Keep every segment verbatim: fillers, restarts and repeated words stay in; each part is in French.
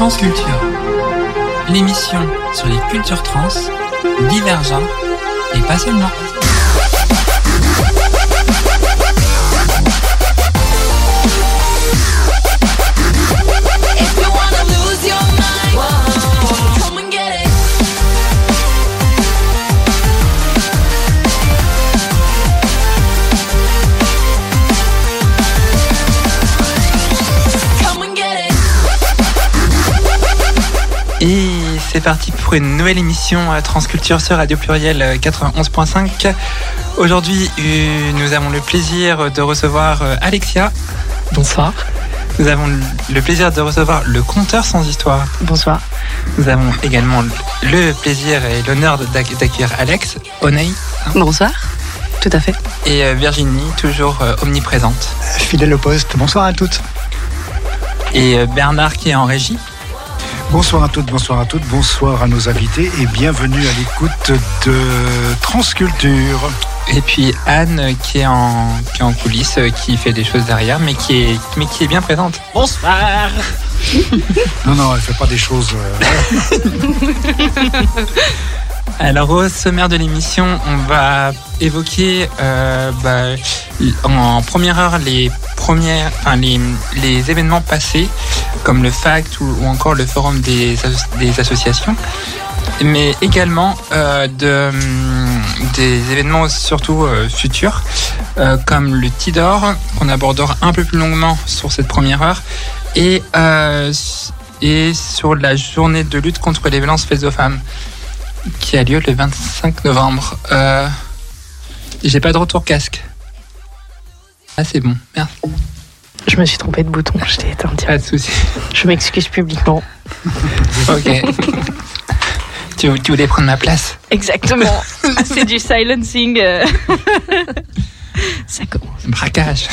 Transculture, l'émission sur les cultures trans, divergentes et pas seulement. Et c'est parti pour une nouvelle émission euh, Transculture sur Radio Pluriel euh, quatre-vingt-onze point cinq. Aujourd'hui, euh, nous avons le plaisir de recevoir euh, Alexia. Bonsoir. Nous avons le plaisir de recevoir le conteur sans histoire. Bonsoir. Nous avons également le plaisir et l'honneur d'accueillir Alex Oney. Bonsoir. Tout à fait. Et euh, Virginie, toujours euh, omniprésente. Fidèle au poste. Bonsoir à toutes. Et euh, Bernard qui est en régie. Bonsoir à toutes, bonsoir à toutes, bonsoir à nos invités et bienvenue à l'écoute de Transculture. Et puis Anne qui est en, qui est en coulisses, qui fait des choses derrière, mais qui est, mais qui est bien présente. Bonsoir. Non, non, elle fait pas des choses... Euh... Alors au sommaire de l'émission, on va évoquer euh, bah, en première heure les premières, enfin les, les événements passés, comme le FACT ou, ou encore le forum des, des associations, mais également euh, de, des événements surtout euh, futurs, euh, comme le Tidor, qu'on abordera un peu plus longuement sur cette première heure, et, euh, et sur la journée de lutte contre les violences faites aux femmes, qui a lieu le vingt-cinq novembre. Euh, j'ai pas de retour casque. Ah, c'est bon, merci. Je me suis trompée de bouton, je t'ai éteint. Pas de souci. Je m'excuse publiquement. Ok. tu, tu voulais prendre ma place? Exactement. C'est du silencing. Euh... Ça commence. Braquage.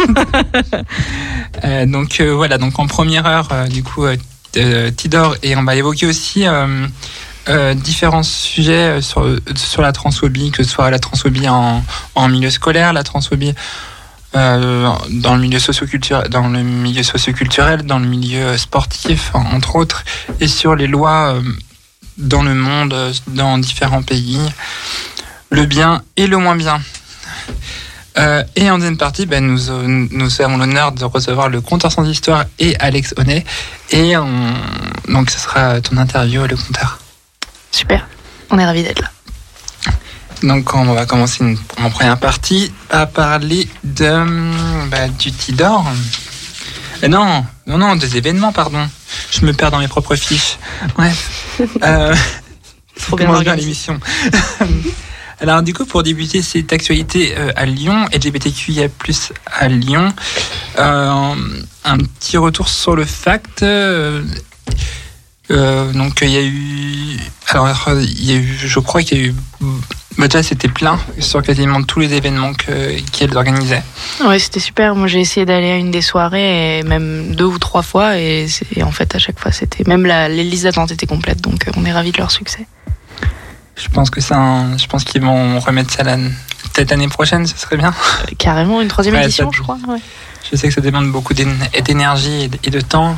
euh, donc euh, voilà, donc en première heure, euh, du coup, euh, Tidor, et on va évoquer aussi euh, Euh, différents sujets sur, sur la transphobie, que ce soit la transphobie en, en milieu scolaire, la transphobie euh, dans le milieu socioculturel, dans le milieu socioculturel, dans le milieu sportif, entre autres, et sur les lois euh, dans le monde, dans différents pays, le bien et le moins bien. Euh, et en deuxième partie, ben, nous, nous avons l'honneur de recevoir le conteur sans histoire et Alex Oney, et on, donc ce sera ton interview, le conteur. Super, on est ravis d'être là. Donc on va commencer une, en première partie à parler de, bah, du Tidor. Euh, non, non, non, des événements, pardon. Je me perds dans mes propres fiches. Bref. Euh, Trop bien organisé l'émission. Alors du coup, pour débuter cette actualité euh, à Lyon, L G B T Q I A plus, à Lyon, euh, un petit retour sur le FACT. Euh, Euh, donc il y a eu, alors il y a eu, je crois qu'il y a eu, bah déjà c'était plein sur quasiment tous les événements que, qu'elles organisaient. Ouais, c'était super. Moi j'ai essayé d'aller à une des soirées, et même deux ou trois fois, et, et en fait à chaque fois c'était, même la, les listes d'attente étaient complètes, donc on est ravis de leur succès. Je pense que c'est un, je pense qu'ils vont remettre ça la, peut-être l'année prochaine, ce serait bien. Euh, carrément une troisième ouais, édition, je crois. Ouais. Je sais que ça demande beaucoup d'énergie et de temps.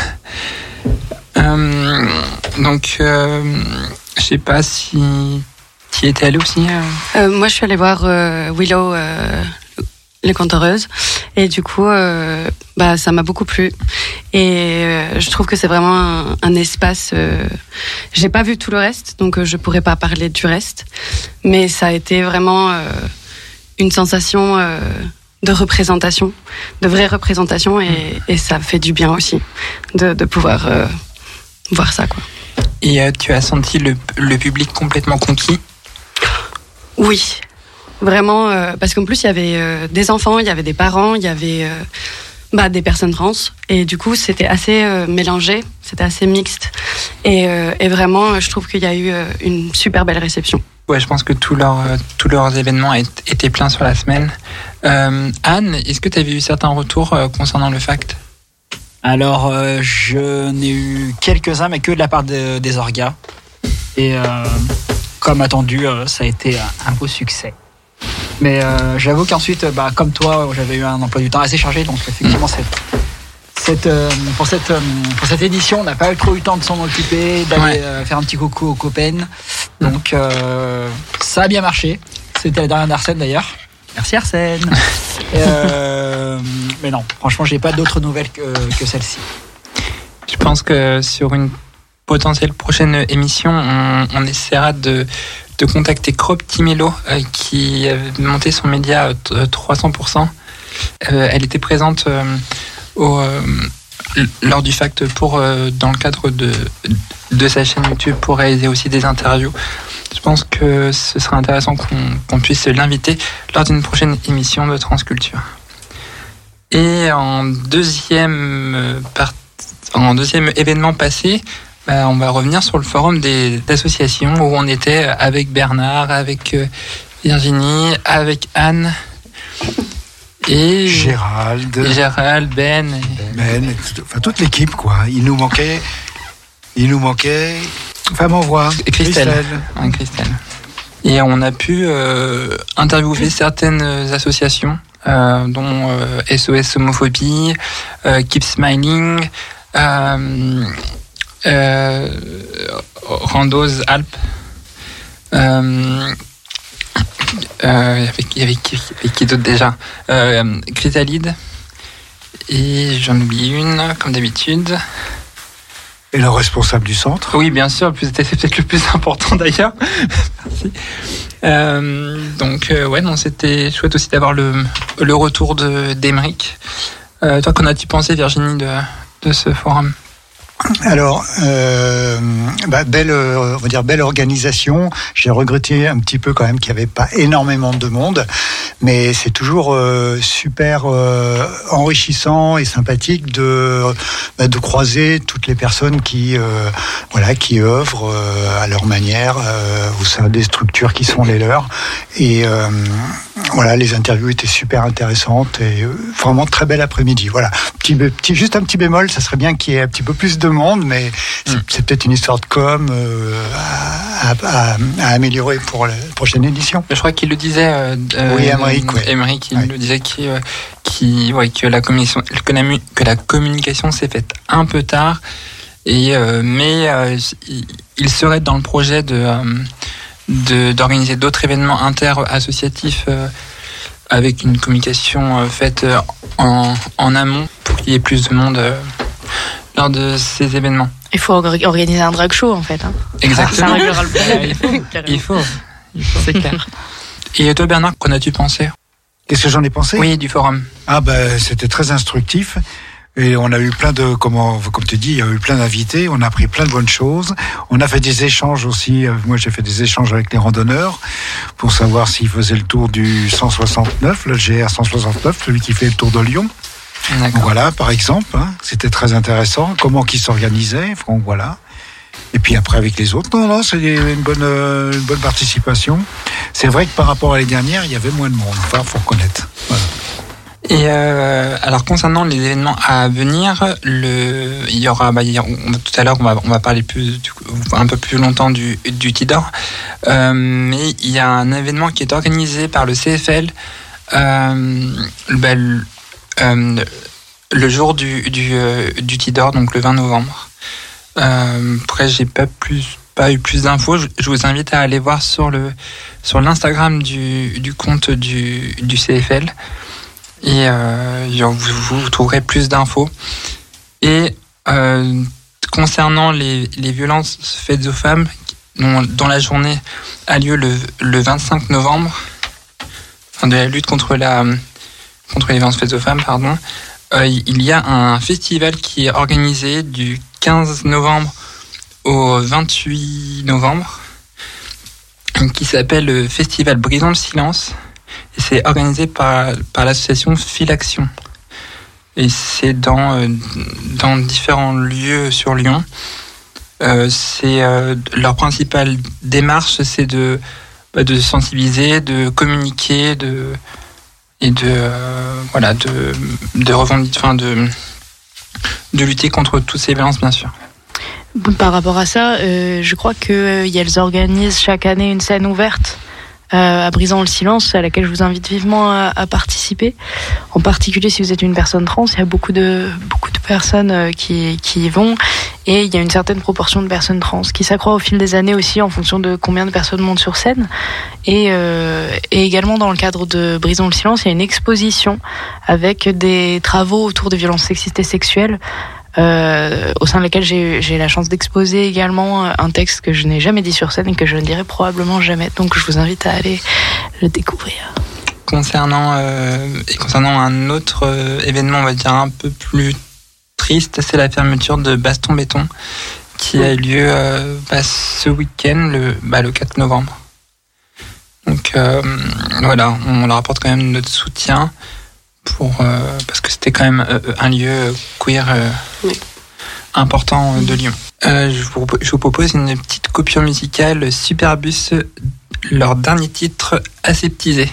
Euh, donc, euh, je sais pas si tu y étais allée aussi. Euh... Euh, moi, je suis allée voir euh, Willow, euh, les contoreuses, et du coup, euh, bah, ça m'a beaucoup plu. Et euh, je trouve que c'est vraiment un, un espace. Euh, j'ai pas vu tout le reste, donc euh, je pourrais pas parler du reste, mais ça a été vraiment euh, une sensation. Euh, de représentation, de vraie représentation, et, et ça fait du bien aussi de, de pouvoir euh, voir ça, quoi. Et euh, tu as senti le, le public complètement conquis? Oui, vraiment, euh, parce qu'en plus il y avait euh, des enfants, il y avait des parents, il y avait euh, bah, des personnes trans, et du coup c'était assez euh, mélangé, c'était assez mixte, et, euh, et vraiment je trouve qu'il y a eu euh, une super belle réception. Ouais, je pense que tous leurs, tous leurs événements étaient pleins sur la semaine. Euh, Anne, est-ce que tu avais eu certains retours euh, concernant le FACT? Alors, euh, je n'ai eu quelques-uns, mais que de la part de, des orgas. Et euh, comme attendu, euh, ça a été un, un beau succès. Mais euh, j'avoue qu'ensuite, bah, comme toi, j'avais eu un emploi du temps assez chargé, donc effectivement, c'est, cette, euh, pour, cette, euh, pour cette édition, on n'a pas trop eu le temps de s'en occuper, d'aller Ouais. euh, faire un petit coucou aux copains. Donc, euh, ça a bien marché. C'était la dernière d'Arsène d'ailleurs. Merci Arsène. euh, mais non, franchement, j'ai pas d'autres nouvelles que, que celle-ci. Je pense que sur une potentielle prochaine émission, on, on essaiera de, de contacter Croptimelo, euh, qui a monté son média euh, trois cents pour cent. Euh, elle était présente euh, au, euh, lors du Fact pour, euh, dans le cadre de, de sa chaîne YouTube, pour réaliser aussi des interviews. Je pense que ce serait intéressant qu'on, qu'on puisse l'inviter lors d'une prochaine émission de Transculture. Et en deuxième, part, en deuxième événement passé, bah, on va revenir sur le forum des associations où on était avec Bernard, avec euh, Virginie, avec Anne et Gérald, et Gérald, Ben. et- Ben, et tout- enfin toute l'équipe quoi. Il nous manquait, il nous manquait. Enfin m'envoie. Et Christelle. Ouais, Christelle. Et on a pu euh, interviewer certaines associations, euh, dont euh, S O S Homophobie, euh, Keep Smiling, euh, euh, Randos Alpes. Euh, euh, avec, avec, qui- avec qui d'autre déjà euh, Chrysalide. Et j'en oublie une, comme d'habitude. Et le responsable du centre. Oui, bien sûr, c'était c'est peut-être le plus important d'ailleurs. Merci. Euh, donc, euh, ouais, non, c'était chouette aussi d'avoir le, le retour de, d'Emeric. Euh, toi, qu'en as-tu pensé, Virginie, de, de ce forum ? Alors, euh, bah, belle, euh, on va dire belle organisation. J'ai regretté un petit peu quand même qu'il n'y avait pas énormément de monde, mais c'est toujours euh, super euh, enrichissant et sympathique de bah, de croiser toutes les personnes qui euh, voilà qui œuvrent euh, à leur manière euh, au sein des structures qui sont les leurs. Et euh, voilà, les interviews étaient super intéressantes et euh, vraiment très bel après-midi. Voilà, petit, petit, juste un petit bémol, ça serait bien qu'il y ait un petit peu plus de monde, mais c'est, Mm. c'est peut-être une histoire de com euh, à, à, à améliorer pour la prochaine édition. Je crois qu'il le disait. Euh, Oui, Emeric, euh, ouais. Emeric, il Ouais. le disait qui, euh, qui, ouais, que la communication, que la, mu- que la communication s'est faite un peu tard, et euh, mais euh, il, il serait dans le projet de, euh, de d'organiser d'autres événements inter-associatifs euh, avec une communication euh, faite euh, en, en amont pour qu'il y ait plus de monde euh, lors de ces événements. Il faut orga- organiser un drag show en fait. Hein. Exactement. Ça réglera le problème. il faut. Carrément. Il faut. Il faut, c'est clair. Et toi, Bernard, qu'en as-tu pensé ? Qu'est-ce que j'en ai pensé ? Oui, du forum. Ah ben c'était très instructif et on a eu plein de comment comme tu dis il y a eu plein d'invités, on a appris plein de bonnes choses, on a fait des échanges aussi. Moi j'ai fait des échanges avec les randonneurs pour savoir s'ils faisaient le tour du cent soixante-neuf, le G R cent soixante-neuf, celui qui fait le tour de Lyon. D'accord. Donc voilà, par exemple, hein, c'était très intéressant. Comment qu'ils s'organisaient, donc voilà. Et puis après avec les autres, non, non, c'est une bonne, euh, une bonne participation. C'est vrai que par rapport à l'année dernière, il y avait moins de monde. Enfin, faut reconnaître. Voilà. Et euh, alors concernant les événements à venir, le, il y aura, bah, il y a- on- tout à l'heure on va, on va parler plus, du coup, un peu plus longtemps du, du Tidor, euh, mais il y a un événement qui est organisé par le C F L, euh, bah, le, euh, le jour du, du, euh, du Tidor, donc le vingt novembre. Euh, après j'ai pas plus, pas eu plus d'infos. Je, je vous invite à aller voir sur le, sur l'Instagram du, du compte du, du C F L. Et euh, vous, vous, vous trouverez plus d'infos. Et euh, concernant les, les violences faites aux femmes, dont, dont la journée a lieu le, le vingt-cinq novembre, enfin de la lutte contre, la, contre les violences faites aux femmes, pardon, euh, il y a un festival qui est organisé du quinze novembre au vingt-huit novembre, qui s'appelle le Festival Brisons le silence. Et c'est organisé par, par l'association Philaction. Et c'est dans, euh, dans différents lieux sur Lyon. Euh, c'est, euh, leur principale démarche, c'est de, bah, de sensibiliser, de communiquer, de, et de, euh, voilà, de, de revendiquer, enfin de, de lutter contre toutes ces violences, bien sûr. Par rapport à ça, euh, je crois qu'elles organisent chaque année une scène ouverte euh, à Brisant le silence, à laquelle je vous invite vivement à, à participer. En particulier si vous êtes une personne trans, il y a beaucoup de beaucoup de personnes euh, qui qui y vont, et il y a une certaine proportion de personnes trans qui s'accroît au fil des années aussi en fonction de combien de personnes montent sur scène. Et, euh, et également dans le cadre de Brisons le silence, il y a une exposition avec des travaux autour des violences sexistes et sexuelles, euh, au sein de laquelle j'ai, j'ai la chance d'exposer également un texte que je n'ai jamais dit sur scène et que je ne dirai probablement jamais. Donc je vous invite à aller le découvrir. Concernant, euh, et concernant un autre euh, événement, on va dire un peu plus triste, c'est la fermeture de Baston Béton qui a eu lieu euh, bah, ce week-end, le, bah, le quatre novembre. Donc euh, voilà, on leur apporte quand même notre soutien pour, euh, parce que c'était quand même euh, un lieu queer euh, oui. important de Lyon. Euh, je, vous, je vous propose une petite coupure musicale, Superbus, leur dernier titre, Aseptisé.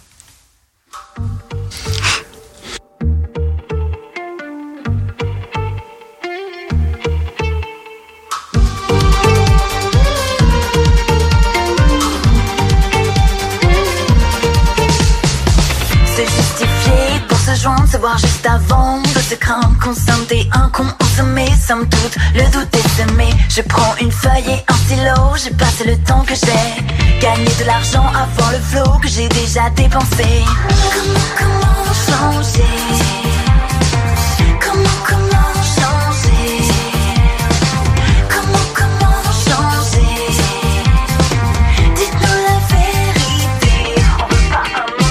Se voir juste avant de se craindre, consenter un con ensemé, somme toute, le doute est semé. Je prends une feuille et un stylo, j'ai passé le temps que j'ai gagné de l'argent avant le flot que j'ai déjà dépensé. Comment, comment changer? Comment, comment changer? Comment, comment changer? Dites-nous la vérité, on veut pas un mot.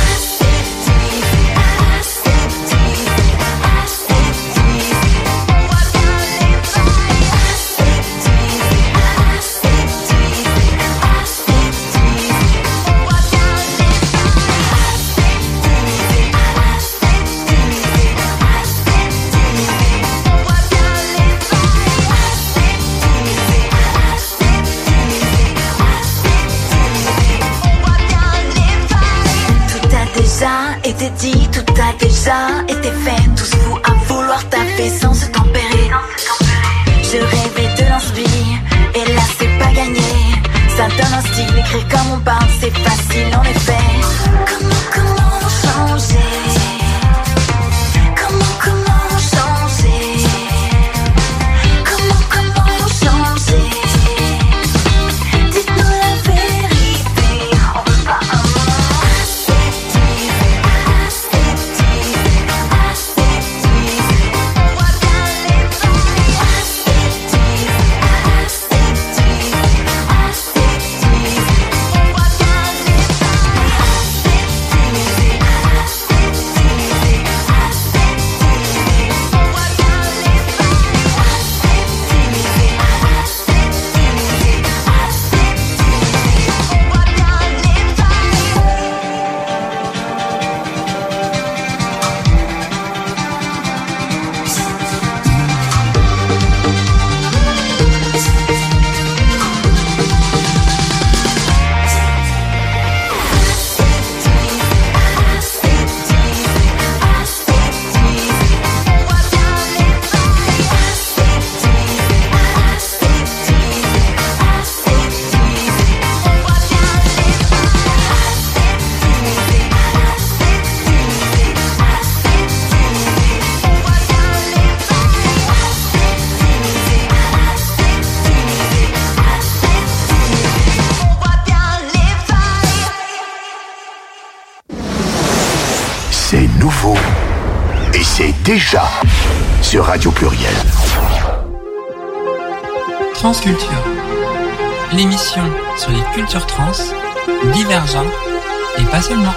Été dit, tout a déjà été fait. Tous fous à vouloir taper sans se tempérer. Je rêvais de l'inspire, et là c'est pas gagné. Ça donne un style, écrire comme on parle, c'est facile en effet. Comment, comment changer? Comment, comment changer? Comment, comment changer? Dites-nous la vérité, on veut pas un mot. C'est nouveau et c'est déjà sur Radio Pluriel. Transculture, l'émission sur les cultures trans, divergentes et pas seulement.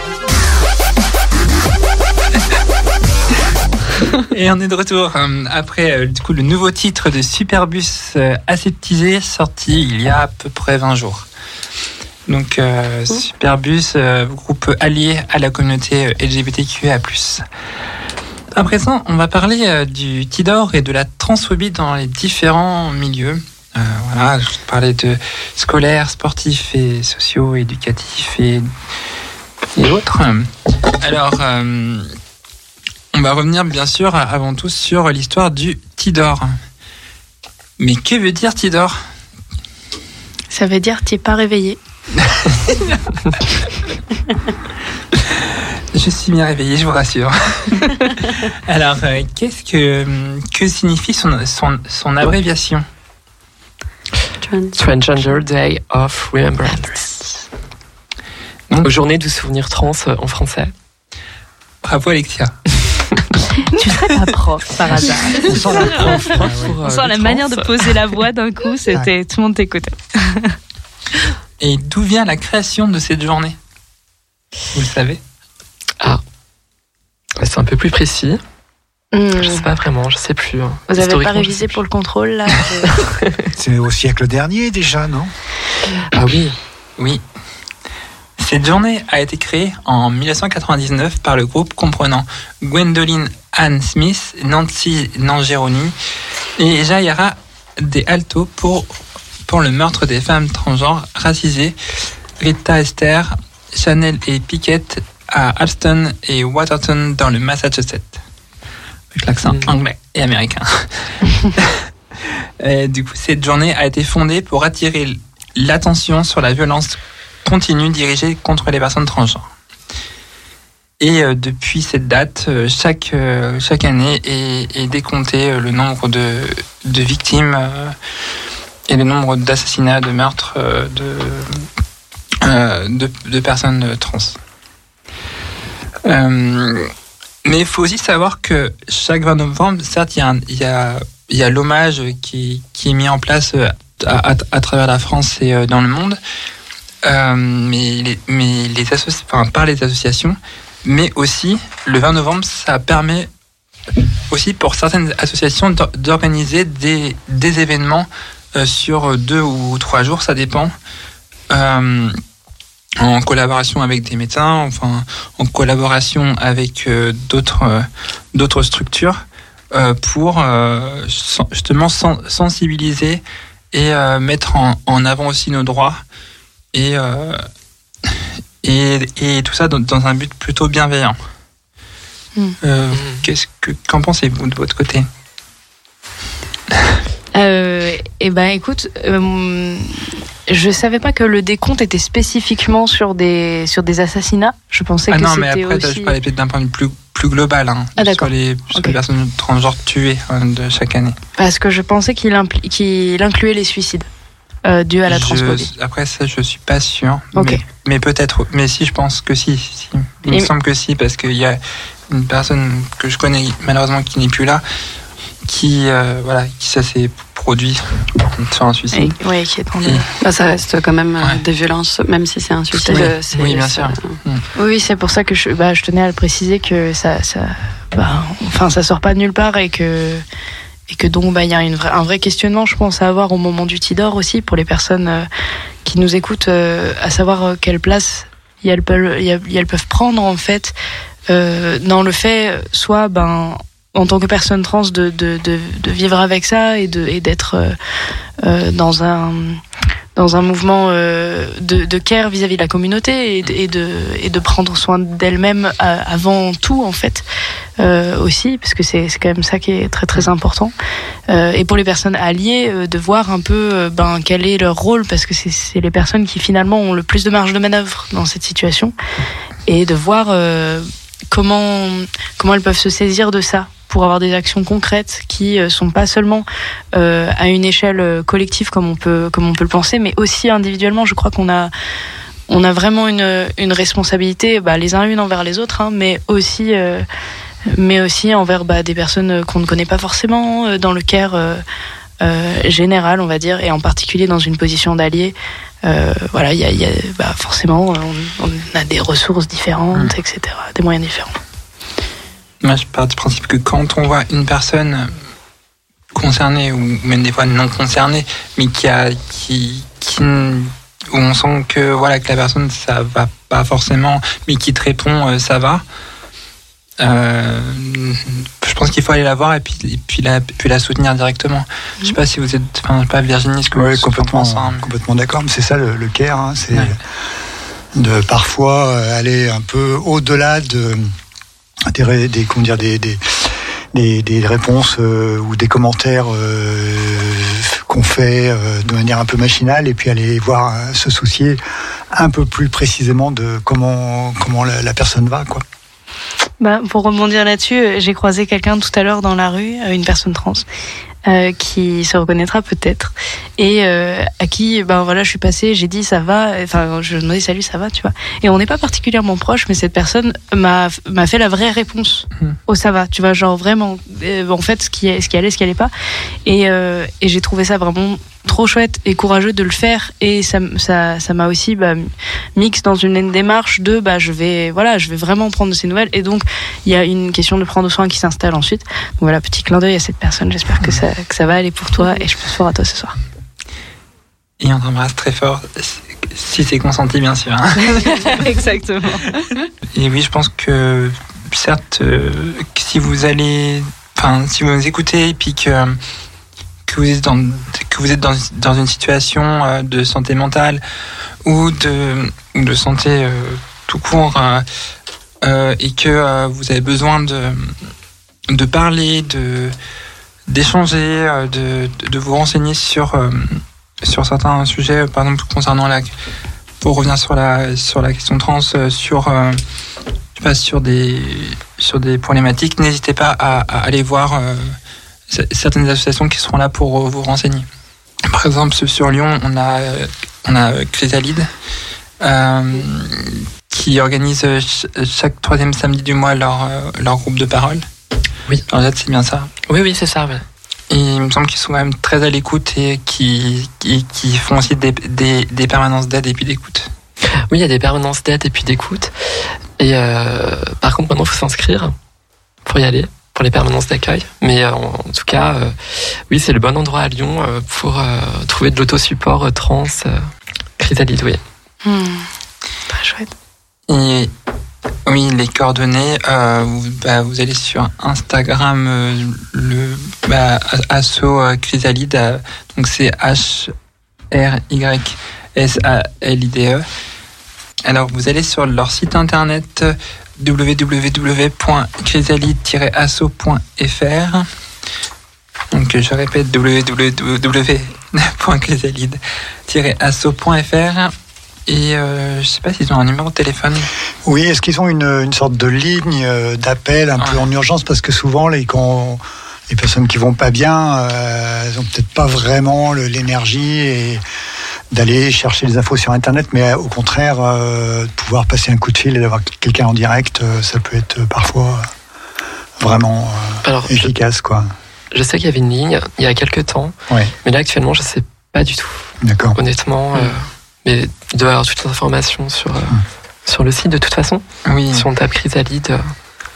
Et on est de retour euh, après euh, du coup le nouveau titre de Superbus, euh, Aseptisé, sorti il y a à peu près vingt jours. Donc euh, Superbus, euh, groupe allié à la communauté L G B T Q I A plus. À présent, on va parler euh, du Tidor et de la transphobie dans les différents milieux. Euh, voilà, je vais parler de scolaires, sportifs et sociaux, éducatifs et, et autres. Alors, euh, on va revenir bien sûr avant tout sur l'histoire du Tidor. Mais que veut dire Tidor ? Ça veut dire t'es pas réveillé. Je suis bien réveillé, je vous rassure. Alors, euh, qu'est-ce que, que signifie son, son, son abréviation? Transgender Day of Remembrance. Donc, journée du souvenir trans en français. Bravo Alexia. Tu serais pas prof par hasard. On sent la prof. Hein, pour, On euh, sent la trans. manière de poser la voix d'un coup, c'était tout le monde t'écoutait. Et d'où vient la création de cette journée? Vous le savez? Ah, c'est un peu plus précis. Mmh. Je sais pas vraiment, je sais plus. Hein. Vous avez pas Historiquement, je révisé sais pour le contrôle là? C'est au siècle dernier déjà, non? plus. Ah oui. Oui. Cette journée a été créée en dix-neuf cent quatre-vingt-dix-neuf par le groupe comprenant Gwendoline Ann Smith, Nancy Nangeroni et Jaira De Alto pour, pour le meurtre des femmes transgenres racisées, Rita Esther, Chanel et Pickett à Alston et Waterton dans le Massachusetts. Avec l'accent Mmh. anglais et américain. Et du coup, cette journée a été fondée pour attirer l'attention sur la violence continue dirigée contre les personnes transgenres. Et euh, depuis cette date, euh, chaque, euh, chaque année est, est décompté euh, le nombre de, de victimes euh, et le nombre d'assassinats, de meurtres euh, de, euh, de, de personnes trans. Euh, mais il faut aussi savoir que chaque vingt novembre, certes, il y a, un, il y a, il y a l'hommage qui, qui est mis en place à, à, à travers la France et dans le monde, euh, mais, les, mais les associ- enfin, par les associations, mais aussi le vingt novembre, ça permet aussi pour certaines associations d'or- d'organiser des, des événements euh, sur deux ou trois jours, ça dépend. Euh, en collaboration avec des médecins, enfin en collaboration avec euh, d'autres euh, d'autres structures euh, pour euh, justement sen- sensibiliser et euh, mettre en, en avant aussi nos droits et euh, et, et tout ça dans, dans un but plutôt bienveillant. Mm. Euh, qu'est-ce que qu'en pensez-vous de votre côté? Euh, et ben écoute, euh, je savais pas que le décompte était spécifiquement sur des sur des assassinats. Je pensais Ah que non, mais c'était après, aussi. je parlais peut-être d'un point de vue plus, plus global, hein, Ah, d'accord. sur, les, sur Ok. les personnes transgenres tuées hein, de chaque année. Parce que je pensais qu'il impli- qu'il incluait les suicides euh, dus à la Je- transphobie. Après ça, je suis pas sûr. Ok. Mais, mais peut-être. Mais si, je pense que si. si. Il Et- me semble que si, parce qu'il y a une personne que je connais malheureusement qui n'est plus là, qui euh, voilà, qui ça s'est produit sur un suicide. Et- ouais, qui est en- Et- Bah, ça reste quand même euh, Ouais. des violences, même si c'est un suicide. Oui. euh, c'est- Oui, bien c'est- sûr. Oui, oui, c'est pour ça que je, bah, je tenais à le préciser que ça, ça, bah, enfin, ça sort pas de nulle part et que, et que donc, bah, il y a une vraie, un vrai questionnement, je pense, à avoir au moment du Tidor aussi pour les personnes euh, qui nous écoutent, euh, à savoir euh, quelle place y elles peuvent, y a- y elles peuvent prendre en fait euh, dans le fait, soit, ben, en tant que personne trans, de, de, de, de vivre avec ça et de, et d'être euh, euh, dans un dans un mouvement euh, de, de care vis-à-vis de la communauté et de, et de, et de prendre soin d'elle-même euh, avant tout en fait euh, aussi parce que c'est, c'est quand même ça qui est très très important euh, et pour les personnes alliées euh, de voir un peu euh, ben, quel est leur rôle parce que c'est, c'est les personnes qui finalement ont le plus de marge de manœuvre dans cette situation et de voir euh, comment, comment elles peuvent se saisir de ça pour avoir des actions concrètes qui euh, sont pas seulement euh, à une échelle euh, collective comme on peut comme on peut le penser, mais aussi individuellement. Je crois qu'on a on a vraiment une une responsabilité, bah, les uns une envers les autres, hein, mais aussi euh, mais aussi envers bah, des personnes qu'on ne connaît pas forcément euh, dans le care euh, euh, général, on va dire, et en particulier dans une position d'allié. Euh, voilà, il y a, y a bah, forcément on, on a des ressources différentes, mmh. et cetera, des moyens différents. Moi, je pars du principe que quand on voit une personne concernée, ou même des fois non concernée, mais qui a, qui, qui, où on sent que, voilà, que la personne, ça va pas forcément, mais qui te répond, euh, ça va, euh, je pense qu'il faut aller la voir et puis, et puis, la, puis la soutenir directement. Mmh. Je sais pas si vous êtes, enfin, je sais pas, Virginie, ce que ouais, vous complètement, pensez. Hein, mais... complètement d'accord, mais c'est ça le, le care, hein, c'est ouais. de parfois aller un peu au-delà de Des, des, comment dire, des, des, des, des réponses euh, ou des commentaires euh, qu'on fait euh, de manière un peu machinale, et puis aller voir, euh, se soucier un peu plus précisément de comment, comment la, la personne va, quoi. Bah, pour rebondir là-dessus, j'ai croisé quelqu'un tout à l'heure dans la rue, une personne trans, euh, qui se reconnaîtra peut-être, et euh, à qui, ben voilà, je suis passée, j'ai dit ça va, enfin, je lui ai demandé salut, ça va, tu vois. Et on n'est pas particulièrement proches, mais cette personne m'a m'a fait la vraie réponse mmh. au ça va, tu vois, genre vraiment, euh, en fait, ce qui est, ce qui allait, ce qui allait pas, et euh, et j'ai trouvé ça vraiment trop chouette et courageux de le faire, et ça ça ça m'a aussi bah, mix dans une démarche de bah je vais voilà je vais vraiment prendre de ces nouvelles, et donc il y a une question de prendre soin qui s'installe ensuite. Donc voilà, petit clin d'œil à cette personne, j'espère que ça que ça va aller pour toi, et je pense fort à toi ce soir. Et on t'embrasse très fort, si c'est consenti bien sûr. Hein. Exactement. Et oui, je pense que certes, euh, que si vous allez, enfin si vous nous écoutez et puis que que vous êtes dans que vous êtes dans, dans une situation de santé mentale ou de de santé euh, tout court, euh, euh, et que euh, vous avez besoin de de parler, de d'échanger, de de vous renseigner sur euh, sur certains sujets, par exemple concernant la, pour revenir sur la sur la question trans, sur euh, je sais pas, sur des sur des problématiques, n'hésitez pas à, à aller voir euh, certaines associations qui seront là pour vous renseigner. Par exemple, sur Lyon, on a, on a Chrysalide, euh, qui organise chaque troisième samedi du mois leur, leur groupe de parole. Oui. Alors là, c'est bien ça. Oui, oui, c'est ça. Oui. Et il me semble qu'ils sont quand même très à l'écoute et qui, qui, qui font aussi des, des, des permanences d'aide et puis d'écoute. Oui, il y a des permanences d'aide et puis d'écoute. Et euh, par contre, maintenant, il faut s'inscrire pour y aller, pour les permanences d'accueil. Mais euh, en, en tout cas, euh, oui, c'est le bon endroit à Lyon euh, pour euh, trouver de l'autosupport euh, trans. Euh, Chrysalide, oui. Mmh, très chouette. Et oui, les coordonnées, euh, vous, bah, vous allez sur Instagram, euh, le bah, asso euh, Chrysalide, euh, donc c'est H R Y S A L I D E. Alors vous allez sur leur site internet w w w point chrysalide tiret asso point f r. Donc je répète w w w point chrysalide tiret asso point f r. Et euh, je sais pas s'ils ont un numéro de téléphone. Oui, est-ce qu'ils ont une, une sorte de ligne d'appel un ouais. peu en urgence, parce que souvent les, quand, les personnes qui vont pas bien, euh, elles ont peut-être pas vraiment le, l'énergie et d'aller chercher les infos sur internet, mais au contraire euh, de pouvoir passer un coup de fil et d'avoir quelqu'un en direct, euh, ça peut être parfois vraiment euh, Alors, efficace, quoi. Je sais qu'il y avait une ligne il y a quelques temps, ouais. mais là actuellement je sais pas du tout. D'accord. Honnêtement. Mmh. Euh, Mais il doit y avoir toutes les informations sur, euh, mmh. sur le site de toute façon. Oui. Si on tape Chrysalide, euh,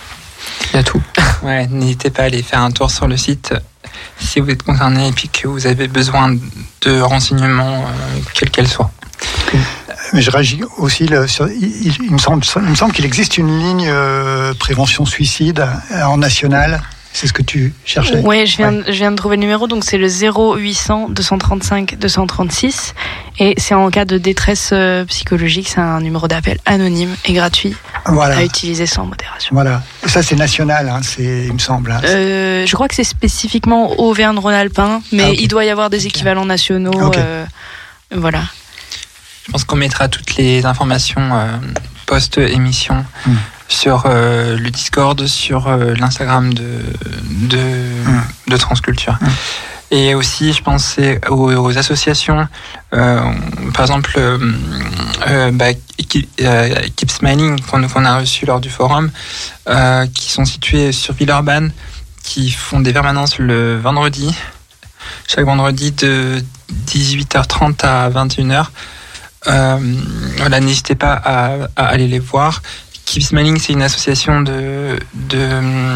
il y a tout. Ouais, n'hésitez pas à aller faire un tour sur le site si vous êtes concerné et puis que vous avez besoin de renseignements, euh, quels qu'elles soient. Mais je réagis aussi, là, sur, il, il, me semble, il me semble qu'il existe une ligne euh, prévention suicide euh, en national. C'est ce que tu cherchais ? Oui, je viens, ouais. je viens de trouver le numéro, donc c'est le zéro huit cents deux cent trente-cinq deux cent trente-six, et c'est en cas de détresse euh, psychologique, c'est un numéro d'appel anonyme et gratuit, voilà. à utiliser sans modération. Voilà, ça c'est national, hein, c'est, il me semble. Hein. Euh, je crois que c'est spécifiquement Auvergne-Rhône-Alpin, mais ah, okay. il doit y avoir des équivalents nationaux, okay. euh, voilà. Je pense qu'on mettra toutes les informations euh, post-émission. Mmh. sur euh, le Discord, sur euh, l'Instagram de, de, mmh. de Transculture. Mmh. Et aussi, je pensais aux, aux associations, euh, par exemple, euh, euh, bah, Keep, euh, Keep Smiling, qu'on, qu'on a reçu lors du forum, euh, qui sont situés sur Villeurbanne, qui font des permanences le vendredi, chaque vendredi de dix-huit heures trente à vingt et une heures. Euh, voilà, n'hésitez pas à, à aller les voir. Keep Smiling, c'est une association de de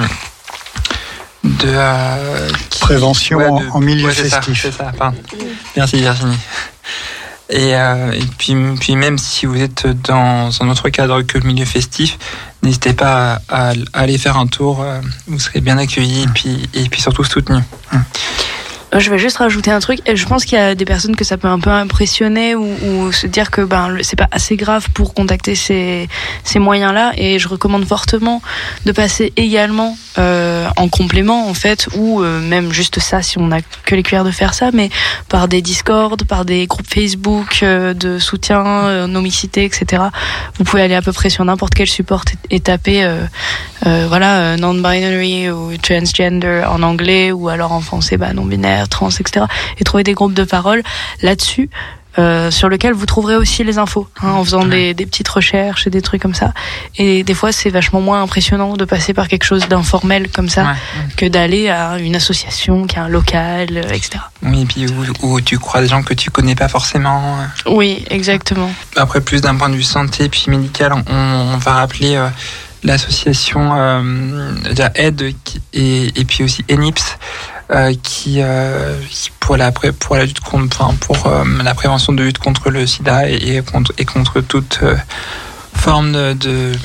de euh, qui, prévention ouais, de, en milieu ouais, festif. C'est ça, c'est ça. Enfin, merci Virginie. Et, euh, et puis puis même si vous êtes dans un autre cadre que le milieu festif, n'hésitez pas à, à aller faire un tour. Vous serez bien accueillis et puis et puis surtout soutenus. Je vais juste rajouter un truc. Je pense qu'il y a des personnes que ça peut un peu impressionner ou, ou se dire que ben c'est pas assez grave pour contacter ces ces moyens-là. Et je recommande fortement de passer également euh, en complément en fait, ou euh, même juste ça si on a que les cuillères de faire ça, mais par des Discord, par des groupes Facebook euh, de soutien, euh, non-mixité, et cetera. Vous pouvez aller à peu près sur n'importe quel support et, et taper euh, euh, voilà euh, non-binary ou transgender en anglais, ou alors en français bah non-binaire, trans, et cetera. Et trouver des groupes de parole là-dessus, euh, sur lesquels vous trouverez aussi les infos, hein, en faisant des, des petites recherches et des trucs comme ça. Et des fois, c'est vachement moins impressionnant de passer par quelque chose d'informel comme ça, ouais. que d'aller à une association qui a un local, et cetera. Oui, et puis où, où tu crois des gens que tu connais pas forcément. Oui, exactement. Après, plus d'un point de vue santé puis médical, on, on va rappeler euh, l'association euh, de Aide et, et puis aussi E N I P S. Euh, qui, euh, qui pour la pour la lutte contre enfin, pour euh, la prévention de lutte contre le sida et, et contre et contre toute euh, forme de de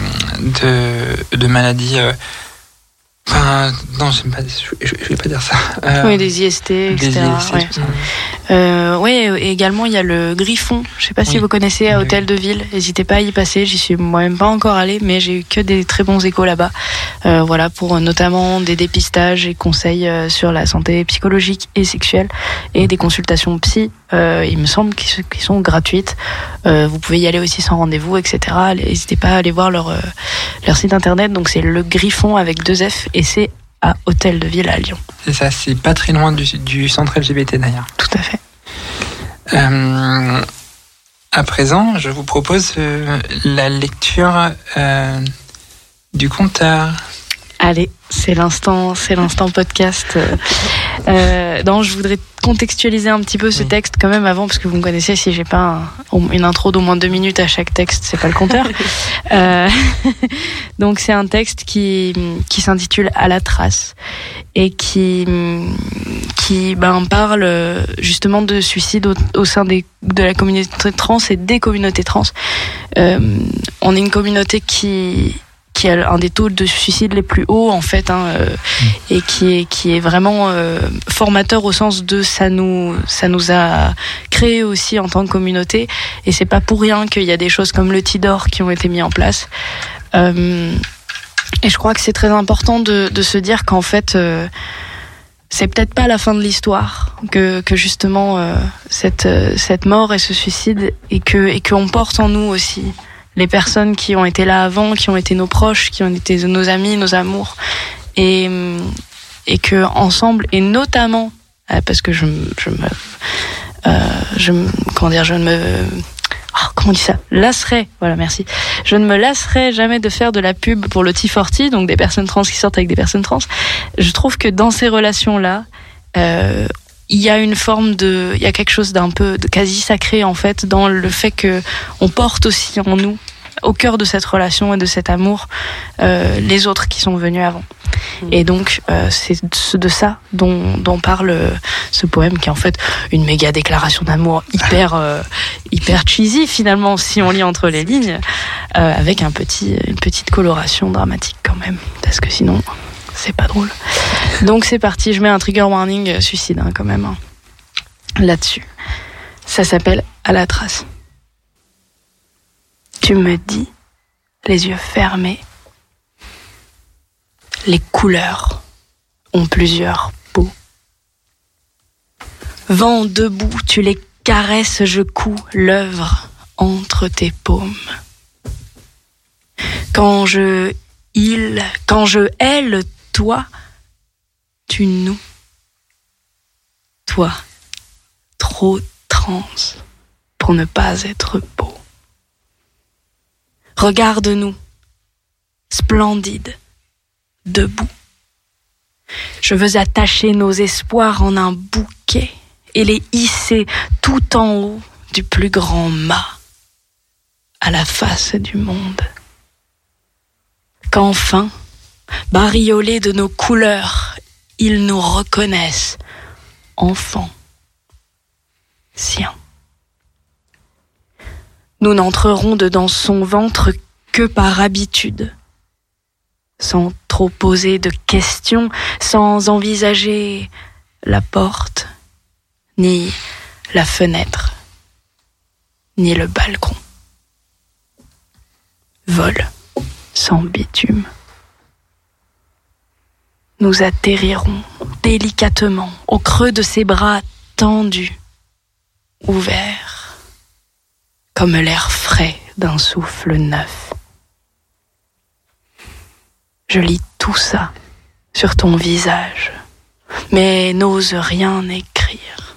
de, de maladie euh, enfin non j'aime pas je, je vais pas dire ça euh, oui des I S T, et cetera. Des I S T, ouais. Euh, oui, et également il y a le Griffon. Je sais pas si oui. vous connaissez à Hôtel de Ville. N'hésitez pas à y passer. J'y suis moi-même pas encore allée, mais j'ai eu que des très bons échos là-bas. Euh, voilà, pour notamment des dépistages et conseils euh, sur la santé psychologique et sexuelle, et des consultations psy. Euh, il me semble qu'ils sont gratuites. Euh, vous pouvez y aller aussi sans rendez-vous, et cetera. N'hésitez pas à aller voir leur euh, leur site internet. Donc c'est le Griffon avec deux F, et c'est à Hôtel de Ville à Lyon. C'est ça, c'est pas très loin du, du centre L G B T d'ailleurs. Tout à fait. Euh, à présent, je vous propose euh, la lecture euh, du compteur. Allez, c'est l'instant, c'est l'instant podcast. Euh, non, je voudrais contextualiser un petit peu ce oui. texte quand même avant, parce que vous me connaissez, si j'ai pas un, une intro d'au moins deux minutes à chaque texte, c'est pas le compteur. euh, donc c'est un texte qui qui s'intitule À la trace et qui qui ben parle justement de suicide au, au sein des de la communauté trans et des communautés trans. Euh, on est une communauté qui qui a un des taux de suicide les plus hauts en fait, hein, euh, mmh. et qui est qui est vraiment euh, formateur au sens de ça nous ça nous a créé aussi en tant que communauté, et c'est pas pour rien qu'il y a des choses comme le Tidor qui ont été mis en place. Euh, et je crois que c'est très important de de se dire qu'en fait euh, c'est peut-être pas la fin de l'histoire, que que justement euh, cette euh, cette mort et ce suicide, et que et qu'on porte en nous aussi les personnes qui ont été là avant, qui ont été nos proches, qui ont été nos amis, nos amours, et et que ensemble, et notamment parce que je je me euh, je comment dire je ne me oh, comment on dit ça lasserai voilà merci je ne me lasserai jamais de faire de la pub pour le T quarante, donc des personnes trans qui sortent avec des personnes trans. Je trouve que dans ces relations là euh, il y a une forme de, il y a quelque chose d'un peu de quasi sacré en fait dans le fait que on porte aussi en nous, au cœur de cette relation et de cet amour, euh, les autres qui sont venus avant. Mmh. Et donc euh, c'est de ça dont, dont parle ce poème, qui est en fait une méga déclaration d'amour hyper euh, hyper cheesy finalement si on lit entre les lignes, euh, avec un petit une petite coloration dramatique quand même, parce que sinon c'est pas drôle. Donc c'est parti, je mets un trigger warning suicide hein, quand même hein, là-dessus. Ça s'appelle À la trace. Tu me dis, les yeux fermés, les couleurs ont plusieurs peaux. Vent debout, tu les caresses, je couds l'œuvre entre tes paumes. Quand je il, quand je hèle, toi, tu noues. Toi, trop trans pour ne pas être beau. Regarde-nous, splendides, debout. Je veux attacher nos espoirs en un bouquet et les hisser tout en haut du plus grand mât à la face du monde. Qu'enfin, bariolés de nos couleurs, ils nous reconnaissent, enfants, siens. Nous n'entrerons dedans son ventre que par habitude, sans trop poser de questions, sans envisager la porte, ni la fenêtre, ni le balcon. Vol sans bitume. Nous atterrirons délicatement au creux de ses bras tendus, ouverts, comme l'air frais d'un souffle neuf. Je lis tout ça sur ton visage, mais n'ose rien écrire.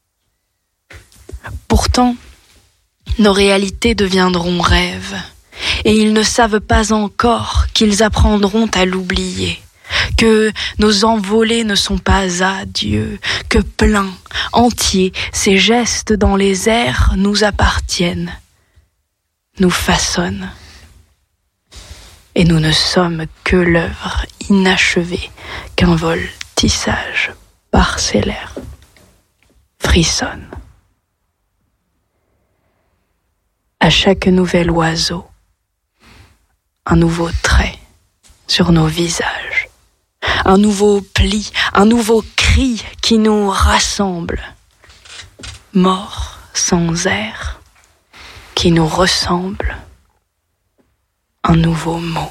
Pourtant, nos réalités deviendront rêves, et ils ne savent pas encore qu'ils apprendront à l'oublier, que nos envolées ne sont pas adieux, que pleins, entiers, ces gestes dans les airs nous appartiennent, nous façonnent. Et nous ne sommes que l'œuvre inachevée qu'un voltissage parcellaire frissonne. À chaque nouvel oiseau, un nouveau trait sur nos visages, un nouveau pli, un nouveau cri qui nous rassemble, mort sans air, qui nous ressemble, un nouveau mot.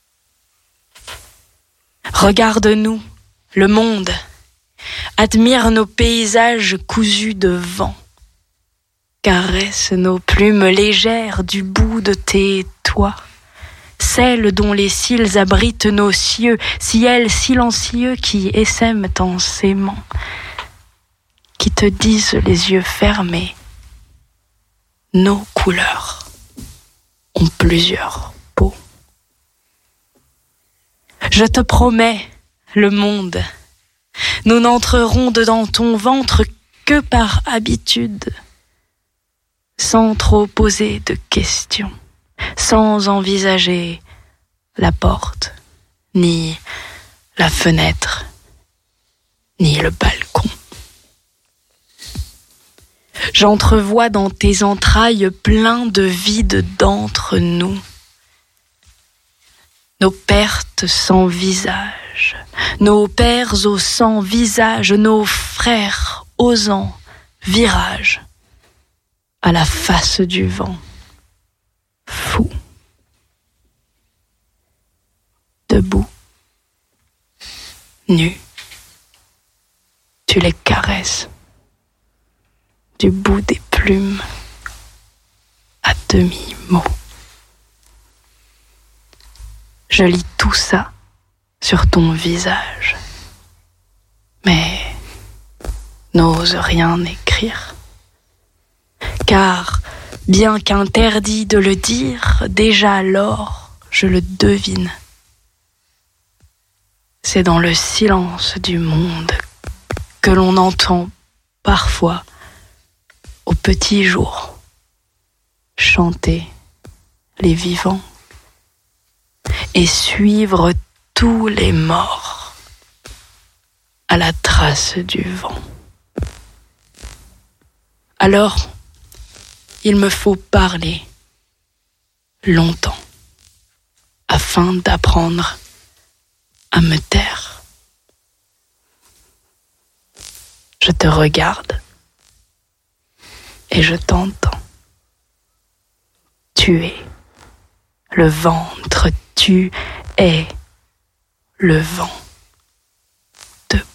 Regarde-nous, le monde, admire nos paysages cousus de vent, caresse nos plumes légères du bout de tes toits, celles dont les cils abritent nos cieux, ciels silencieux qui essaiment en s'aimant, qui te disent les yeux fermés, nos couleurs ont plusieurs peaux. Je te promets, le monde, nous n'entrerons dedans ton ventre que par habitude, sans trop poser de questions, sans envisager la porte, ni la fenêtre, ni le balcon. J'entrevois dans tes entrailles plein de vide d'entre nous, nos pertes sans visage, nos pères aux sans visage, nos frères osant virage à la face du vent, fou. Debout, nu, tu les caresses du bout des plumes à demi-mot. Je lis tout ça sur ton visage, mais n'ose rien écrire. Car, bien qu'interdit de le dire, déjà alors je le devine. C'est dans le silence du monde que l'on entend parfois, au petit jour, chanter les vivants et suivre tous les morts à la trace du vent. Alors, il me faut parler longtemps afin d'apprendre à me taire. Je te regarde et je t'entends. Tu es le ventre, tu es le vent debout.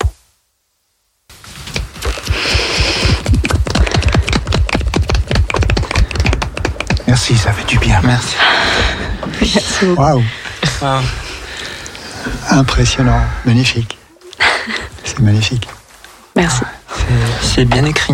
Merci, ça fait du bien. Merci. Merci beaucoup. Waouh, Wow. impressionnant, magnifique. C'est magnifique. Merci. C'est- C'est bien écrit.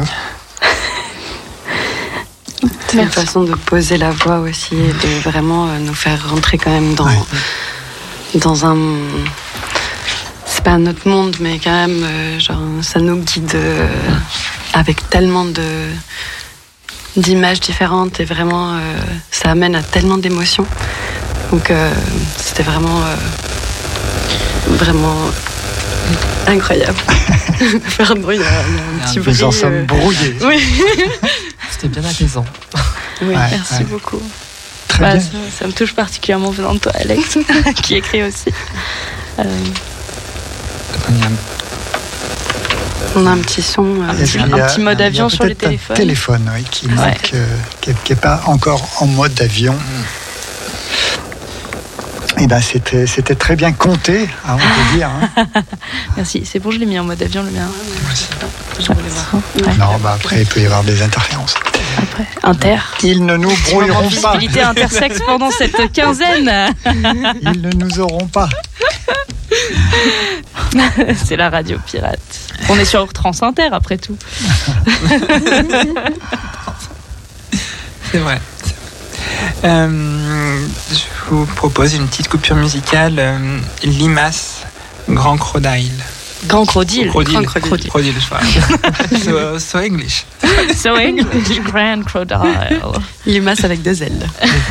C'est une façon de poser la voix aussi et de vraiment euh, nous faire rentrer quand même dans, Ouais. dans un... C'est pas un autre monde, mais quand même, euh, genre, ça nous guide euh, avec tellement de d'images différentes et vraiment, euh, ça amène à tellement d'émotions. Donc, euh, c'était vraiment, euh, vraiment incroyable. Pardon, il y a, il y a un petit bruit. Nous en sommes euh, brouillés. Oui, C'était bien apaisant. oui. Ouais, Merci ouais. beaucoup. Très Bah, bien. ça, ça me touche particulièrement venant de toi, Alex, qui écrit aussi. Euh, Il y a un- On a un petit son, euh, Et puis, un il y a- petit mode il y a avion sur les peut-être un téléphones. téléphone, oui, qui Ouais. manque, euh, qui n'est pas encore en mode avion. Et ben c'était c'était très bien compté, hein, on peut dire. Hein. Merci. C'est bon, je l'ai mis en mode avion, le mien. Ouais. Non, bah après il peut y avoir des interférences. Après, inter. Ils ne nous Petit moment de brouilleront pas. visibilité intersexe pendant cette quinzaine. Ils ne nous auront pas. C'est la radio pirate. On est sur France Inter après tout. C'est vrai. Euh, je vous propose une petite coupure musicale. euh, Limace, Grand Crocodile. Grand crocodile. Crocodile. Grand crocodile. Crocodile, je crois. so, so English. So English, Grand Crocodile. Limace avec deux ailes.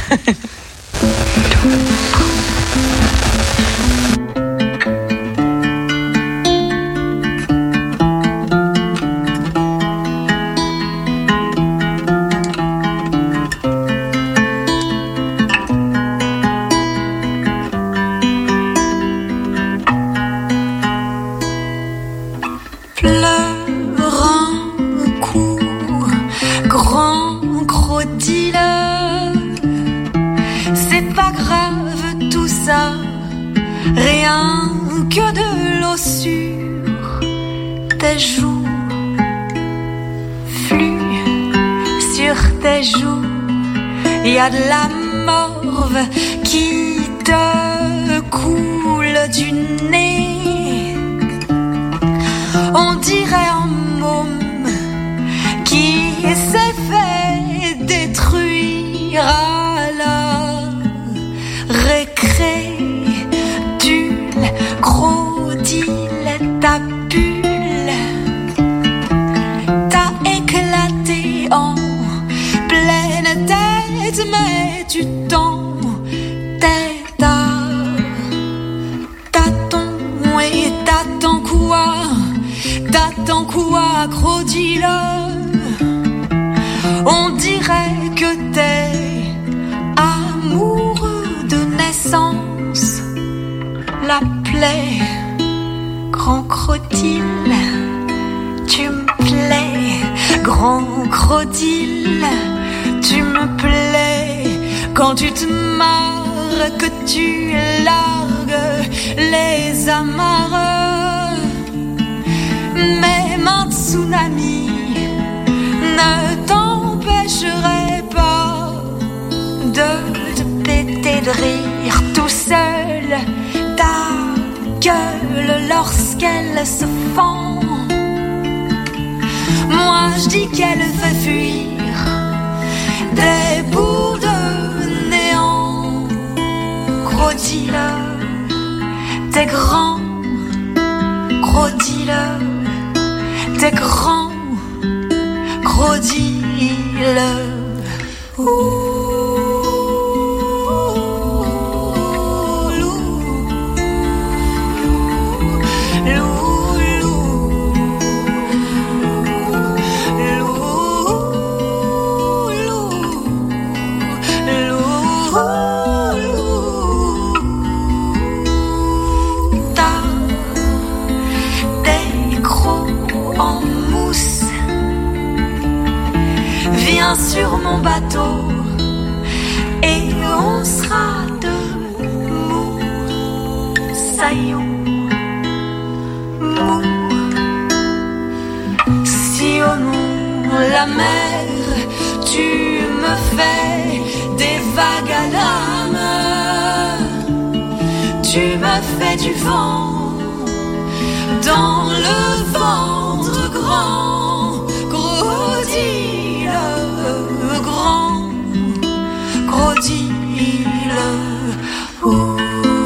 Pleure un coup, grand crocodile. C'est pas grave tout ça, rien que de l'eau sur tes joues. Flux sur tes joues, y a de la morve qui te coule du nez. On dirait un môme qui s'est fait détruire à la récré. Tu crocodile ta bulle, t'as éclaté en pleine tête, mais tu t'en tête à tâton et t'attends quoi? T'attends quoi, crocodile? On dirait que t'es amoureux de naissance. La plaie, grand crocodile, tu me plais, grand crocodile, tu me plais. Quand tu te marres, que tu largues les amarres. Même un tsunami ne t'empêcherait pas de te péter de rire tout seul. Ta gueule lorsqu'elle se fend. Moi je dis qu'elle fait fuir des bouts de néant. Crocodile, t'es grand, crocodile. T'es grand crocodile. Ouh, lou, lou, lou, Viens sur mon bateau et on sera deux moussaillons. Mou. Sillonnons la mer, tu me fais des vagues à l'âme. Tu me fais du vent dans le ventre grand. Crocodile, grand crocodile. Ouh.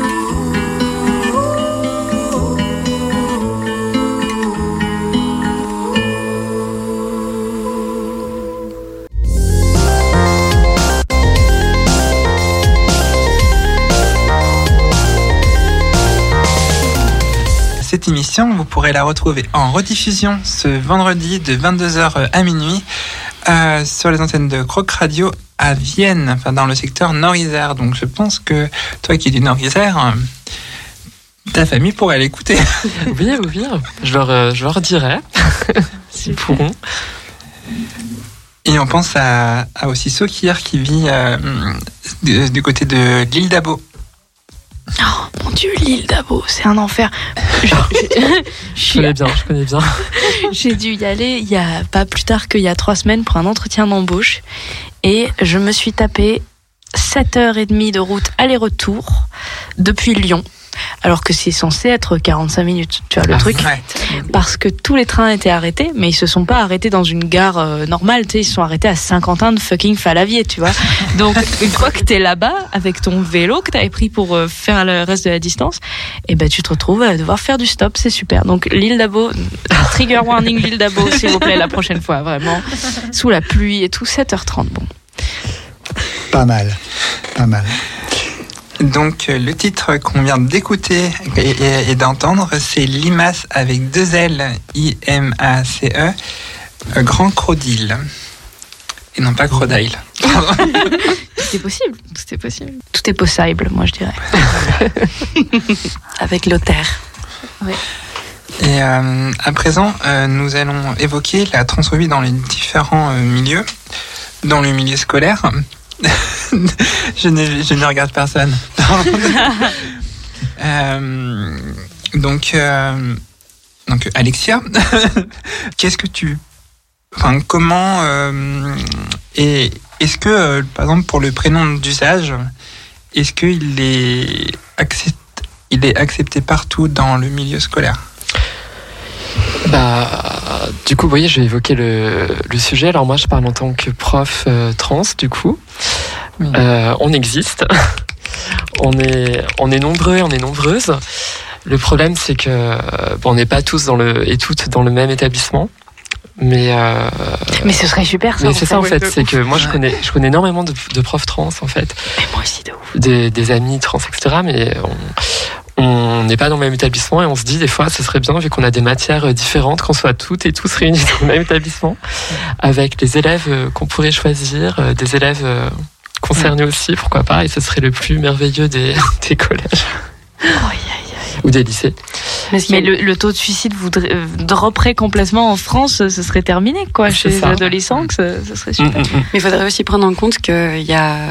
Cette émission, vous pourrez la retrouver en rediffusion ce vendredi de vingt-deux heures à minuit euh, sur les antennes de Croc Radio à Vienne, enfin dans le secteur Nord-Isère. Donc je pense que toi qui es du Nord-Isère, Ta famille pourrait l'écouter. Oui, oui, je leur, euh, je leur dirai s'ils pourront. Et on pense à, à aussi Sokir qui vit euh, du, du côté de l'île d'Abo. Oh mon Dieu, l'île d'Abo, c'est un enfer. Je, je, je, je connais bien, je connais bien. J'ai dû y aller il y a pas plus tard qu'il y a trois semaines pour un entretien d'embauche et je me suis tapé sept heures trente de route aller-retour depuis Lyon. Alors que c'est censé être quarante-cinq minutes, tu vois le ah, truc. Ouais. Parce que tous les trains étaient arrêtés, mais ils se sont pas arrêtés dans une gare euh, normale, tu sais, ils se sont arrêtés à Saint-Quentin de fucking Falavier, tu vois. Donc une fois que t'es là-bas avec ton vélo que t'avais pris pour euh, faire le reste de la distance, et ben tu te retrouves à devoir faire du stop, c'est super. Donc l'île d'Abo, trigger warning l'île d'Abo, s'il vous plaît, la prochaine fois, vraiment sous la pluie et tout, sept heures trente, bon. Pas mal, pas mal. Donc le titre qu'on vient d'écouter et, et, et d'entendre, c'est Limace avec deux L, I M A C E, Grand Crocodile. Et non pas Crocodile. Tout est possible, tout est possible. Tout est possible, moi je dirais. Avec l'auteur. Oui. Et euh, à présent, euh, nous allons évoquer la transphobie dans les différents euh, milieux, dans le milieu scolaire. je, ne, je ne regarde personne. euh, donc, euh, donc, Alexia, qu'est-ce que tu, enfin, comment euh, et est-ce que, euh, par exemple, pour le prénom d'usage, est-ce qu'il est accepté, il est accepté partout dans le milieu scolaire? Bah, du coup, vous voyez, je vais évoquer le, le sujet. Alors moi, je parle en tant que prof euh, trans, du coup. Oui. Euh, on existe. on est, on est nombreux, on est nombreuses. Le problème, c'est que bon, on n'est pas tous dans le et toutes dans le même établissement. Mais euh, mais ce serait super. Ça, mais c'est ça en fait, c'est ouf. que moi, je connais, je connais énormément de, de profs trans en fait. Et moi aussi de ouf. Des, des amis trans, et cetera. Mais on, on n'est pas dans le même établissement et on se dit des fois ce serait bien vu qu'on a des matières différentes qu'on soit toutes et tous réunis dans le même établissement avec les élèves qu'on pourrait choisir, des élèves concernés aussi, pourquoi pas, et ce serait le plus merveilleux des, des collèges oh, yeah, yeah. ou des lycées. Mais, mais le, le taux de suicide voudrait, euh, dropperait complètement en France, ce serait terminé quoi, chez les adolescents, que ce, ce serait super. Mmh, mmh. Mais il faudrait aussi prendre en compte qu'il y a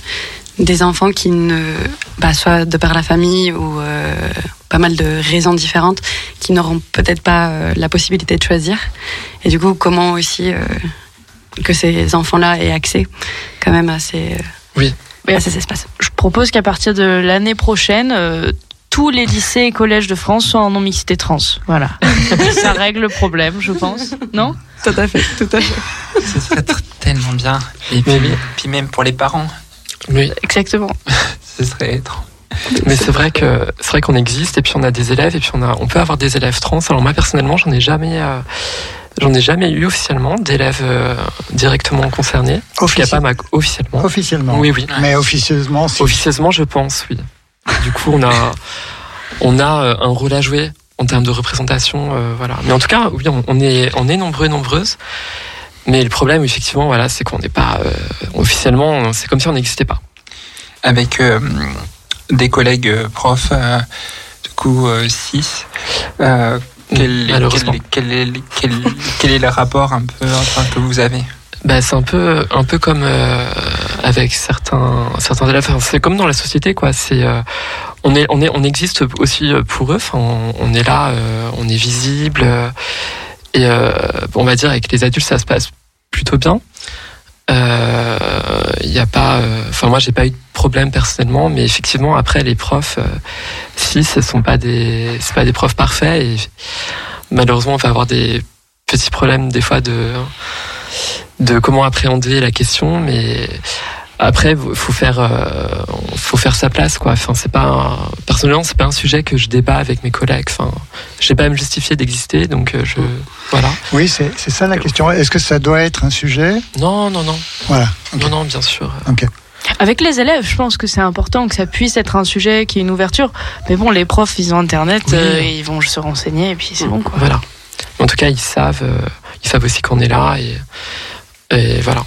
des enfants qui ne, bah, soit de par la famille ou euh, pas mal de raisons différentes, qui n'auront peut-être pas euh, la possibilité de choisir. Et du coup, comment aussi euh, que ces enfants-là aient accès quand même à ces, euh, oui. à ces espaces. Je propose qu'à partir de l'année prochaine, euh, tous les lycées et collèges de France soient en non-mixité trans. Voilà. Ça règle le problème, je pense. Non ? Tout à fait, tout à fait. Ce serait t- tellement bien. Et puis, puis même pour les parents. Oui, exactement. Ce serait étrange. Mais c'est vrai que c'est vrai qu'on existe et puis on a des élèves et puis on a on peut avoir des élèves trans. Alors moi personnellement, j'en ai jamais euh, j'en ai jamais eu officiellement d'élèves euh, directement concernés. Officiel... Pas ma... officiellement. Officiellement. Oui oui. Mais officieusement si... Officieusement, je pense oui. Du coup, on a on a un rôle à jouer en termes de représentation euh, voilà. Mais en tout cas, oui, on, on est on est nombreux et nombreuses. Mais le problème, effectivement, voilà, c'est qu'on n'est pas euh, officiellement, c'est comme si on n'existait pas. Avec euh, des collègues euh, profs, euh, du coup, euh, cis, euh, quel, malheureusement. Quel, quel, est, quel, quel est le rapport un peu enfin, que vous avez ? Bah, c'est un peu, un peu comme euh, avec certains, certains élèves. Enfin, c'est comme dans la société, quoi. C'est, euh, on est, on est, on existe aussi pour eux. Enfin, on, on est là, euh, on est visible. Euh, Et euh, on va dire avec les adultes ça se passe plutôt bien. Il euh, y a pas, enfin euh, moi j'ai pas eu de problème personnellement, mais effectivement après les profs, euh, si ce sont pas des, c'est pas des profs parfaits et malheureusement on va avoir des petits problèmes des fois de de comment appréhender la question, mais après faut faire euh, faut faire sa place quoi. Enfin c'est pas un, personnellement c'est pas un sujet que je débat avec mes collègues. Enfin j'ai pas à me justifier d'exister donc je voilà. Oui c'est c'est ça la question. Est-ce que ça doit être un sujet ? Non non non. Voilà. Okay. Non non bien sûr. Ok. Avec les élèves, je pense que c'est important que ça puisse être un sujet qui est une ouverture. Mais bon, les profs, ils ont Internet, oui. euh, ils vont se renseigner et puis c'est bon quoi. Voilà. En tout cas, ils savent, euh, ils savent aussi qu'on est là et, et voilà.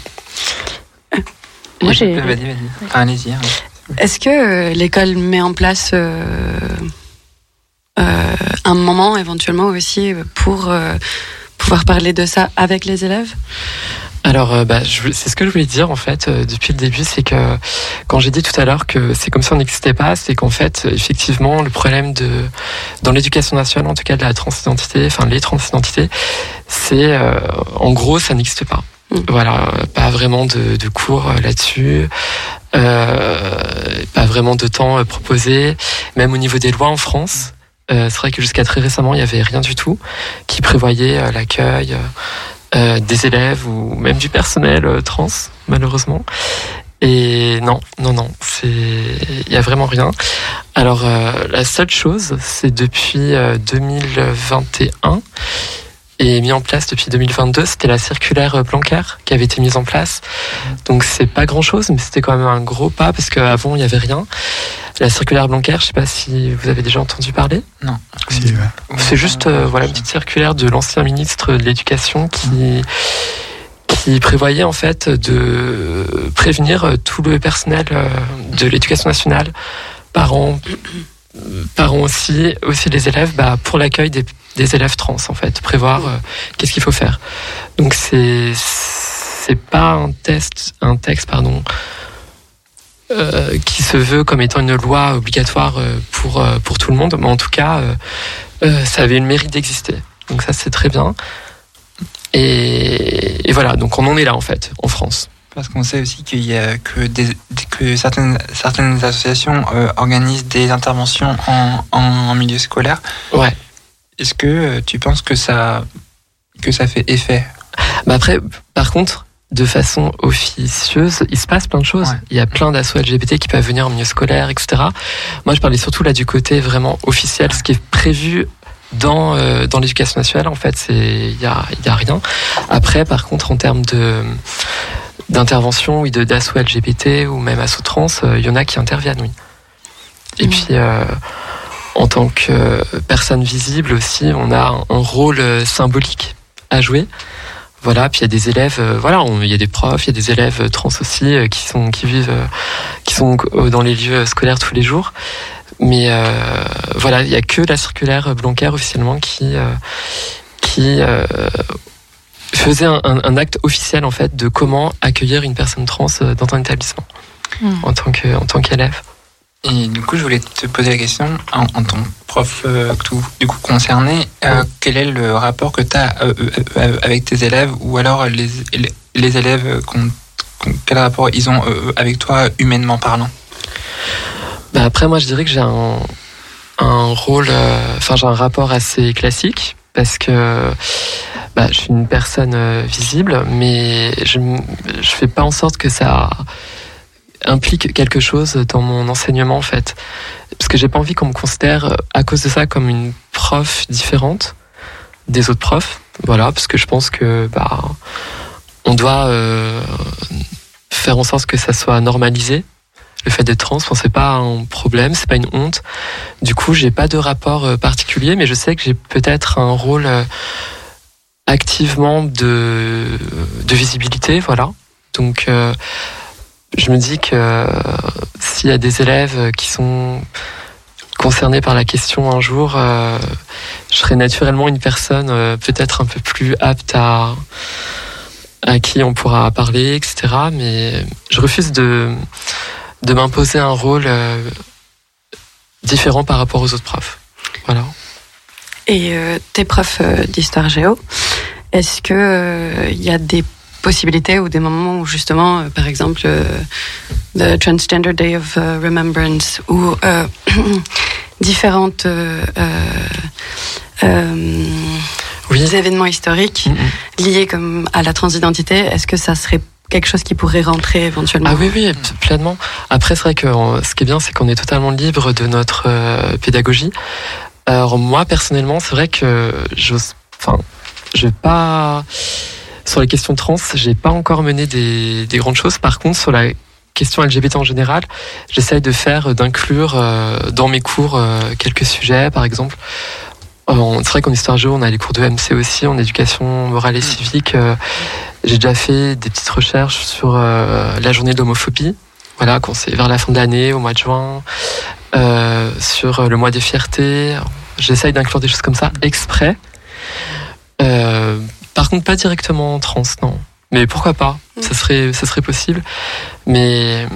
Moi, j'ai... Vas-y, vas-y. Enfin, allez-y. Hein. Est-ce que euh, l'école met en place euh, euh, un moment éventuellement aussi pour euh, pouvoir parler de ça avec les élèves? Alors, euh, bah, je, c'est ce que je voulais dire en fait euh, depuis le début, c'est que quand j'ai dit tout à l'heure que c'est comme si on n'existait pas, c'est qu'en fait, effectivement, le problème de dans l'éducation nationale, en tout cas de la transidentité, enfin les transidentités, c'est euh, en gros, ça n'existe pas. Mmh. Voilà, pas vraiment de, de cours là-dessus, euh, pas vraiment de temps euh, proposé, même au niveau des lois en France. Euh, c'est vrai que jusqu'à très récemment, il y avait rien du tout qui prévoyait euh, l'accueil. Euh, Euh, des élèves ou même du personnel euh, trans, malheureusement. Et non, non, non, c'est, il y a vraiment rien. Alors euh, la seule chose, c'est depuis euh, deux mille vingt et un et mis en place depuis deux mille vingt-deux, c'était la circulaire Blanquer qui avait été mise en place. Donc c'est pas grand chose, mais c'était quand même un gros pas parce qu'avant il y avait rien. La circulaire Blanquer, je sais pas si vous avez déjà entendu parler. Non. Si, ouais. C'est juste euh, voilà une petite circulaire de l'ancien ministre de l'Éducation qui qui prévoyait en fait de prévenir tout le personnel de l'Éducation nationale, parents, parents aussi, aussi les élèves, bah, pour l'accueil des, des élèves trans en fait, prévoir euh, qu'est-ce qu'il faut faire. Donc c'est c'est pas un test, un texte pardon. Euh, qui se veut comme étant une loi obligatoire euh, pour, euh, pour tout le monde, mais en tout cas, euh, euh, ça avait le mérite d'exister. Donc ça, c'est très bien. Et, et voilà, donc on en est là, en fait, en France. Parce qu'on sait aussi qu'il y a que, des, que certaines, certaines associations euh, organisent des interventions en, en, en milieu scolaire. Ouais. Est-ce que tu penses que ça, que ça fait effet? Bah après, par contre, de façon officieuse, il se passe plein de choses. Ouais. Il y a plein d'assauts L G B T qui peuvent venir en milieu scolaire, et cetera. Moi, je parlais surtout là du côté vraiment officiel, ce qui est prévu dans euh, dans l'éducation nationale. En fait, c'est il y a il y a rien. Après, par contre, en termes de d'intervention, oui, de d'assauts L G B T ou même assauts trans, il euh, y en a qui interviennent, oui. Et mmh. puis. Euh, en tant que personne visible aussi, on a un, un rôle symbolique à jouer. Voilà, puis il y a des élèves, euh, voilà, il y a des profs, il y a des élèves trans aussi euh, qui sont qui vivent, euh, qui sont dans les lieux scolaires tous les jours. Mais euh, voilà, il y a que la circulaire Blanquer officiellement qui euh, qui euh, faisait un, un, un acte officiel en fait de comment accueillir une personne trans dans un établissement mmh. en tant que en tant qu'élève. Et du coup, je voulais te poser la question, en, en tant que prof euh, tout, du coup, concerné, euh, oui. quel est le rapport que tu as euh, euh, avec tes élèves, ou alors les, les, les élèves, qu'on, qu'on, quel rapport ils ont euh, avec toi, humainement parlant? Bah après, moi, je dirais que j'ai un, un rôle, enfin, euh, j'ai un rapport assez classique, parce que bah, je suis une personne euh, visible, mais je ne fais pas en sorte que ça implique quelque chose dans mon enseignement en fait, parce que j'ai pas envie qu'on me considère à cause de ça comme une prof différente des autres profs, voilà, parce que je pense que bah on doit euh, faire en sorte que ça soit normalisé, le fait d'être trans. Enfin, c'est pas un problème, c'est pas une honte. Du coup, j'ai pas de rapport particulier, mais je sais que j'ai peut-être un rôle activement de de visibilité, voilà. Donc euh, je me dis que euh, s'il y a des élèves qui sont concernés par la question un jour, euh, je serai naturellement une personne euh, peut-être un peu plus apte à, à qui on pourra parler, et cetera. Mais je refuse de, de m'imposer un rôle euh, différent par rapport aux autres profs. Voilà. Et euh, tes profs euh, d'histoire géo, est-ce que euh, y a des possibilités ou des moments où justement, euh, par exemple, euh, the Transgender Day of uh, Remembrance ou euh, différentes euh, euh, oui. événements historiques mm-hmm. liés comme à la transidentité, est-ce que ça serait quelque chose qui pourrait rentrer éventuellement? Ah oui, oui, pleinement. Après, c'est vrai que ce qui est bien, c'est qu'on est totalement libre de notre euh, pédagogie. Alors moi, personnellement, c'est vrai que j'ose, enfin, je vais pas... Sur les questions trans, j'ai pas encore mené des, des grandes choses. Par contre, sur la question L G B T en général, j'essaye de faire, d'inclure euh, dans mes cours euh, quelques sujets, par exemple. Euh, c'est vrai qu'en histoire géo, on a les cours de M C aussi, en éducation morale et civique. Euh, j'ai déjà fait des petites recherches sur euh, la journée de l'homophobie. Voilà, quand c'est vers la fin de l'année, au mois de juin, euh, sur le mois des fiertés. J'essaye d'inclure des choses comme ça exprès. Euh, par contre, pas directement en trans, non. Mais pourquoi pas ? Mm. Ça serait, ça serait possible. Mais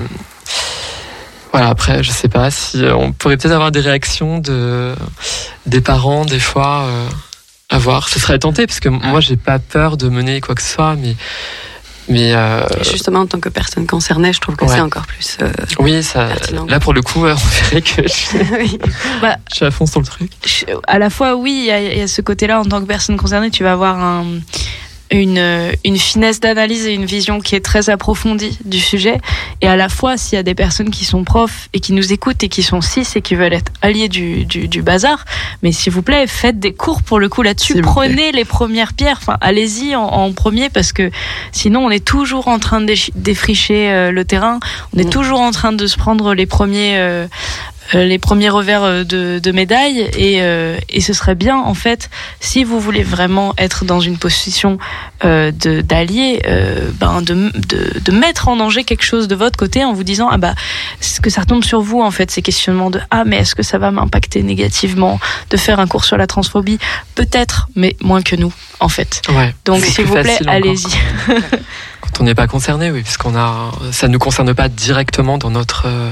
voilà, après, je sais pas si on pourrait peut-être avoir des réactions de des parents des fois. Euh, à voir. Ce serait tenté parce que mm. moi, j'ai pas peur de mener quoi que ce soit, mais mais euh... justement en tant que personne concernée, je trouve que ouais. c'est encore plus. Euh, oui, ça. Pertinent. Là, pour le coup, on dirait que je, oui. bah, je suis à fond sur le truc. Je, à la fois, oui, il y, y a ce côté-là en tant que personne concernée, tu vas avoir un. Une, une finesse d'analyse et une vision qui est très approfondie du sujet. Et à la fois, s'il y a des personnes qui sont profs et qui nous écoutent et qui sont cis et qui veulent être alliés du, du, du bazar, mais s'il vous plaît, faites des cours pour le coup là-dessus. Prenez les premières pierres. Enfin, allez-y en, en premier parce que sinon, on est toujours en train de défricher euh, le terrain. On est mmh. toujours en train de se prendre les premiers... Euh, les premiers revers de, de médaille et, euh, et ce serait bien en fait si vous voulez vraiment être dans une position euh, de, d'allié euh, ben de, de, de mettre en danger quelque chose de votre côté en vous disant ah bah ce que ça retombe sur vous en fait ces questionnements de ah mais est-ce que ça va m'impacter négativement de faire un cours sur la transphobie peut-être mais moins que nous en fait ouais, donc s'il vous plaît allez-y quand on n'est pas concerné oui puisqu'on a ça ne nous concerne pas directement dans notre euh...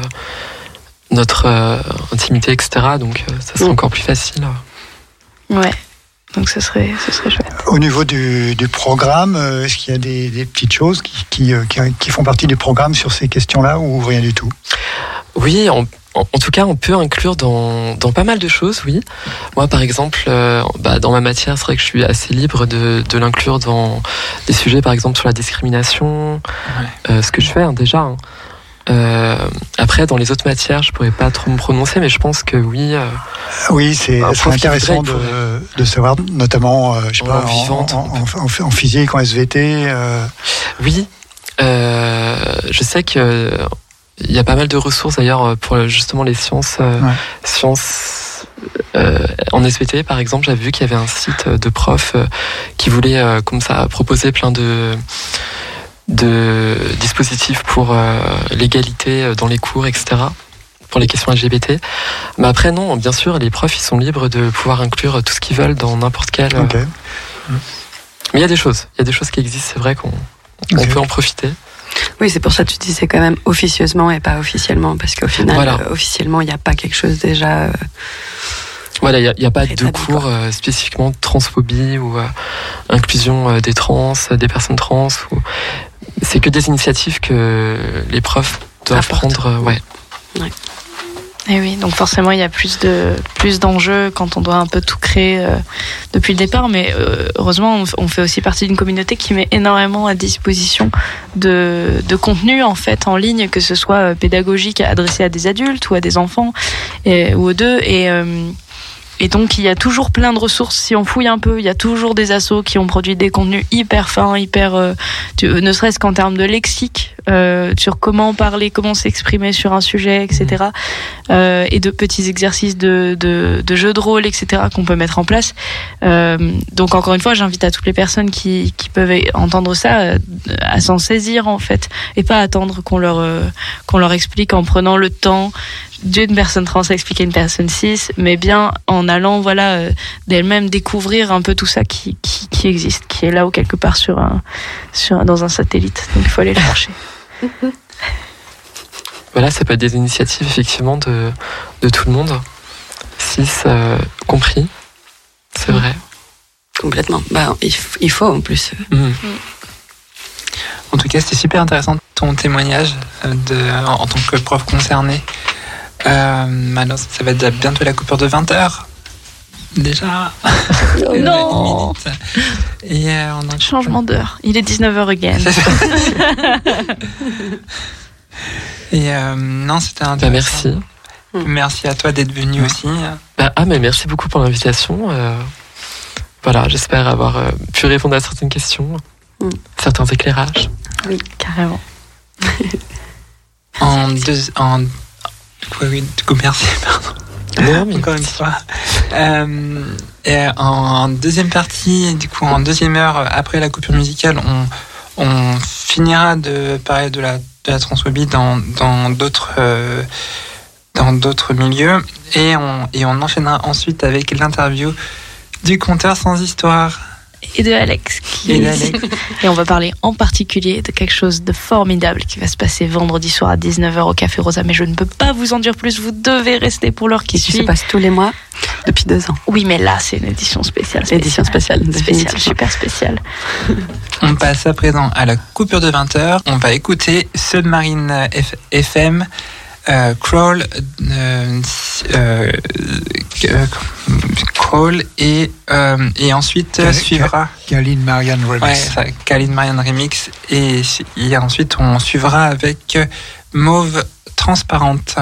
notre euh, intimité, et cetera. Donc, euh, ça serait mmh. encore plus facile. Ouais. Donc, ce serait, ce serait chouette. Au niveau du, du programme, est-ce qu'il y a des, des petites choses qui, qui, qui, qui font partie du programme sur ces questions-là ou rien du tout ? Oui, on, en, en tout cas, on peut inclure dans, dans pas mal de choses, oui. Moi, par exemple, euh, bah, dans ma matière, c'est vrai que je suis assez libre de, de l'inclure dans des sujets, par exemple, sur la discrimination, ouais. euh, ce que je fais hein, déjà. Hein. Euh, après, dans les autres matières, je pourrais pas trop me prononcer, mais je pense que oui. Euh, oui, c'est intéressant de, de savoir, notamment, euh, je sais pas, vivante, en, en, en, en physique, en S V T. Euh... Oui, euh, je sais que il y a pas mal de ressources d'ailleurs pour justement les sciences, euh, ouais. sciences euh, en S V T, par exemple. J'avais vu qu'il y avait un site de profs euh, qui voulait, euh, comme ça, proposer plein de de dispositifs pour euh, l'égalité dans les cours, et cetera, pour les questions L G B T. Mais après, non, bien sûr, les profs, ils sont libres de pouvoir inclure tout ce qu'ils veulent dans n'importe quel... Euh... Okay. Mais il y a des choses, il y a des choses qui existent, c'est vrai qu'on okay. on peut en profiter. Oui, c'est pour ça que tu disais quand même officieusement et pas officiellement, parce qu'au final, voilà. euh, officiellement, il n'y a pas quelque chose déjà... Euh... Voilà, il n'y a, a pas de cours euh, spécifiquement de transphobie ou euh, inclusion euh, des trans, des personnes trans. Ou... C'est que des initiatives que les profs doivent Apporte. prendre. Euh, ouais. ouais. Et oui, donc forcément, il y a plus de plus d'enjeux quand on doit un peu tout créer euh, depuis le départ. Mais euh, heureusement, on, on fait aussi partie d'une communauté qui met énormément à disposition de, de contenu en fait en ligne, que ce soit pédagogique adressé à des adultes ou à des enfants et, ou aux deux. Et euh, Et donc, il y a toujours plein de ressources. Si on fouille un peu, il y a toujours des assos qui ont produit des contenus hyper fins, hyper, euh, tu, ne serait-ce qu'en termes de lexique, euh, sur comment parler, comment s'exprimer sur un sujet, et cetera. Euh, et de petits exercices de, de, de jeux de rôle, et cetera qu'on peut mettre en place. Euh, donc, encore une fois, j'invite à toutes les personnes qui, qui peuvent entendre ça à s'en saisir, en fait. Et pas attendre qu'on leur, euh, qu'on leur explique en prenant le temps d'une personne trans à expliquer une personne cis, mais bien en allant voilà euh, d'elle-même découvrir un peu tout ça qui, qui, qui existe, qui est là ou quelque part sur un, sur, dans un satellite. Donc il faut aller le chercher. Voilà, ça peut être des initiatives effectivement de, de tout le monde, cis euh, compris, c'est mmh. vrai. Complètement. Bah, il, il faut en plus. Mmh. Mmh. En tout cas, c'était super intéressant ton témoignage de, en, en tant que prof concerné. Euh, maintenant, ça va être bientôt la coupure de vingt heures. Déjà. Oh non. Et euh, on a... Changement d'heure. Il est dix-neuf heures again. Et euh, non, c'était intéressant. Bah, merci. Merci à toi d'être venu aussi. Bah, ah, mais merci beaucoup pour l'invitation. Euh, voilà, j'espère avoir euh, pu répondre à certaines questions, mm. certains éclairages. Oui, carrément. en deux, en Oui, oui, du coup, merci, pardon. Non, mais encore une fois. Euh, et en deuxième partie, du coup, en deuxième heure, après la coupure musicale, on, on finira de parler de la, de la transphobie dans, dans d'autres, euh, dans d'autres milieux. Et on, et on enchaînera ensuite avec l'interview du conteur sans histoire. Et de Alex. Qui... Et d'Alex. Et on va parler en particulier de quelque chose de formidable qui va se passer vendredi soir à dix-neuf heures au Café Rosa. Mais je ne peux pas vous en dire plus, vous devez rester pour l'heure qui Qui suit. se passe tous les mois depuis deux ans. Oui, mais là, c'est une édition spéciale. Édition spéciale, Spéciale, définitivement. super spéciale. On passe à présent à la coupure de vingt heures. On va écouter Submarine F- F M, euh, Crawl, euh, euh, euh, Crawl et, euh, et ensuite Cal- suivra Kaline Marianne Remix. ouais, ça, Kaline Marianne Remix et, et ensuite on suivra avec Mauve Transparente.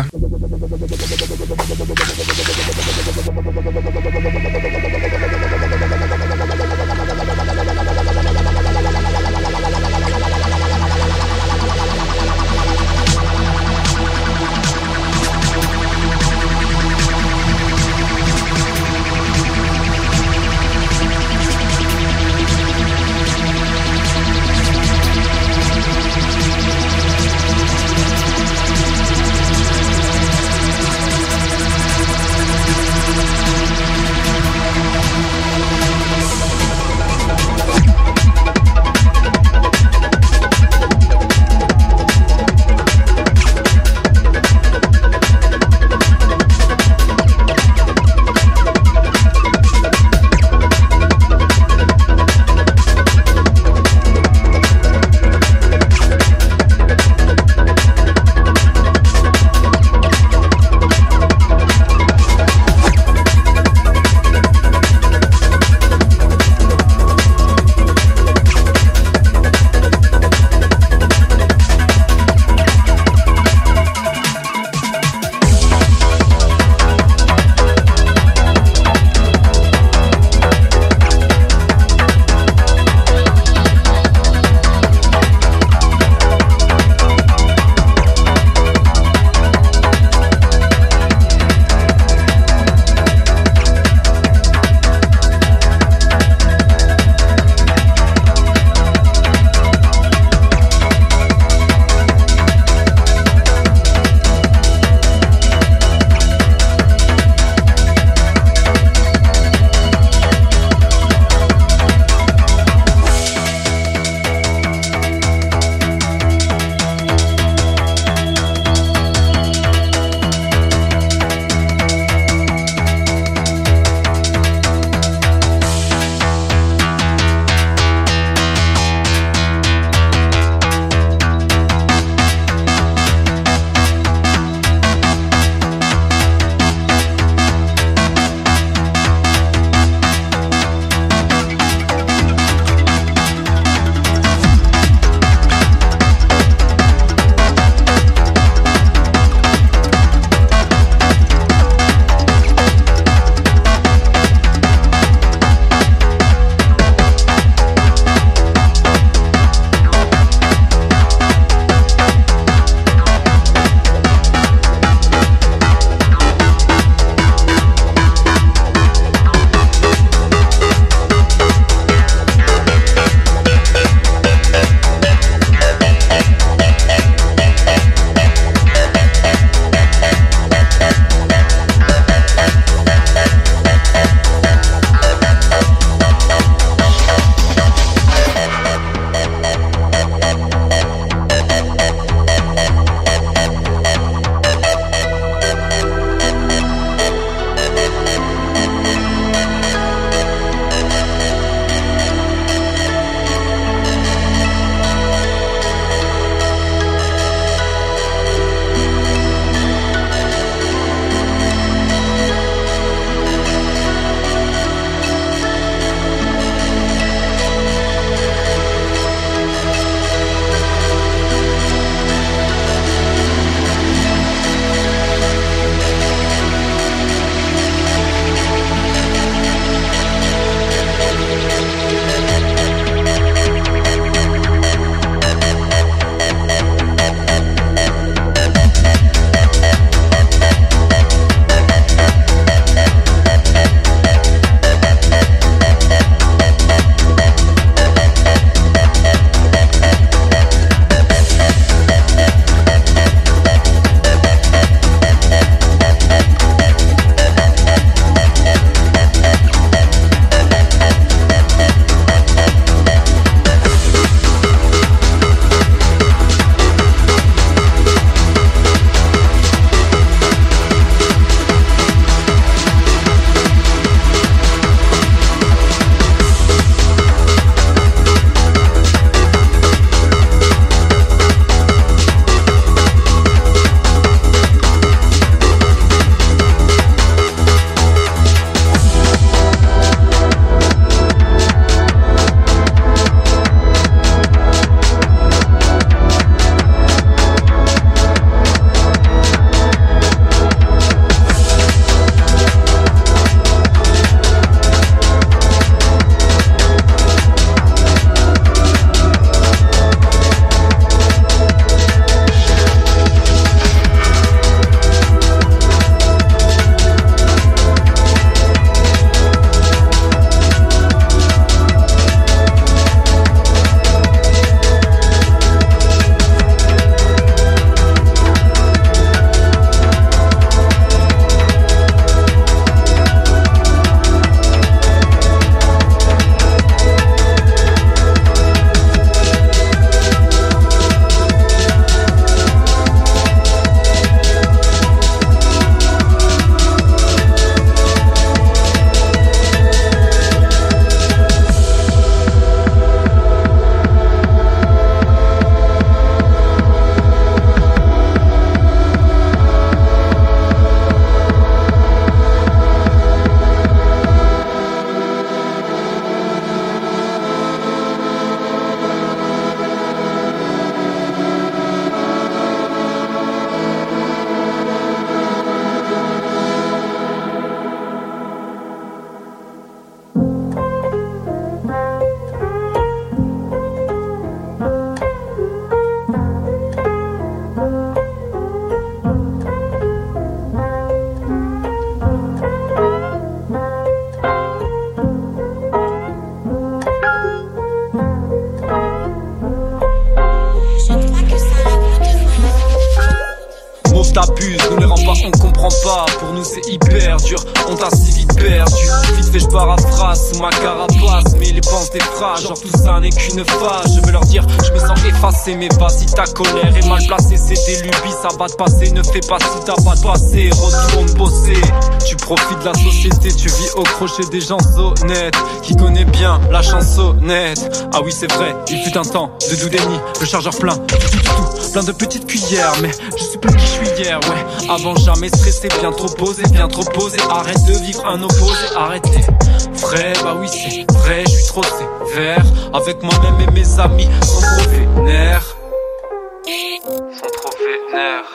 t'abuse, nous les rend pas, on comprend pas. Pour nous c'est hyper dur, on t'a si vite perdu. Vite fait je paraphrase sous ma carapace, mais les pensées des phrases, genre tout ça n'est qu'une phase. Je veux leur dire, je me sens effacé, mais vas-y ta colère est mal placée. C'est des lubies, ça va te passer, ne fais pas si t'as pas de passé. Retourne bosser, tu profites de la société, tu vis au crochet des gens honnêtes qui connaît bien la chansonnette. Ah oui c'est vrai, il fut un temps de doudéni, le chargeur plein, tout, tout, tout, plein de petites cuillères. Mais je sais plus qui je suis hier, ouais. Avant jamais stressé, bien trop posé, bien trop posé. Arrête de vivre un opposé, arrêtez. Vrai, bah oui c'est vrai, je suis trop sévère. Avec moi-même et mes amis sont trop vénères. Sont trop vénères.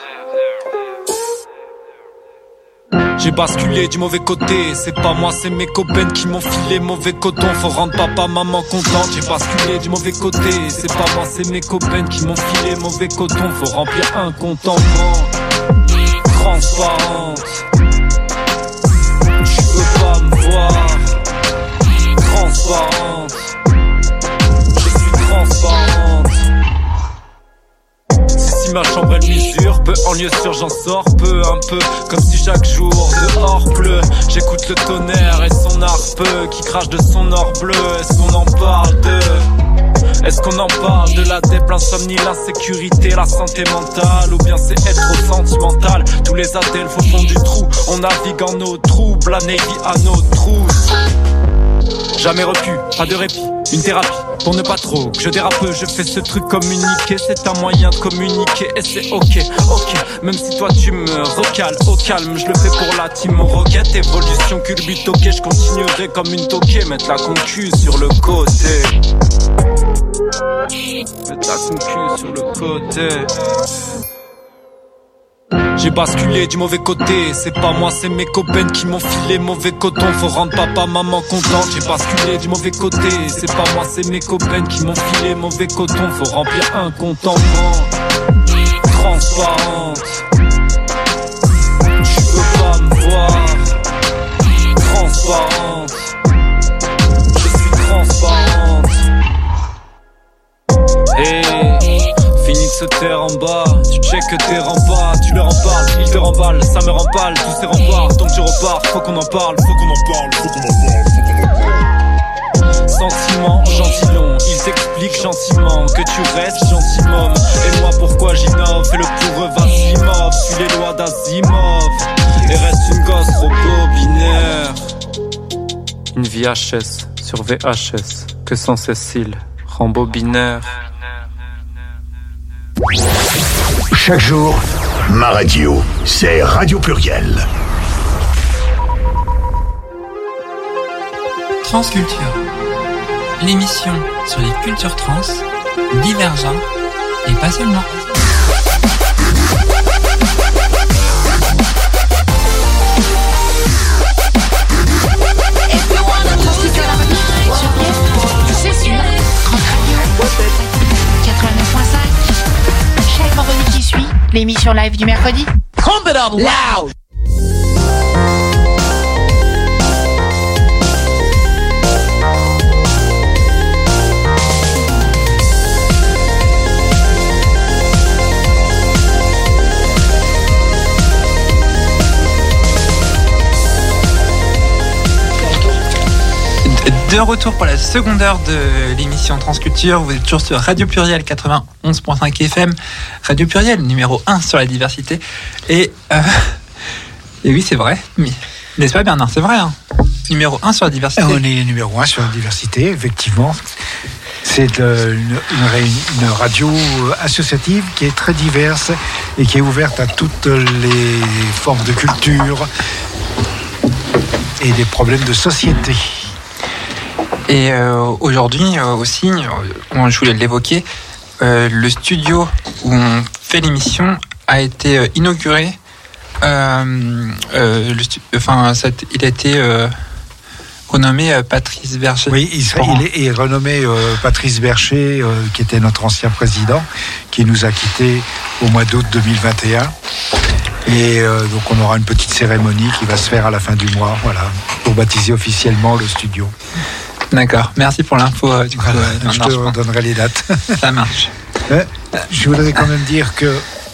J'ai basculé du mauvais côté, c'est pas moi, c'est mes copains qui m'ont filé mauvais coton. Faut rendre papa, maman contente. J'ai basculé du mauvais côté, c'est pas moi, c'est mes copains qui m'ont filé mauvais coton. Faut remplir un compte en banque transparente. Tu veux pas me voir transparente. Je suis transparente. Si ma chambre elle mesure, peu en lieu sûr j'en sors peu un peu, comme si chaque jour dehors pleut. J'écoute le tonnerre et son harpe qui crache de son or bleu. Est-ce qu'on en parle de... Est-ce qu'on en parle de la dép, l'insomnie, l'insécurité, la santé mentale? Ou bien c'est être trop sentimental? Tous les adèles au fond du trou, on navigue en eau trouble, la Navy à nos trousses. Jamais repu, pas de répit, une thérapie pour ne pas trop que je dérape. Je fais ce truc communiquer, c'est un moyen de communiquer et c'est ok, ok. Même si toi tu me recales au calme, je le fais pour la team roquette. Évolution culbute, ok, je continuerai comme une toquée. Mettre la concu sur le côté. Mettre la concu sur le côté. J'ai basculé du mauvais côté, c'est pas moi, c'est mes copains qui m'ont filé mauvais coton. Faut rendre papa, maman contente. J'ai basculé du mauvais côté, c'est pas moi, c'est mes copains qui m'ont filé mauvais coton. Faut remplir un compte en banque transparente. Tu veux pas me voir transparente. Je suis transparente. Hey, fini de se taire en bas. Tu check que t'es remparts, tu leur en parles, ils te remballent, ça me remballe, tous ces remparts. Donc je repars, faut qu'on en parle, faut qu'on en parle, faut qu'on en parle, faut qu'on en parle. Sentiment, gentilon, il t'explique gentiment que tu restes gentilhomme. Et moi pourquoi j'innove, fais le pour eux, vas-y move. Suis les lois d'Asimov, et reste une gosse robo-binaire. Une V H S sur V H S, que sans Cécile, Rambo binaire. Chaque jour, ma radio, c'est Radio Pluriel. Transculture, l'émission sur les cultures trans, divergent et pas seulement. quatre-vingt-neuf point cinq. Chaque vendredi qui suit, l'émission live du mercredi. Pump it up loud! De retour pour la seconde heure de l'émission Transculture, vous êtes toujours sur Radio Pluriel quatre-vingt-onze point cinq F M, Radio Pluriel numéro un sur la diversité. Et, euh, et oui, c'est vrai, mais, n'est-ce pas Bernard? C'est vrai, hein, numéro un sur la diversité. On est numéro un sur la diversité, effectivement. C'est une, une, une radio associative qui est très diverse et qui est ouverte à toutes les formes de culture et des problèmes de société. Et euh, aujourd'hui euh, aussi, euh, je voulais l'évoquer, euh, le studio où on fait l'émission a été euh, inauguré. Euh, euh, le stu- enfin, ça, il a été euh, renommé euh, Patrice Bercher. Oui, il, il, est, il est renommé euh, Patrice Bercher, euh, qui était notre ancien président, qui nous a quittés au mois d'août deux mille vingt et un. Et euh, donc on aura une petite cérémonie qui va se faire à la fin du mois, voilà, pour baptiser officiellement le studio. D'accord, merci pour l'info. Euh, du coup, voilà, euh, je te donnerai les dates. Ça marche. Euh, je voudrais quand même dire que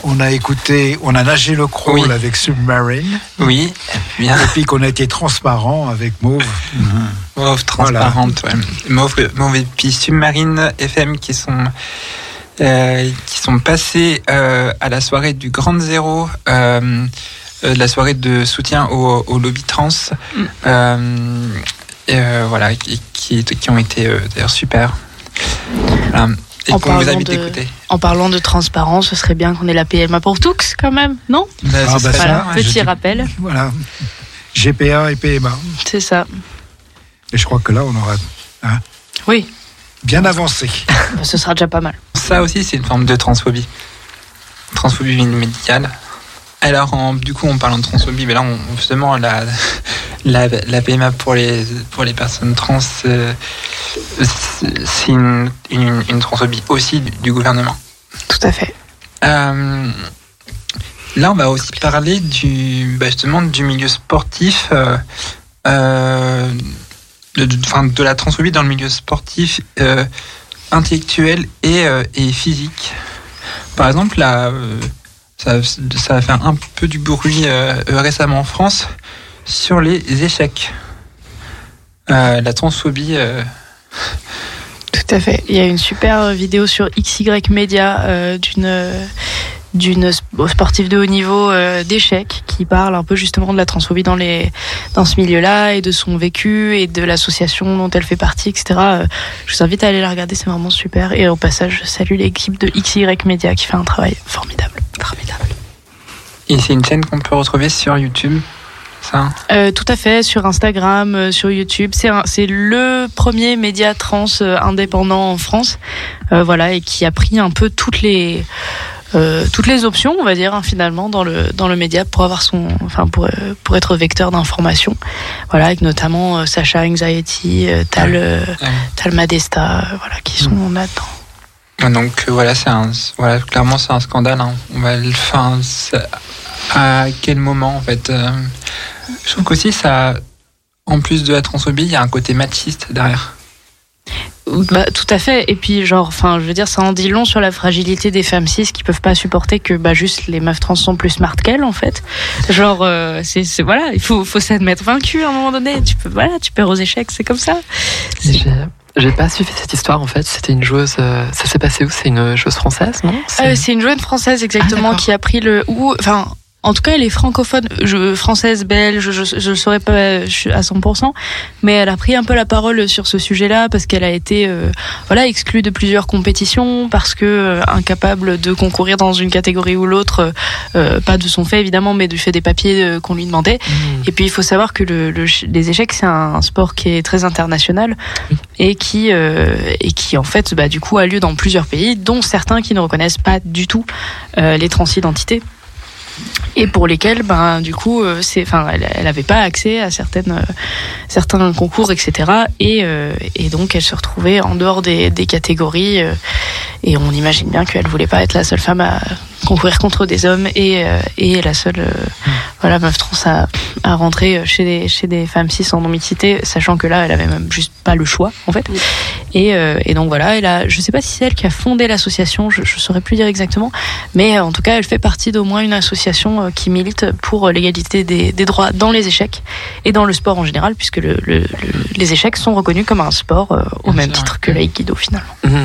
on a écouté, on a nagé le crawl oui. avec Submarine. Oui, bien. Et puis qu'on a été transparent avec Mauve. Mm-hmm. Mauve transparente, voilà. ouais. Mauve, Mauve et puis Submarine F M qui sont euh, qui sont passés euh, à la soirée du Grand Zéro, euh, euh, la soirée de soutien au, au lobby trans. Mm. Euh, et, euh, voilà, qui, qui, qui ont été euh, d'ailleurs super. Voilà. Et en, qu'on vous invite de, d'écouter. En parlant de transparence, ce serait bien qu'on ait la P M A pour tous, quand même, non bah, ah, bah voilà, ça, petit dis, rappel. Voilà, G P A et P M A. C'est ça. Et je crois que là, on aura hein, oui. bien avancé. Bah, ce sera déjà pas mal. Ça aussi, c'est une forme de transphobie. Transphobie médicale. Alors, en, du coup, en parlant de transphobie, mais là, on, justement, la, la, la P M A pour les, pour les personnes trans, euh, c'est une, une, une transphobie aussi du, du gouvernement. Tout à fait. Euh, là, on va aussi parler du, bah justement, du milieu sportif, euh, euh, de, de, enfin, de la transphobie dans le milieu sportif, euh, intellectuel et, euh, et physique. Par exemple, là... Euh, Ça, ça a fait un peu du bruit euh, récemment en France sur les échecs. Euh, la transphobie. Euh... Tout à fait. Il y a une super vidéo sur X Y Media euh, d'une, d'une sportive de haut niveau euh, d'échecs qui parle un peu justement de la transphobie dans, les, dans ce milieu-là et de son vécu et de l'association dont elle fait partie, et cetera. Euh, je vous invite à aller la regarder, c'est vraiment super. Et au passage, je salue l'équipe de X Y Media qui fait un travail formidable. Formidable. Et c'est une chaîne qu'on peut retrouver sur YouTube, ça euh, Tout à fait, sur Instagram, euh, sur YouTube. C'est, un, c'est le premier média trans euh, indépendant en France, euh, voilà, et qui a pris un peu toutes les euh, toutes les options, on va dire, hein, finalement, dans le dans le média pour avoir son, enfin pour euh, pour être vecteur d'information, voilà, avec notamment euh, Sacha Anxiety, euh, Tal euh, ouais. Tal Madesta, euh, voilà, qui sont mmh. là-dedans. Donc euh, voilà, c'est un, voilà, clairement c'est un scandale. Hein. On va le, enfin, à quel moment en fait euh, je trouve qu'aussi ça, en plus de la transphobie, il y a un côté machiste derrière. Bah, tout à fait. Et puis genre, enfin, je veux dire, ça en dit long sur la fragilité des femmes cis qui peuvent pas supporter que bah juste les meufs trans sont plus smart qu'elles en fait. Genre, euh, c'est, c'est voilà, il faut faut s'admettre vaincu à un moment donné. Tu peux voilà, tu perds aux échecs, c'est comme ça. C'est... J'ai... J'ai pas suivi cette histoire en fait. C'était une joueuse. Euh, ça s'est passé où? C'est une joueuse française, non? C'est... Euh, c'est une joueuse française exactement ah, qui a pris le. Ou enfin. En tout cas, elle est francophone, je, française, belge, je ne saurais pas à cent pour cent, mais elle a pris un peu la parole sur ce sujet-là parce qu'elle a été euh, voilà, exclue de plusieurs compétitions, parce que euh, incapable de concourir dans une catégorie ou l'autre, euh, pas de son fait évidemment, mais du fait des papiers euh, qu'on lui demandait. Mmh. Et puis il faut savoir que le, le, les échecs, c'est un sport qui est très international oui. et, qui, euh, et qui en fait bah, du coup a lieu dans plusieurs pays, dont certains qui ne reconnaissent pas du tout euh, les transidentités. Et pour lesquels, ben, du coup, euh, c'est, enfin, elle n'avait pas accès à certaines, euh, certains concours, et cetera. Et, euh, et donc, elle se retrouvait en dehors des, des catégories. Euh, et on imagine bien qu'elle voulait pas être la seule femme à concourir contre des hommes et, euh, et la seule, euh, mmh. voilà, meuf trans à, à rentrer chez des, chez des femmes cis en non-mixité, sachant que là, elle avait même juste pas le choix, en fait. Mmh. Et, euh, et donc voilà, elle a, je sais pas si c'est elle qui a fondé l'association, je, je saurais plus dire exactement, mais en tout cas, elle fait partie d'au moins une association qui milite pour l'égalité des, des droits dans les échecs et dans le sport en général, puisque le, le, le, les échecs sont reconnus comme un sport euh, au même titre que l'aïkido finalement. Mmh.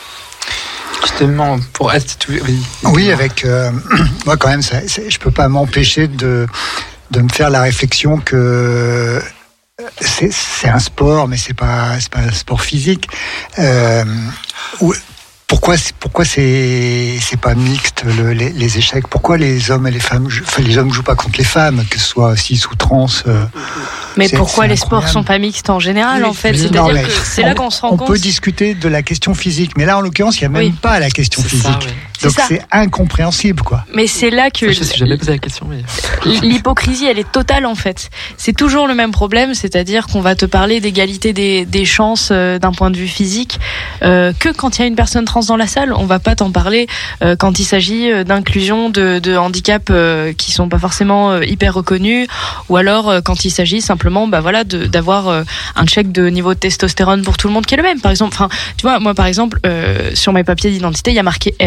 Justement, pour oui, oui, avec euh, moi quand même, ça, je peux pas m'empêcher de de me faire la réflexion que c'est, c'est un sport, mais c'est pas c'est pas un sport physique. Euh, où, Pourquoi, pourquoi c'est, c'est pas mixte le, les, les échecs? Pourquoi les hommes et les femmes, enfin les hommes jouent pas contre les femmes, que ce soit cis ou trans? Euh, mais pourquoi les sports sont pas mixtes en général oui, en fait? C'est-à-dire non, que c'est on, là qu'on se rend on compte. On peut discuter de la question physique, mais là en l'occurrence il y a même oui. pas la question c'est physique. Ça, oui. Donc c'est, c'est incompréhensible quoi. Mais c'est là que je sais jamais posé la question. Mais... l'hypocrisie elle est totale en fait. C'est toujours le même problème, c'est-à-dire qu'on va te parler d'égalité des, des chances euh, d'un point de vue physique euh, que quand il y a une personne trans dans la salle, on va pas t'en parler euh, quand il s'agit euh, d'inclusion de, de handicaps euh, qui sont pas forcément euh, hyper reconnus, ou alors euh, quand il s'agit simplement bah voilà de, d'avoir euh, un check de niveau de testostérone pour tout le monde qui est le même par exemple. Enfin tu vois moi par exemple euh, sur mes papiers d'identité il y a marqué F.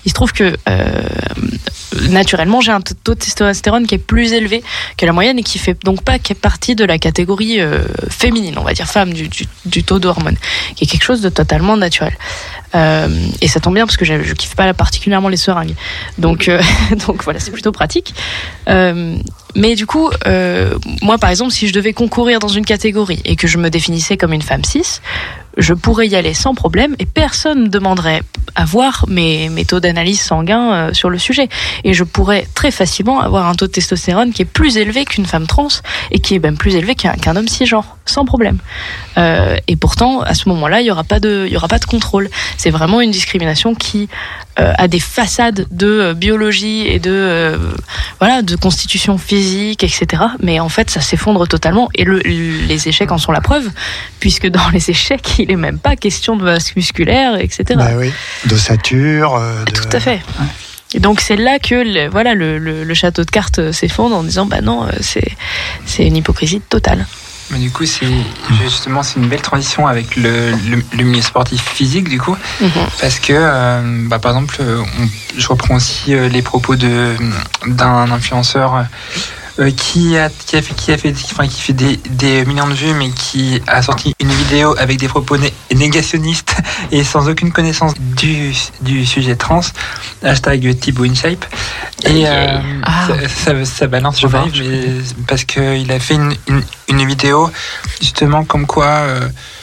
Il se trouve que euh, naturellement, j'ai un taux de testostérone qui est plus élevé que la moyenne et qui fait donc pas partie de la catégorie euh, féminine, on va dire femme, du, du, du taux d'hormones, qui est quelque chose de totalement naturel. Euh, et ça tombe bien parce que je, je kiffe pas particulièrement les seringues. Donc, euh, donc voilà, c'est plutôt pratique. Euh, mais du coup, euh, moi par exemple, si je devais concourir dans une catégorie et que je me définissais comme une femme cis, je pourrais y aller sans problème et personne ne demanderait à voir mes, mes taux d'analyse sanguin euh, sur le sujet. Et je pourrais très facilement avoir un taux de testostérone qui est plus élevé qu'une femme trans et qui est même plus élevé qu'un, qu'un homme cisgenre, sans problème. Euh, et pourtant, à ce moment-là, il n'y aura pas de, il y aura pas de contrôle. C'est vraiment une discrimination qui euh, a des façades de euh, biologie et de, euh, voilà, de constitution physique, et cetera. Mais en fait, ça s'effondre totalement. Et le, les échecs en sont la preuve, puisque dans les échecs, il n'est même pas question de masse musculaire, et cetera. Bah oui, d'ossature. Euh, de... Tout à fait. Ouais. Et donc c'est là que le, voilà, le, le, le château de cartes s'effondre en disant bah non, c'est, c'est une hypocrisie totale. Mais du coup, c'est justement c'est une belle transition avec le, le, le milieu sportif physique du coup, mm-hmm. parce que euh, bah, par exemple, on, je reprends aussi euh, les propos de d'un influenceur euh, qui a qui a fait qui a fait enfin, qui fait des, des millions de vues, mais qui a sorti une vidéo avec des propos né- négationnistes et sans aucune connaissance du du sujet trans. Hashtag Thibaut InShape. Et euh, ah. ça, ça, ça balance sur live, mais parce qu'il a fait une, une, une vidéo justement comme quoi, euh,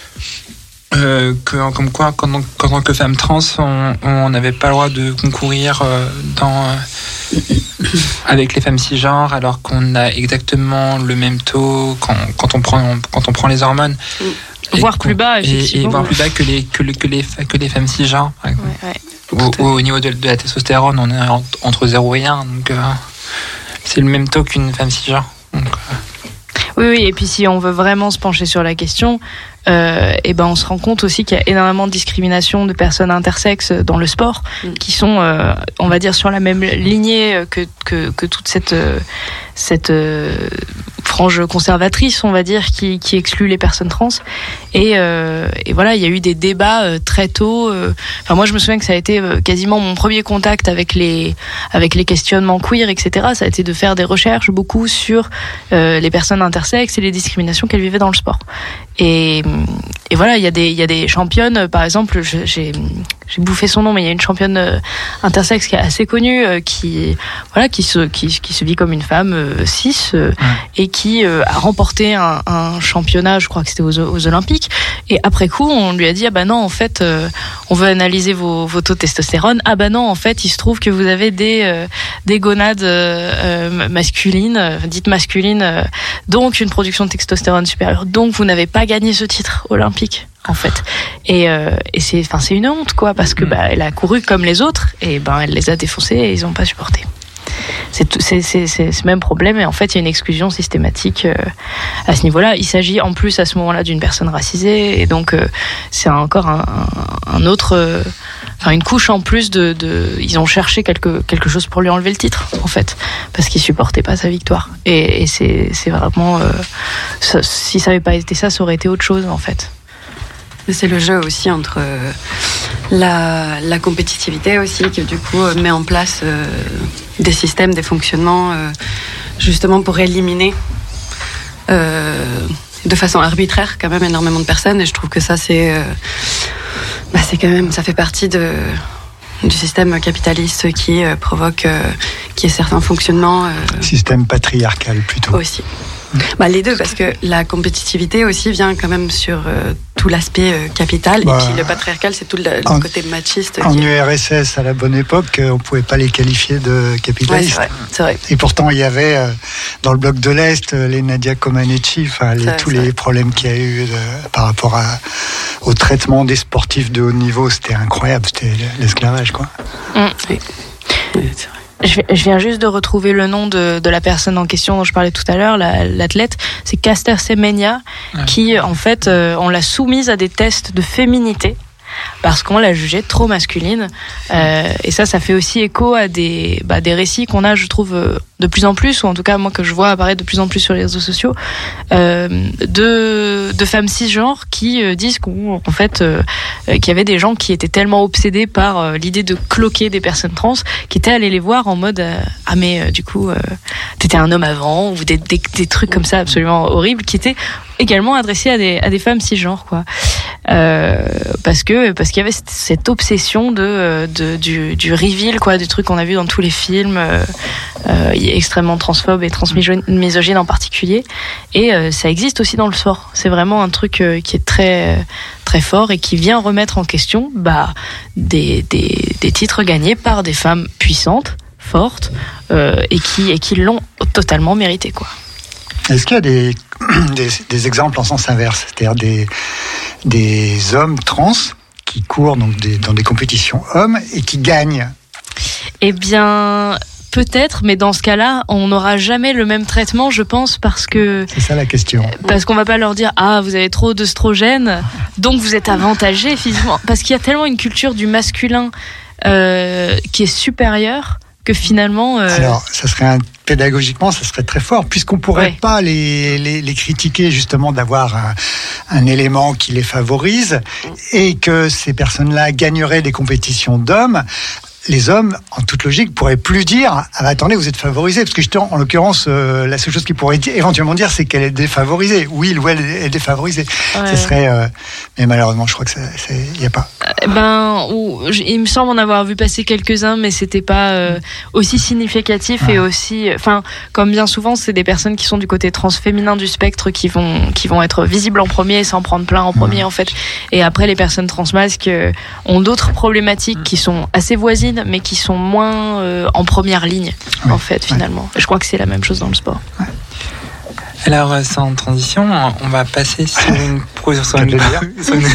euh, que, comme quoi quand, quand, en tant que femme trans, on n'avait pas le droit de concourir euh, dans, euh, avec les femmes cisgenres, alors qu'on a exactement le même taux quand, quand, on, prend, quand on prend les hormones. Et voire plus bas, effectivement. Et, et voire plus bas que les, que, le, que les, que les femmes cisgenres. Ouais, ouais. Au, au niveau de, de la testostérone, on est entre zéro et un, donc euh, c'est le même taux qu'une femme cisgenre. Donc, euh... Oui, oui, et puis si on veut vraiment se pencher sur la question, euh, et ben on se rend compte aussi qu'il y a énormément de discrimination de personnes intersexes dans le sport, mmh. qui sont, euh, on va dire, sur la même lignée que, que, que toute cette, euh, cette euh, frange conservatrice, on va dire, qui, qui exclut les personnes trans. Et, euh, et voilà, il y a eu des débats euh, très tôt. Euh, enfin, moi, je me souviens que ça a été euh, quasiment mon premier contact avec les, avec les questionnements queer, et cetera. Ça a été de faire des recherches beaucoup sur euh, les personnes intersexes et les discriminations qu'elles vivaient dans le sport. Et, et voilà, il y a des, il y a des championnes, par exemple, je, j'ai, j'ai bouffé son nom, mais il y a une championne euh, intersexe qui est assez connue, euh, qui, voilà, qui se, qui, qui se vit comme une femme euh, cis, euh, ouais. et qui euh, a remporté un, un championnat, je crois que c'était aux, aux Olympiques. Et après coup, on lui a dit ah bah non, en fait, euh, on veut analyser vos, vos taux de testostérone. Ah bah non, en fait, il se trouve que vous avez des, euh, des gonades euh, euh, masculines, euh, dites masculines, euh, donc une production de testostérone supérieure. Donc vous n'avez pas gagné ce titre olympique, en fait. Et, euh, et c'est, enfin, c'est une honte, quoi, parce que bah, elle a couru comme les autres, et ben elle les a défoncés et ils n'ont pas supporté. C'est, c'est, c'est, c'est ce même problème, et en fait il y a une exclusion systématique euh, à ce niveau-là. Il s'agit en plus à ce moment-là d'une personne racisée, et donc euh, c'est encore un, un autre, euh, enfin une couche en plus de, de, ils ont cherché quelque quelque chose pour lui enlever le titre, en fait, parce qu'il supportait pas sa victoire. Et, et c'est c'est vraiment, euh, ça, si ça avait pas été ça, ça aurait été autre chose, en fait. Mais c'est le jeu aussi entre euh, la, la compétitivité aussi, qui du coup met en place euh, des systèmes, des fonctionnements, euh, justement pour éliminer euh, de façon arbitraire quand même énormément de personnes. Et je trouve que ça c'est, euh, bah, c'est quand même, ça fait partie de, du système capitaliste qui euh, provoque, euh, qui est certains fonctionnements. Euh, système patriarcal plutôt. Aussi. Bah, les deux, parce que la compétitivité aussi vient quand même sur euh, tout l'aspect euh, capital, bah, et puis le patriarcal, c'est tout le, le en, côté machiste. En qui... U R S S, à la bonne époque, on ne pouvait pas les qualifier de capitalistes. Ouais, c'est vrai, c'est vrai. Et pourtant, il y avait, euh, dans le bloc de l'Est, les Nadia Comaneci, enfin, les, vrai, tous les vrai. problèmes qu'il y a eu de, par rapport à, au traitement des sportifs de haut niveau, c'était incroyable, c'était l'esclavage, quoi. Mmh. Oui. Oui, c'est vrai. Je viens juste de retrouver le nom de, de la personne en question dont je parlais tout à l'heure, la, l'athlète. C'est Caster Semenya, ouais. qui, en fait, euh, on l'a soumise à des tests de féminité parce qu'on l'a jugée trop masculine. Euh, et ça, ça fait aussi écho à des, bah, des récits qu'on a, je trouve, de plus en plus, ou en tout cas moi que je vois apparaître de plus en plus sur les réseaux sociaux, euh, de, de femmes cisgenres qui euh, disent qu'en en fait, euh, qu'il y avait des gens qui étaient tellement obsédés par euh, l'idée de cloquer des personnes trans, qui étaient allés les voir en mode euh, ah mais euh, du coup euh, t'étais un homme avant, ou des, des, des trucs comme ça absolument horribles, qui étaient également adressés à des, à des femmes cisgenres, quoi. Euh, parce que parce qu'il y avait cette, cette obsession de, de du, du reveal, quoi, du truc qu'on a vu dans tous les films, euh, euh, extrêmement transphobe et transmisogyne en particulier, et euh, ça existe aussi dans le sport. C'est vraiment un truc euh, qui est très très fort et qui vient remettre en question bah des des, des titres gagnés par des femmes puissantes, fortes, euh, et qui et qui l'ont totalement mérité, quoi. Est-ce qu'il y a des, des, des exemples en sens inverse, c'est-à-dire des, des hommes trans qui courent donc des, dans des compétitions hommes et qui gagnent? Eh bien, peut-être, mais dans ce cas-là, on n'aura jamais le même traitement, je pense, parce que... C'est ça la question. Parce qu'on va pas leur dire « Ah, vous avez trop d'œstrogènes, donc vous êtes avantagés physiquement. » Parce qu'il y a tellement une culture du masculin euh, qui est supérieure que finalement... Euh... Alors, ça serait un... pédagogiquement, ça serait très fort, puisqu'on pourrait ouais. pas les, les, les critiquer justement d'avoir un, un élément qui les favorise, et que ces personnes-là gagneraient des compétitions d'hommes. Les hommes, en toute logique, pourraient plus dire ah bah, attendez, vous êtes favorisés, parce que justement, en l'occurrence, euh, la seule chose qu'ils pourraient dire, éventuellement dire, c'est qu'elle est défavorisée. Oui, il ou elle est défavorisée. Ouais. Ce serait, euh, mais malheureusement, je crois que ça, il y a pas. Euh, ben, ou, il me semble en avoir vu passer quelques-uns, mais c'était pas euh, aussi significatif ah. et aussi, enfin, comme bien souvent, c'est des personnes qui sont du côté transféminin du spectre qui vont, qui vont être visibles en premier et s'en prendre plein en premier, mmh. en fait. Et après, les personnes transmasques euh, ont d'autres problématiques mmh. qui sont assez voisines, mais qui sont moins euh, en première ligne, oui. en fait, finalement. Ouais. Je crois que c'est la même chose dans le sport. Ouais. Alors, euh, sans transition, on va passer sur une... sur une, sur une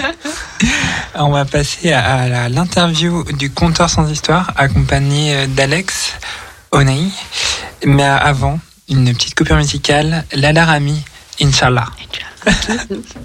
on va passer à, à la, l'interview du Conteur sans histoire, accompagné d'Alex Onei. Mais avant, une petite coupure musicale, Lala Rami, Inch'Allah. Inch'Allah.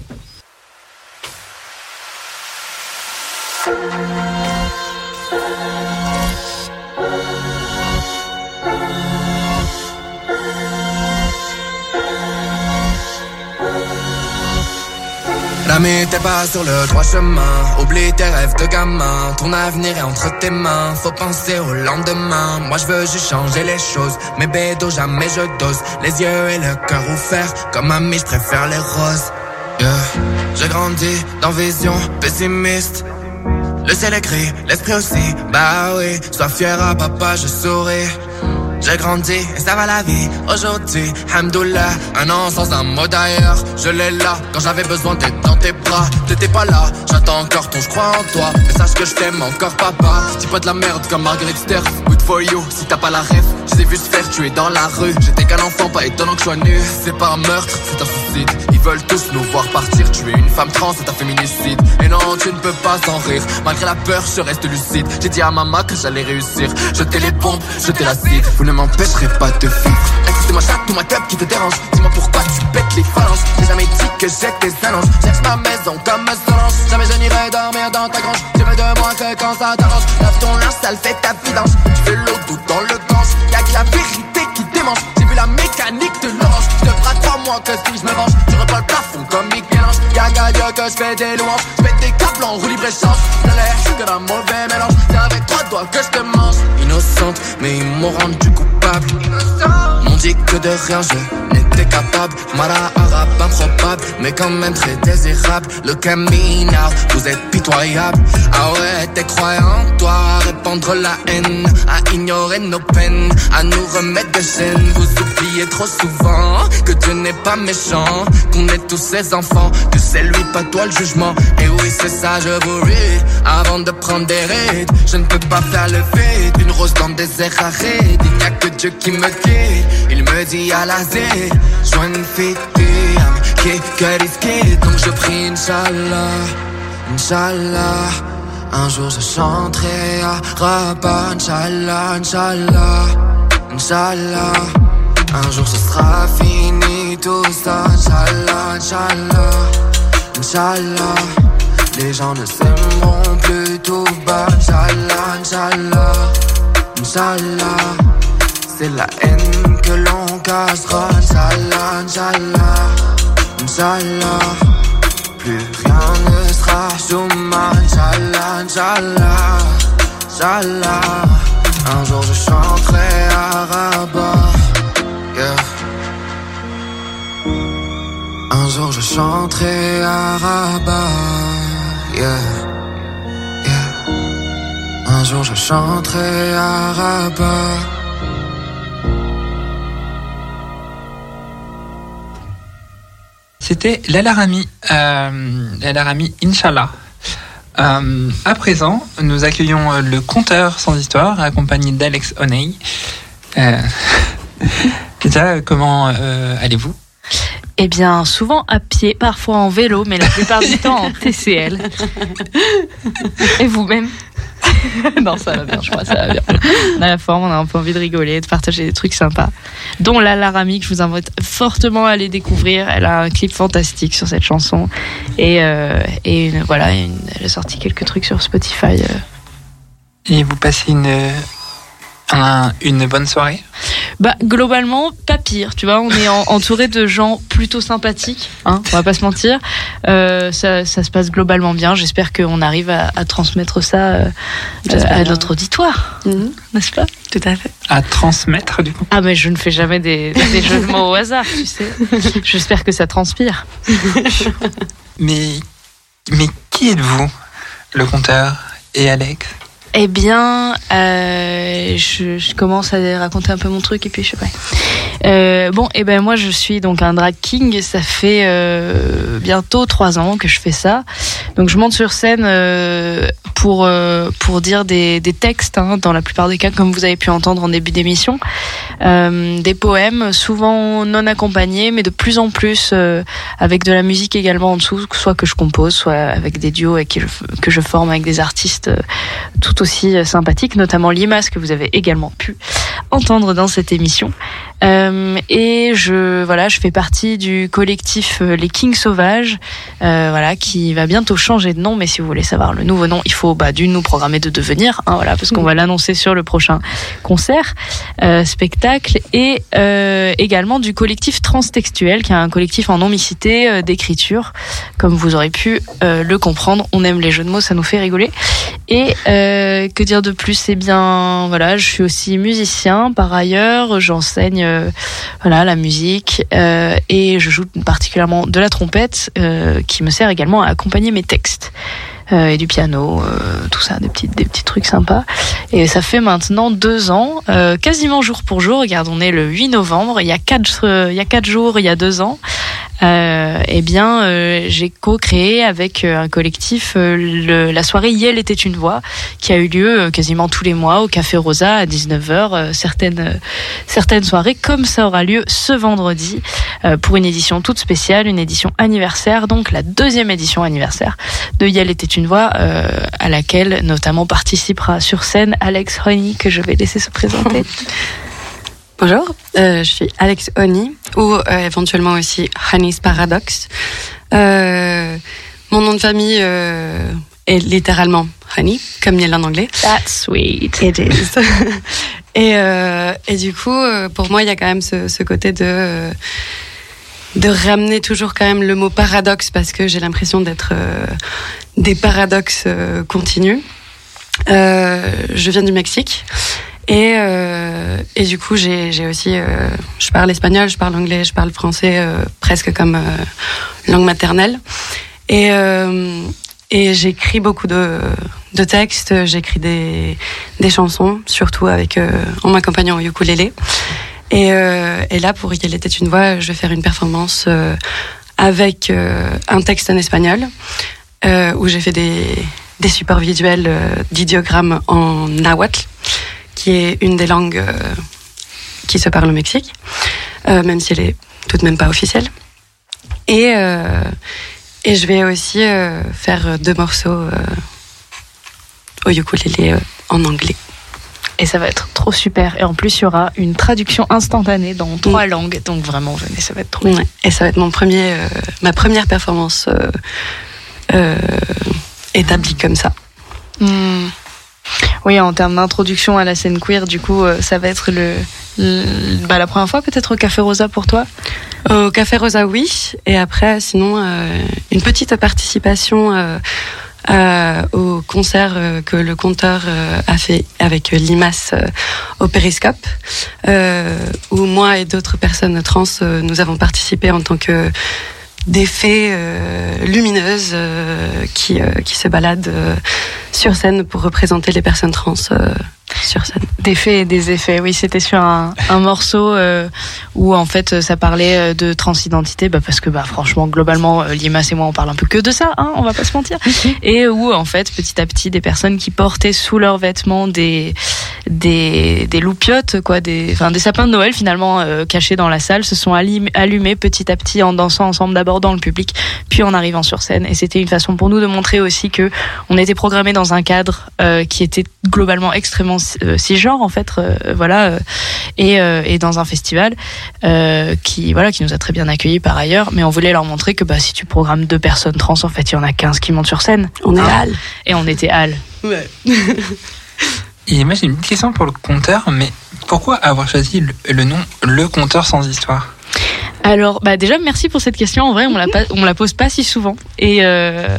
Rami, t'es pas sur le droit chemin. Oublie tes rêves de gamin. Ton avenir est entre tes mains. Faut penser au lendemain. Moi je veux juste changer les choses. Mais bédo, jamais je dose. Les yeux et le cœur ouverts. Comme ami, je préfère les roses. Yeah. J'ai grandi dans vision pessimiste. Le ciel est gris, l'esprit aussi. Bah oui, sois fier à papa, je souris. J'ai grandi et ça va la vie. Aujourd'hui, hamdoullah, un an sans un mot d'ailleurs. Je l'ai là, quand j'avais besoin d'être dans tes bras. T'étais pas là, j'attends encore ton je crois en toi. Mais sache que je t'aime encore papa. Dis pas de la merde comme Marguerite Ster. Good for you, si t'as pas la ref. Je t'ai vu se faire tuer dans la rue. J'étais qu'un enfant, pas étonnant que je sois nu. C'est pas un meurtre, c'est un suicide. Ils veulent tous nous voir partir. Tu es une femme trans, c'est un féminicide. Et non, tu ne peux pas s'en rire. Malgré la peur, je reste lucide. J'ai dit à maman que j'allais réussir. Jeter les bombes, jeter l'acide. Vous ne m'empêcherez pas de vivre. Est-ce que c'est ma chatte ou ma tête qui te dérange? Dis-moi pourquoi tu pètes les phalanges. J'ai jamais dit que j'étais annonces. Cherche ma maison comme un Solange. Jamais je n'irai dormir dans ta grange. Tu veux de moi que quand ça t'arrange. Lave ton linge, ça le fait ta vidange. Tu fais l'eau doute dans le gange. Y'a que la vérité qui démange. J'ai vu la mécanique de l'orange. Je devrais croire-moi que si je me venge, je repars le plafond comme Michel-Ange. Y'a qu'à Dieu que je fais des louanges. Je pète des câbles en roue libre-échange. Je l'air, je suis que d'un mauvais mélange. C'est avec trois doigts que je te mange. Innocente, mais ils m'ont rendu coupable. M'ont dit que de rien je n'étais capable. Mara arabe improbable, mais quand même très désirable. Le Camino, vous êtes pitoyable. Ah ouais, t'es croyant, toi, à répandre la haine, à ignorer nos peines, à nous remettre de chaîne. Vous oubliez trop souvent que Dieu n'est pas méchant, qu'on est tous ses enfants, que c'est lui, pas toi le jugement. Et oui, c'est ça, je vous read. Avant de prendre des rides, je ne peux pas faire le vide. Une rose dans le désert aride, il n'y a que Dieu qui me guide. Il me dit à la zé, joins une fille qui que risqué. Donc je prie Inch'Allah, Inch'Allah. Un jour je chanterai à Rabat, Inch'Allah, Inch'Allah, Inch'Allah. Un jour ce sera fini tout ça, Inch'Allah, Inch'Allah, Inch'Allah. Les gens ne s'aimeront plus tout bas. Inch'Allah, Inch'Allah, Inch'Allah. C'est la haine que l'on cassera. Inch'Allah, Inch'Allah, Inch'Allah. Plus rien ne sera chouma. Inch'Allah, Inch'Allah, Inch'Allah. Un jour je chanterai à Rabat, yeah. Un jour je chanterai à Rabat, yeah, yeah. Un jour je chanterai à Rabat. C'était l'Alarami, euh, l'Alarami Inch'Allah. Euh, à présent, nous accueillons le conteur sans histoire, accompagné d'Alex Honey. Euh, déjà, comment euh, allez-vous ? Eh bien, souvent à pied, parfois en vélo, mais la plupart du temps en T C L. Et vous-même ? Non, ça va bien, je crois, ça va bien. On a la forme, on a un peu envie de rigoler, de partager des trucs sympas. Dont la Laramie, que je vous invite fortement à aller découvrir. Elle a un clip fantastique sur cette chanson. Et, euh, et une, voilà, une, elle a sorti quelques trucs sur Spotify. Euh. Et vous passez une, un, une bonne soirée ? Bah, globalement, pas pire. Tu vois, on est en, entouré de gens plutôt sympathiques, hein, on va pas se mentir. Euh, ça, ça se passe globalement bien. J'espère qu'on arrive à, à transmettre ça euh, à notre auditoire, mmh. N'est-ce pas ? Tout à fait. À transmettre, du coup. Ah, mais je ne fais jamais des, des jeux de mots au hasard, tu sais. J'espère que ça transpire. mais, mais qui êtes-vous, le conteur et Alex ? Eh bien, euh, je, je commence à raconter un peu mon truc et puis je sais pas. Euh, bon, et eh ben moi je suis donc un drag king. Ça fait euh, bientôt trois ans que je fais ça. Donc je monte sur scène euh, pour euh, pour dire des, des textes, hein, dans la plupart des cas, comme vous avez pu entendre en début d'émission, euh, des poèmes, souvent non accompagnés, mais de plus en plus euh, avec de la musique également en dessous, soit que je compose, soit avec des duos avec qui je, que je forme avec des artistes euh, tout aussi sympathiques, notamment Limas, que vous avez également pu entendre dans cette émission. Euh, et je voilà, je fais partie du collectif euh, Les Kings Sauvages, euh, voilà, qui va bientôt changer de nom. Mais si vous voulez savoir le nouveau nom, il faut bah, d'une nous programmer de devenir, hein, voilà, parce qu'on va l'annoncer sur le prochain concert, euh, spectacle, et euh, également du collectif Transtextuel, qui est un collectif en non-mixité euh, d'écriture, comme vous aurez pu euh, le comprendre. On aime les jeux de mots, ça nous fait rigoler. Et euh, que dire de plus ? Eh bien, voilà, je suis aussi musicien par ailleurs. J'enseigne euh, voilà, la musique euh, et je joue particulièrement de la trompette euh, qui me sert également à accompagner mes textes. Euh, et du piano, euh, tout ça, des petits, des petits trucs sympas. Et ça fait maintenant deux ans, euh, quasiment jour pour jour. Regarde, on est le huit novembre, il y a quatre, euh, il y a quatre jours, il y a deux ans. Euh, eh bien, euh, j'ai co-créé avec euh, un collectif euh, le, la soirée Yel était une voix, qui a eu lieu euh, quasiment tous les mois au Café Rosa à dix-neuf heures. Euh, certaines, euh, certaines soirées, comme ça aura lieu ce vendredi, euh, pour une édition toute spéciale, une édition anniversaire, donc la deuxième édition anniversaire de Yel était une voix, euh, à laquelle notamment participera sur scène Alex Honey, que je vais laisser se présenter. Bonjour, euh, je suis Alex Honey, ou euh, éventuellement aussi Honey's Paradox. Euh, mon nom de famille euh, est littéralement Honey, comme miel en anglais. That's sweet. It is. et, euh, et du coup, euh, pour moi, il y a quand même ce, ce côté de... Euh, de ramener toujours quand même le mot paradoxe, parce que j'ai l'impression d'être euh, des paradoxes euh, continus. Euh, je viens du Mexique. Et, euh, et du coup, j'ai, j'ai aussi, euh, je parle espagnol, je parle anglais, je parle français, euh, presque comme euh, langue maternelle. Et, euh, et j'écris beaucoup de, de textes, j'écris des, des chansons, surtout avec, euh, en m'accompagnant au ukulélé. Et, euh, et là, pour Yel était une voix, je vais faire une performance euh, avec euh, un texte en espagnol, euh, où j'ai fait des, des supports visuels euh, d'idiogrammes en nahuatl, qui est une des langues euh, qui se parle au Mexique, euh, même si elle est tout de même pas officielle. Et, euh, et je vais aussi euh, faire deux morceaux euh, au ukulélé euh, en anglais. Et ça va être trop super. Et en plus, il y aura une traduction instantanée dans trois mmh. langues. Donc vraiment, venez, ça va être trop bien. Ouais. Et ça va être mon premier, euh, ma première performance euh, euh, établi comme ça. Mmh. Oui, en termes d'introduction à la scène queer, du coup, euh, ça va être le, le bah, la première fois peut-être au Café Rosa pour toi. Au Café Rosa, oui. Et après, sinon, euh, une petite participation euh, euh, au concert euh, que le conteur euh, a fait avec Limace euh, au Périscope, euh, où moi et d'autres personnes trans, euh, nous avons participé en tant que des fées euh, lumineuses euh, qui, euh, qui se baladent euh, sur scène pour représenter les personnes trans euh, sur scène. Des faits et des effets, oui, c'était sur un, un morceau euh, où en fait ça parlait de transidentité, bah, parce que bah, franchement, globalement, Limace et moi on parle un peu que de ça, hein, on va pas se mentir, et où en fait petit à petit des personnes qui portaient sous leurs vêtements des des, des loupiottes, quoi, des, enfin, des sapins de Noël finalement euh, cachés dans la salle, se sont allumés, allumés petit à petit en dansant ensemble, d'abord dans le public, puis en arrivant sur scène, et c'était une façon pour nous de montrer aussi que on était programmé dans un cadre euh, qui était globalement extrêmement euh, cisgenre en fait, euh, voilà, euh, et, euh, et dans un festival euh, qui voilà qui nous a très bien accueillis par ailleurs, mais on voulait leur montrer que bah si tu programmes deux personnes trans, en fait il y en a quinze qui montent sur scène. On est hein, Al. Et on était Al. Ouais. Et moi j'ai une petite question pour le conteur, mais pourquoi avoir choisi le, le nom Le Conteur sans histoire ? Alors, bah déjà, merci pour cette question. En vrai, on la, pas, on la pose pas si souvent. Et, euh,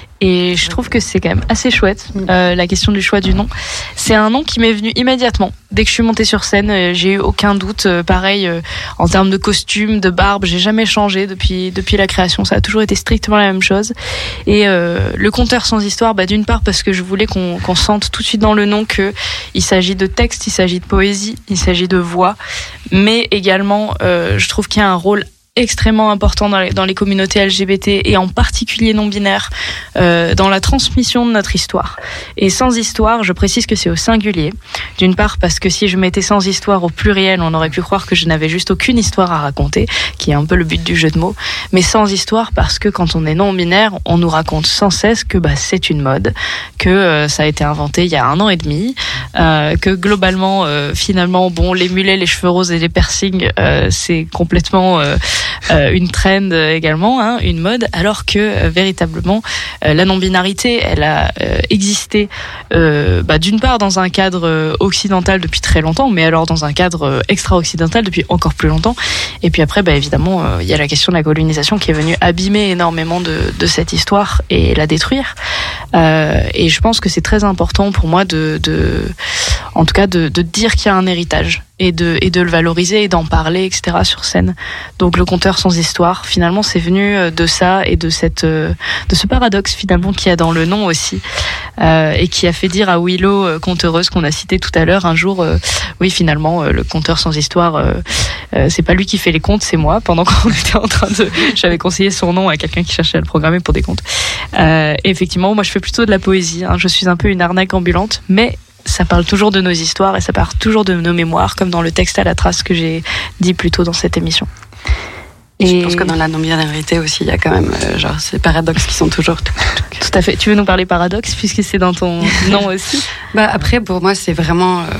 et je trouve que c'est quand même assez chouette, euh, la question du choix du nom. C'est un nom qui m'est venu immédiatement. Dès que je suis montée sur scène, euh, j'ai eu aucun doute. Euh, pareil, euh, en termes de costume, de barbe, j'ai jamais changé depuis, depuis la création. Ça a toujours été strictement la même chose. Et euh, Le Conteur sans histoire, bah, d'une part parce que je voulais qu'on, qu'on sente tout de suite dans le nom que il s'agit de texte, il s'agit de poésie, il s'agit de voix. Mais également, euh, je trouve qu'il y a un rôle extrêmement important dans les, dans les communautés L G B T et en particulier non-binaires euh, dans la transmission de notre histoire. Et sans histoire, je précise que c'est au singulier. D'une part parce que si je mettais sans histoire au pluriel, on aurait pu croire que je n'avais juste aucune histoire à raconter, qui est un peu le but du jeu de mots. Mais sans histoire parce que quand on est non-binaire, on nous raconte sans cesse que bah, c'est une mode, que euh, ça a été inventé il y a un an et demi, euh, que globalement, euh, finalement, bon, les mulets, les cheveux roses et les piercings, euh, c'est complètement... Euh, Euh, une trend également, hein, une mode, alors que euh, véritablement euh, la non-binarité, elle a euh, existé euh, bah, d'une part dans un cadre euh, occidental depuis très longtemps, mais alors dans un cadre euh, extra-occidental depuis encore plus longtemps. Et puis après, bah, évidemment, il euh, y a la question de la colonisation qui est venue abîmer énormément de, de cette histoire et la détruire. Euh, et je pense que c'est très important pour moi de, de en tout cas, de, de dire qu'il y a un héritage. Et de, et de le valoriser et d'en parler, et cetera sur scène. Donc Le Conteur sans histoire, finalement, c'est venu de ça et de cette, de ce paradoxe finalement qu'il y a dans le nom aussi, euh, et qui a fait dire à Willow, conteuse qu'on a cité tout à l'heure, un jour, euh, oui, finalement, euh, Le Conteur sans histoire, euh, euh, c'est pas lui qui fait les contes, c'est moi. Pendant qu'on était en train de, j'avais conseillé son nom à quelqu'un qui cherchait à le programmer pour des contes. Euh, et effectivement, moi, je fais plutôt de la poésie. Hein. Je suis un peu une arnaque ambulante, mais ça parle toujours de nos histoires et ça parle toujours de nos mémoires, comme dans le texte à la trace que j'ai dit plus tôt dans cette émission. Et je pense que dans la non-binarité aussi, il y a quand même euh, genre ces paradoxes qui sont toujours... Tout à fait. Tu veux nous parler paradoxe puisque c'est dans ton nom aussi? Bah après, pour moi, c'est vraiment euh,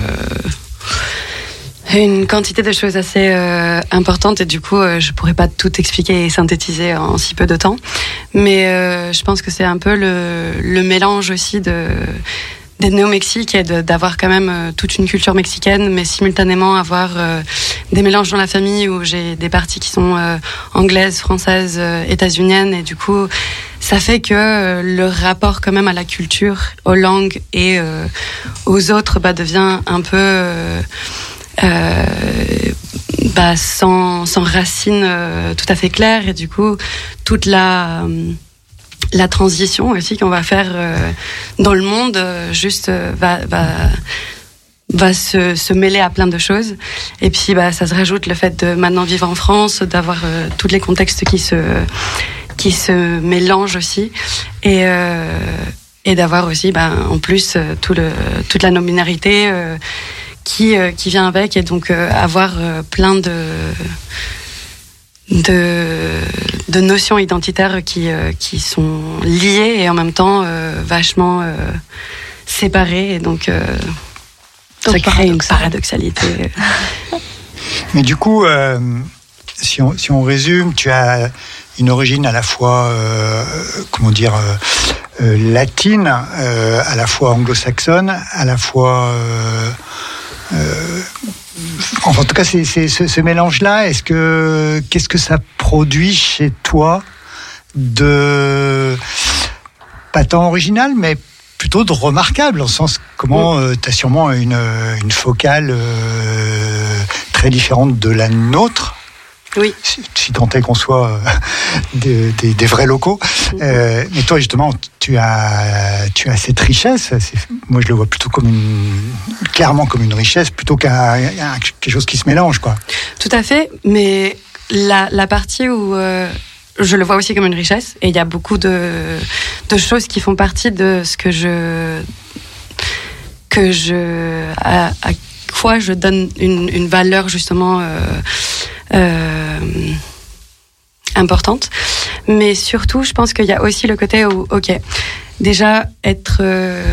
une quantité de choses assez euh, importantes et du coup, euh, je pourrais pas tout expliquer et synthétiser en si peu de temps. Mais euh, je pense que c'est un peu le, le mélange aussi de... d'être né au Mexique et de, d'avoir quand même euh, toute une culture mexicaine, mais simultanément avoir euh, des mélanges dans la famille où j'ai des parties qui sont euh, anglaises, françaises, euh, états-uniennes, et du coup, ça fait que euh, le rapport quand même à la culture, aux langues et euh, aux autres bah, devient un peu euh, euh, bah, sans, sans racines euh, tout à fait claires, et du coup, toute la... Euh, la transition aussi qu'on va faire euh, dans le monde euh, juste euh, va va va se, se mêler à plein de choses, et puis bah ça se rajoute le fait de maintenant vivre en France, d'avoir euh, tous les contextes qui se qui se mélangent aussi, et euh, et d'avoir aussi bah en plus euh, tout le toute la non-binarité euh, qui euh, qui vient avec, et donc euh, avoir euh, plein de de de notions identitaires qui euh, qui sont liées et en même temps euh, vachement euh, séparées, et donc, euh, donc ça crée une paradoxalité. Mais du coup, euh, si on si on résume, tu as une origine à la fois euh, comment dire euh, euh, latine, euh, à la fois anglo-saxonne, à la fois... Euh, euh, enfin, en tout cas, c'est, c'est ce, ce mélange-là. Est-ce que, qu'est-ce que ça produit chez toi de... pas tant original, mais plutôt de remarquable, en ce sens comment euh, tu as sûrement une, une focale euh, très différente de la nôtre. Oui. Si, si tant est qu'on soit euh, des, des, des vrais locaux. Euh, mais toi, justement, tu as, tu as cette richesse. C'est, moi, je le vois plutôt comme une, clairement comme une richesse, plutôt qu'un un, quelque chose qui se mélange, quoi. Tout à fait. Mais la, la partie où euh, je le vois aussi comme une richesse, et il y a beaucoup de, de choses qui font partie de ce que je, que je, à, à quoi je donne une, une valeur justement. Euh, Euh, importante, mais surtout je pense qu'il y a aussi le côté où ok, déjà être euh,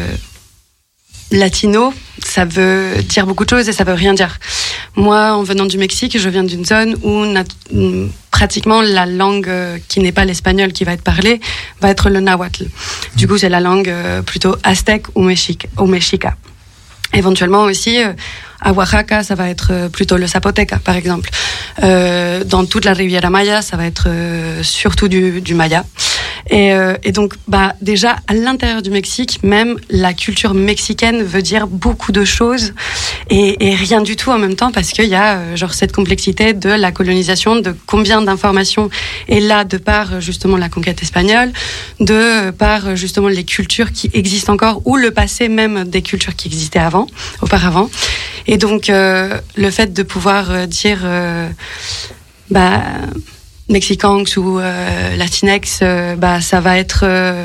latino, ça veut dire beaucoup de choses et ça veut rien dire. Moi, en venant du Mexique, je viens d'une zone où nat- pratiquement la langue qui n'est pas l'espagnol qui va être parlée va être le nahuatl. Du coup, c'est la langue plutôt aztèque ou mexique, ou mexica. Éventuellement aussi, euh, à Oaxaca, ça va être plutôt le zapoteca, par exemple. Euh, dans toute la Riviera Maya, ça va être euh, surtout du, du maya. Et, euh, et donc, bah, déjà, à l'intérieur du Mexique, même la culture mexicaine veut dire beaucoup de choses et, et rien du tout en même temps, parce qu'il y a euh, genre cette complexité de la colonisation, de combien d'informations est là de par justement la conquête espagnole, de par justement les cultures qui existent encore ou le passé même des cultures qui existaient avant, auparavant. Et donc, euh, le fait de pouvoir euh, dire, euh, bah, Mexicanx ou euh, Latinx, euh, bah, ça va être, euh,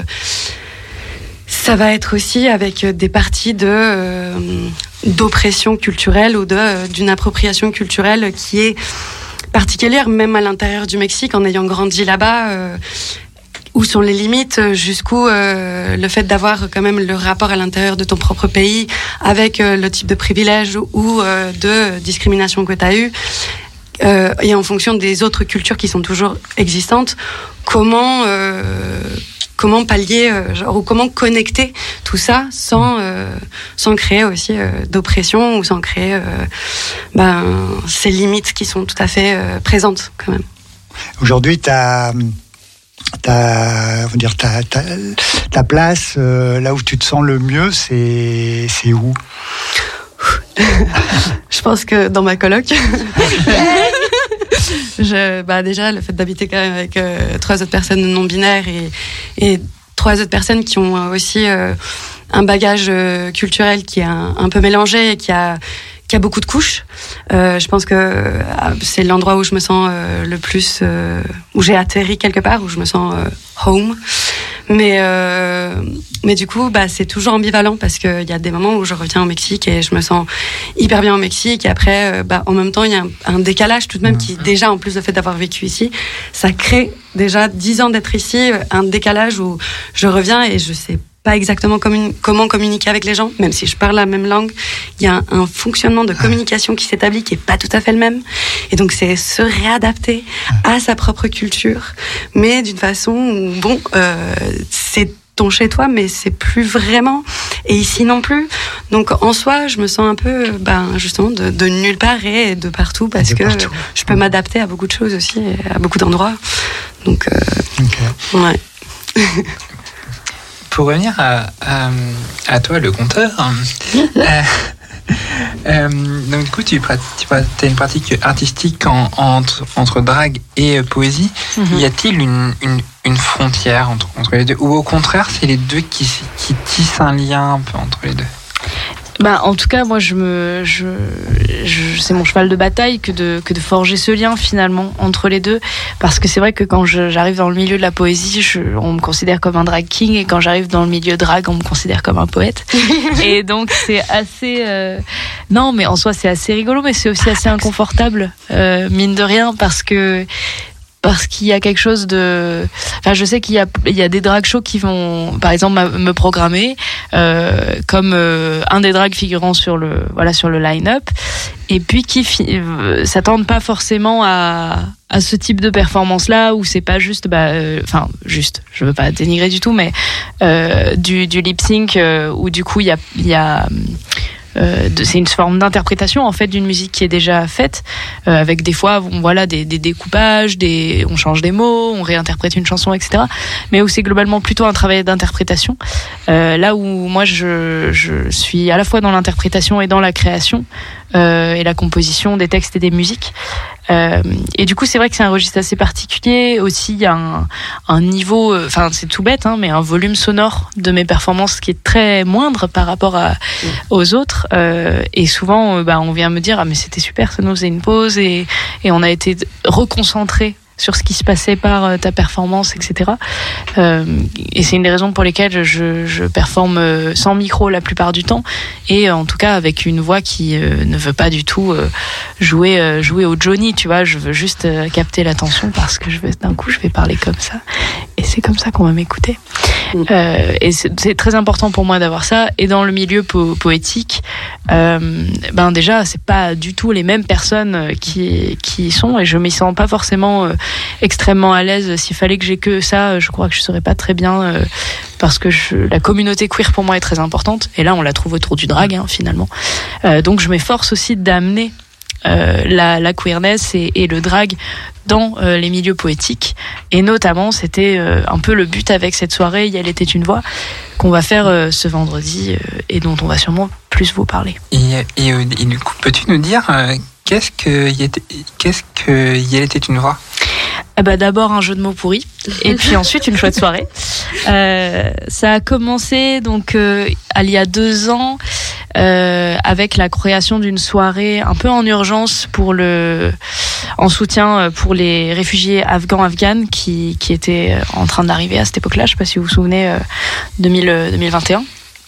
ça va être aussi avec des parties de euh, d'oppression culturelle ou de euh, d'une appropriation culturelle qui est particulière, même à l'intérieur du Mexique, en ayant grandi là-bas. Euh, Où sont les limites, jusqu'où euh, le fait d'avoir quand même le rapport à l'intérieur de ton propre pays avec euh, le type de privilège ou euh, de discrimination que tu as eu, euh, et en fonction des autres cultures qui sont toujours existantes, comment euh, comment pallier euh, genre, ou comment connecter tout ça sans euh, sans créer aussi euh, d'oppression ou sans créer euh, ben, ces limites qui sont tout à fait euh, présentes quand même. Aujourd'hui, tu as Ta, on va dire, ta, ta, ta place, euh, là où tu te sens le mieux, c'est, c'est où? Je pense que dans ma coloc. Je, bah déjà, le fait d'habiter quand même avec euh, trois autres personnes non binaires et, et trois autres personnes qui ont aussi euh, un bagage euh, culturel qui est un, un peu mélangé et qui a qui a beaucoup de couches. Euh, je pense que c'est l'endroit où je me sens euh, le plus, euh, où j'ai atterri quelque part, où je me sens euh, home. Mais euh, mais du coup, bah c'est toujours ambivalent parce que il y a des moments où je reviens au Mexique et je me sens hyper bien au Mexique. Et après, euh, bah en même temps, il y a un, un décalage tout de même qui déjà, en plus du fait d'avoir vécu ici, ça crée déjà dix ans d'être ici, un décalage où je reviens et je sais pas exactement communi- comment communiquer avec les gens, même si je parle la même langue. Il y a un, un fonctionnement de communication qui s'établit qui est pas tout à fait le même. Et donc, c'est se réadapter à sa propre culture, mais d'une façon où, bon, euh, c'est ton chez-toi, mais c'est plus vraiment. Et ici non plus. Donc, en soi, je me sens un peu, ben, justement, de, de nulle part et de partout, parce de que partout. Je peux m'adapter à beaucoup de choses aussi, à beaucoup d'endroits. Donc, euh, okay. Ouais. Pour revenir à, à, à toi, le conteur, euh, euh, donc du coup, tu, tu as une pratique artistique en, entre, entre drague et poésie. Mm-hmm. Y a-t-il une, une, une frontière entre, entre les deux? Ou au contraire, c'est les deux qui, qui tissent un lien un peu entre les deux? Bah, en tout cas, moi, je me, je, je, c'est mon cheval de bataille que de, que de forger ce lien finalement entre les deux, parce que c'est vrai que quand je, j'arrive dans le milieu de la poésie, je, on me considère comme un drag king, et quand j'arrive dans le milieu drague, on me considère comme un poète. Et donc c'est assez, euh... non, mais en soi c'est assez rigolo, mais c'est aussi assez inconfortable, euh, mine de rien, parce que parce qu'il y a quelque chose de... Enfin, je sais qu'il y a, il y a des drag shows qui vont, par exemple, me programmer euh, comme euh, un des drags figurant sur le, voilà, sur le line-up, et puis qui euh, s'attendent pas forcément à, à ce type de performance-là, où c'est pas juste, bah, euh, enfin, juste, je veux pas dénigrer du tout, mais euh, du, du lip-sync, euh, où du coup, il y a... Y a Euh, de, c'est une forme d'interprétation en fait d'une musique qui est déjà faite, euh, avec des fois bon, voilà des, des découpages, des, on change des mots, on réinterprète une chanson, et cetera. Mais où c'est globalement plutôt un travail d'interprétation. Euh, là où moi je, je suis à la fois dans l'interprétation et dans la création euh, et la composition des textes et des musiques. Euh, et du coup, c'est vrai que c'est un registre assez particulier. Aussi, il y a un, un niveau, enfin, c'est tout bête, hein, mais un volume sonore de mes performances qui est très moindre par rapport à, aux autres. Euh, et souvent, euh, bah, on vient me dire, ah, mais c'était super, ça nous faisait une pause, et, et on a été reconcentré sur ce qui se passait par euh, ta performance, et cetera. Euh, et c'est une des raisons pour lesquelles je, je performe euh, sans micro la plupart du temps, et euh, en tout cas avec une voix qui euh, ne veut pas du tout euh, jouer euh, jouer au Johnny, tu vois. Je veux juste euh, capter l'attention parce que je veux, d'un coup je vais parler comme ça, et c'est comme ça qu'on va m'écouter. Mmh. Euh, et c'est, c'est très important pour moi d'avoir ça. Et dans le milieu po- poétique, euh, ben déjà c'est pas du tout les mêmes personnes qui qui y sont, et je m'y sens pas forcément euh, extrêmement à l'aise. S'il fallait que j'ai que ça, je crois que je serais pas très bien, euh, parce que je, la communauté queer pour moi est très importante, et là on la trouve autour du drag, hein, finalement. Euh, donc je m'efforce aussi d'amener euh, la, la queerness et, et le drag dans euh, les milieux poétiques, et notamment c'était euh, un peu le but avec cette soirée Il y était une voix qu'on va faire euh, ce vendredi, euh, et dont on va sûrement plus vous parler. Et, et, et du coup, peux-tu nous dire euh, qu'est-ce que Il y était, qu'est-ce que Il y était une voix? Eh ben, d'abord un jeu de mots pourri, et puis ensuite une chouette soirée. Euh, ça a commencé donc euh, il y a deux ans euh, avec la création d'une soirée un peu en urgence pour le, en soutien pour les réfugiés afghans afghanes qui qui étaient en train d'arriver à cette époque-là. Je sais pas si vous vous souvenez, euh, deux mille vingt et un.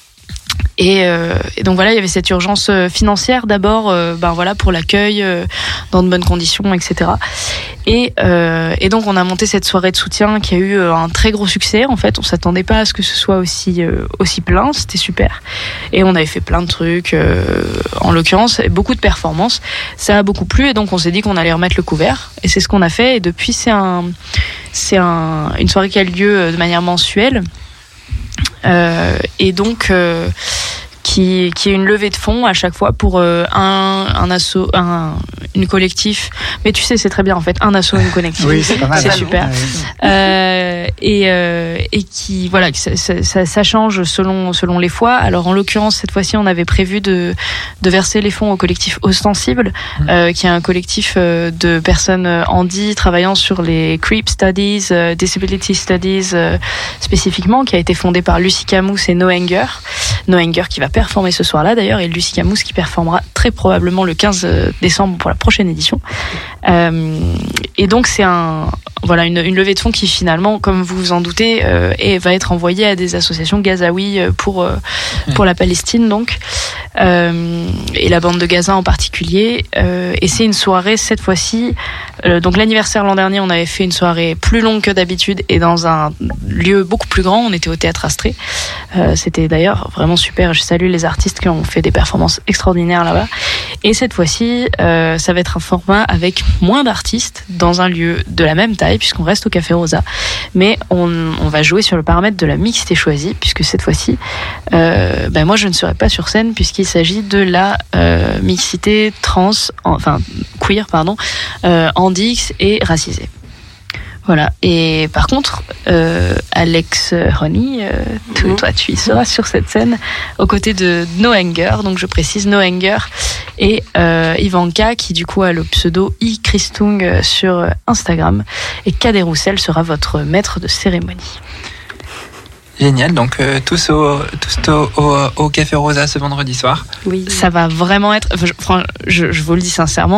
Et, euh, et donc voilà, il y avait cette urgence financière d'abord, euh, ben voilà, pour l'accueil euh, dans de bonnes conditions, et cetera. Et, euh, et donc on a monté cette soirée de soutien qui a eu un très gros succès. En fait, on s'attendait pas à ce que ce soit aussi euh, aussi plein. C'était super. Et on avait fait plein de trucs. Euh, en l'occurrence, beaucoup de performances. Ça a beaucoup plu, et donc on s'est dit qu'on allait remettre le couvert. Et c'est ce qu'on a fait. Et depuis, c'est un c'est un une soirée qui a lieu de manière mensuelle. Euh, et donc euh, qui qui est une levée de fonds à chaque fois pour euh, un un asso un une collectif, mais tu sais c'est très bien en fait, un asso, une collectif. Oui, c'est pas mal. C'est super. Euh, et euh, et qui voilà, ça, ça ça change selon selon les fois. Alors en l'occurrence cette fois-ci on avait prévu de de verser les fonds au collectif Ostensible, mmh. euh, qui est un collectif euh, de personnes handi travaillant sur les creep studies, euh, disability studies euh, spécifiquement, qui a été fondé par Lucie Camous et No Anger. No Anger qui va performer ce soir-là d'ailleurs, et Lucie Camous qui performera très probablement le quinze décembre pour la prochaine édition. Euh, et donc c'est un voilà une, une levée de fonds qui finalement, comme vous vous en doutez, euh, et va être envoyée à des associations gazaouis pour euh, pour la Palestine donc, euh, et la bande de Gaza en particulier. Euh, et c'est une soirée cette fois-ci. Euh, donc l'anniversaire l'an dernier, on avait fait une soirée plus longue que d'habitude et dans un lieu beaucoup plus grand. On était au Théâtre Astrée. Euh, c'était d'ailleurs vraiment super. Je salue les artistes qui ont fait des performances extraordinaires là-bas. Et cette fois-ci, euh, ça va être un format avec moins d'artistes dans un lieu de la même taille, puisqu'on reste au Café Rosa. Mais on, on va jouer sur le paramètre de la mixité choisie, puisque cette fois-ci, euh, ben moi je ne serai pas sur scène, puisqu'il s'agit de la euh, mixité trans, enfin queer, pardon, euh, handix et racisée. Voilà. Et par contre, euh, Alex Honey, euh, mmh. toi tu y seras sur cette scène aux côtés de No Anger. Donc je précise No Anger et euh, Ivanka, qui du coup a le pseudo I Christung sur Instagram. Et Cadet Roussel sera votre maître de cérémonie. Génial, donc euh, tous, au, tous au, au, au Café Rosa ce vendredi soir. Oui. Ça va vraiment être, enfin, je, je, je vous le dis sincèrement là,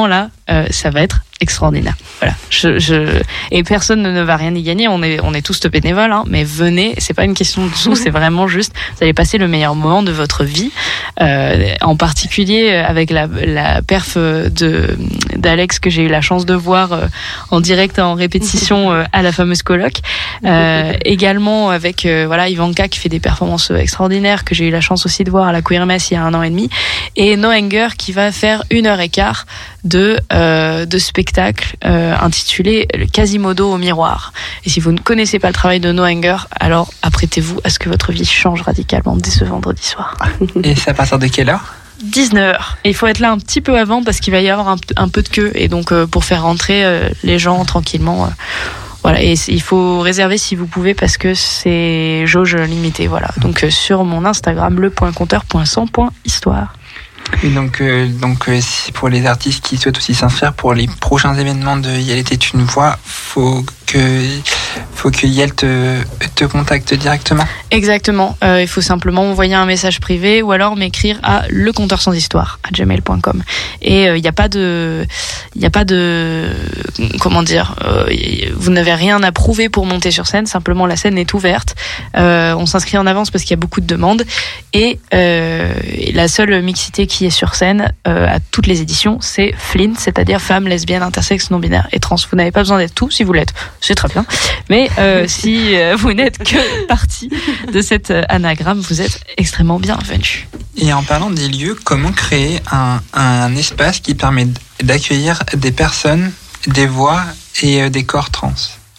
euh, ça va être extraordinaire. Voilà. Je, je... Et personne ne va rien y gagner. On est, on est tous bénévoles, hein, mais venez. C'est pas une question de sous, c'est vraiment juste, vous allez passer le meilleur moment de votre vie. Euh, en particulier avec la, la perf de d'Alex que j'ai eu la chance de voir euh, en direct, en répétition euh, à la fameuse colloque. Euh, également avec euh, voilà Ivanka qui fait des performances extraordinaires que j'ai eu la chance aussi de voir à la Queer Mess il y a un an et demi. Et No Anger qui va faire une heure et quart de euh, de spectacle euh, intitulé Quasimodo au miroir. Et si vous ne connaissez pas le travail de No Anger, alors apprêtez-vous à ce que votre vie change radicalement dès ce vendredi soir. Et c'est à partir de quelle heure ? dix-neuf heures. Et il faut être là un petit peu avant parce qu'il va y avoir un, un peu de queue. Et donc euh, pour faire rentrer euh, les gens tranquillement. Euh, Voilà, et il faut réserver si vous pouvez parce que c'est jauge limitée. Voilà. Donc euh, sur mon Instagram, le point compteur point cent point histoire. Et donc, euh, donc euh, si pour les artistes qui souhaitent aussi s'inscrire pour les prochains événements de Yael était une voix, faut que faut que Yael te, te contacte directement. Exactement. Euh, il faut simplement envoyer un message privé ou alors m'écrire à le compteur sans histoire à gmail point com. Et il euh, n'y a pas de, il y a pas de, comment dire, euh, vous n'avez rien à prouver pour monter sur scène. Simplement la scène est ouverte. Euh, on s'inscrit en avance parce qu'il y a beaucoup de demandes et, euh, et la seule mixité qui est sur scène euh, à toutes les éditions, c'est Flint, c'est-à-dire femmes, lesbiennes, intersexes, non-binaires et trans. Vous n'avez pas besoin d'être tout. Si vous l'êtes, c'est très bien. Mais euh, si euh, vous n'êtes que partie de cet euh, anagramme, vous êtes extrêmement bienvenue. Et en parlant des lieux, comment créer un, un espace qui permet d'accueillir des personnes, des voix et euh, des corps trans ?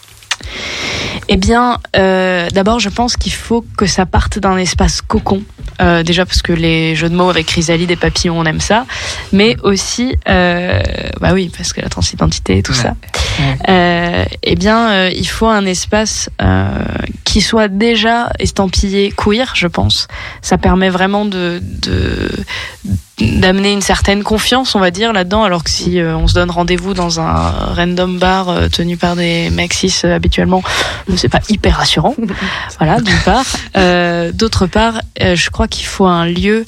Eh bien, euh, d'abord, je pense qu'il faut que ça parte d'un espace cocon. Euh, déjà parce que les jeux de mots avec chrysalide et papillon, on aime ça. Mais aussi, euh, bah oui, parce que la transidentité et tout ouais. ça. Ouais. Euh, eh bien, euh, il faut un espace euh, qui soit déjà estampillé queer, je pense. Ça permet vraiment de... de d'amener une certaine confiance, on va dire, là-dedans, alors que si euh, on se donne rendez-vous dans un random bar euh, tenu par des mecs cis euh, habituellement, c'est pas hyper rassurant. Voilà, d'une part. Euh, d'autre part, euh, je crois qu'il faut un lieu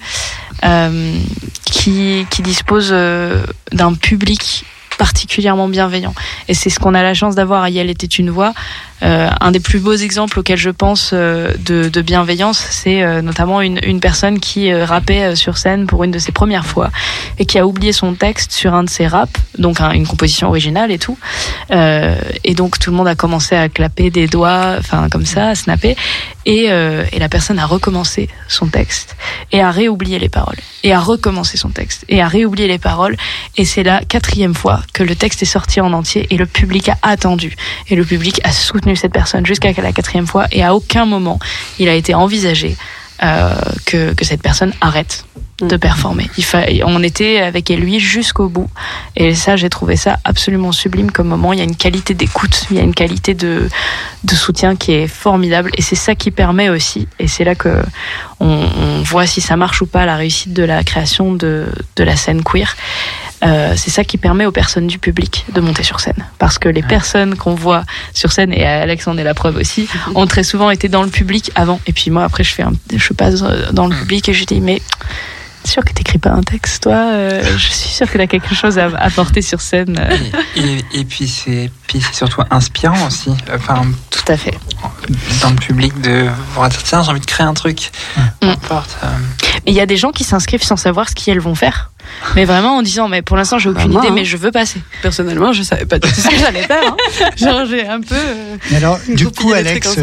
euh, qui, qui dispose euh, d'un public particulièrement bienveillant. Et c'est ce qu'on a la chance d'avoir à Yael était une voix. Euh, un des plus beaux exemples auxquels je pense euh, de, de bienveillance, c'est euh, notamment une, une personne qui euh, rappait euh, sur scène pour une de ses premières fois et qui a oublié son texte sur un de ses raps, donc un, une composition originale et tout. Euh, et donc tout le monde a commencé à clapper des doigts, enfin comme ça, à snapper. Et, euh, et la personne a recommencé son texte et a réoublié les paroles et a recommencé son texte et a réoublié les paroles. Et c'est la quatrième fois que le texte est sorti en entier et le public a attendu et le public a soutenu cette personne jusqu'à la quatrième fois et à aucun moment il a été envisagé euh, que, que cette personne arrête de performer. Il fa... On était avec lui jusqu'au bout et ça, j'ai trouvé ça absolument sublime comme moment. Il y a une qualité d'écoute, il y a une qualité de, de soutien qui est formidable et c'est ça qui permet aussi, et c'est là que on, on voit si ça marche ou pas la réussite de la création de, de la scène queer. Euh, c'est ça qui permet aux personnes du public de monter sur scène. Parce que les personnes qu'on voit sur scène, et Alex en est la preuve aussi, ont très souvent été dans le public avant. Et puis moi, après, je fais un, je passe dans le public et je dis, mais c'est sûr que t'écris pas un texte, toi. Euh, je suis sûre que t'as quelque chose à apporter sur scène. Et, et, et puis c'est, puis c'est surtout inspirant aussi. Enfin, tout à fait. Dans le public de voir dire tiens, j'ai envie de créer un truc. Peu importe. Euh... Mais il y a des gens qui s'inscrivent sans savoir ce qu'elles vont faire. Mais vraiment en disant, mais pour l'instant j'ai aucune bah, idée, hein. mais je veux passer. Personnellement, je savais pas du tout ce que j'allais faire. Hein. Genre j'ai un peu. Euh, mais alors, du coup, Alex,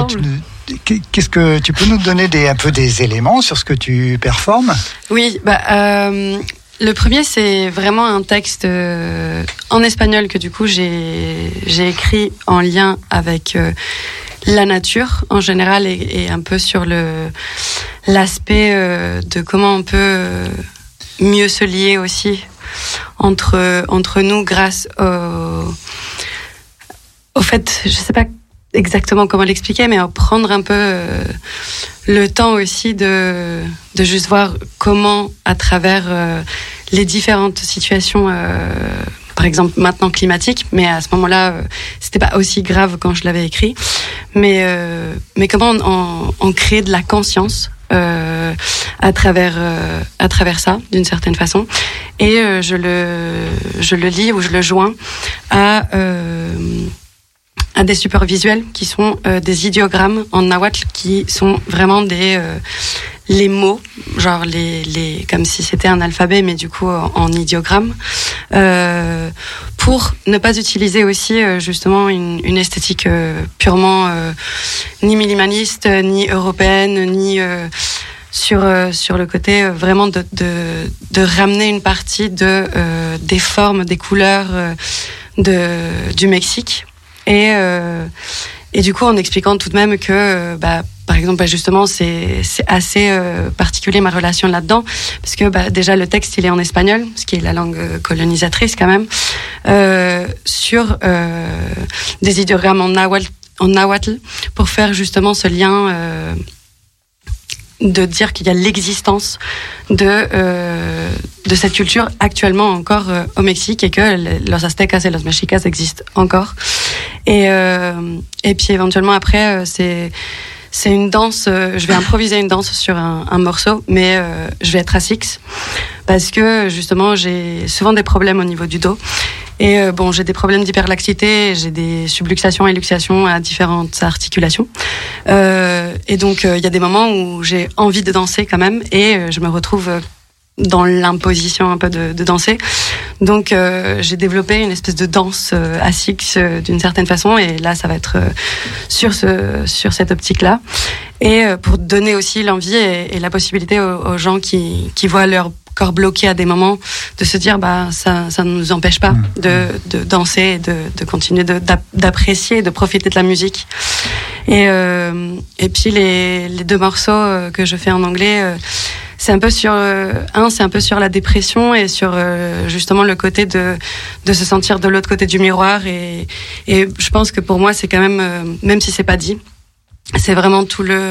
tu, qu'est-ce que tu peux nous donner des un peu des éléments sur ce que tu performes ? Oui, bah. Euh... Le premier, c'est vraiment un texte euh, en espagnol que du coup j'ai j'ai écrit en lien avec euh, la nature en général et, et un peu sur le l'aspect euh, de comment on peut euh, mieux se lier aussi entre entre nous grâce au au fait, je sais pas exactement comment l'expliquer, mais prendre un peu euh, le temps aussi de de juste voir comment à travers euh, les différentes situations, euh, par exemple maintenant climatiques, mais à ce moment-là euh, c'était pas aussi grave quand je l'avais écrit, mais euh, mais comment on, on, on crée de la conscience euh, à travers euh, à travers ça, d'une certaine façon. Et euh, je le je le lis ou je le joins à euh, à des supports visuels qui sont euh, des idéogrammes en nahuatl, qui sont vraiment des euh, les mots, genre les les comme si c'était un alphabet, mais du coup en, en idéogramme, euh, pour ne pas utiliser aussi euh, justement une, une esthétique euh, purement euh, ni minimaliste, ni européenne, ni euh, sur euh, sur le côté euh, vraiment de, de de ramener une partie de euh, des formes, des couleurs euh, de du Mexique. Et, euh, et du coup, en expliquant tout de même que, euh, bah, par exemple, bah, justement, c'est, c'est assez euh, particulier ma relation là-dedans, parce que bah, déjà le texte il est en espagnol, ce qui est la langue colonisatrice quand même, euh, sur euh, des idéogrammes en nahuatl, en nahuatl, pour faire justement ce lien. Euh, de dire qu'il y a l'existence de euh, de cette culture actuellement encore euh, au Mexique, et que los aztecas et los mexicas existent encore. Et euh, et puis éventuellement après euh, c'est c'est une danse, euh, je vais improviser une danse sur un, un morceau, mais euh, je vais être à six parce que justement j'ai souvent des problèmes au niveau du dos. Et euh, bon, j'ai des problèmes d'hyperlaxité, j'ai des subluxations et luxations à différentes articulations. Euh, et donc, il euh, y a des moments où j'ai envie de danser quand même, et euh, je me retrouve dans l'imposition un peu de, de danser. Donc, euh, j'ai développé une espèce de danse euh, à six euh, d'une certaine façon, et là, ça va être euh, sur ce sur cette optique-là. Et euh, pour donner aussi l'envie et, et la possibilité aux, aux gens qui qui voient leur corps bloqué à des moments, de se dire bah ça ça ne nous empêche pas de de danser et de de continuer de d'apprécier, de profiter de la musique. Et euh, et puis les les deux morceaux que je fais en anglais, euh, c'est un peu sur euh, un c'est un peu sur la dépression et sur euh, justement le côté de de se sentir de l'autre côté du miroir, et et je pense que pour moi c'est quand même euh, même si c'est pas dit, c'est vraiment tout le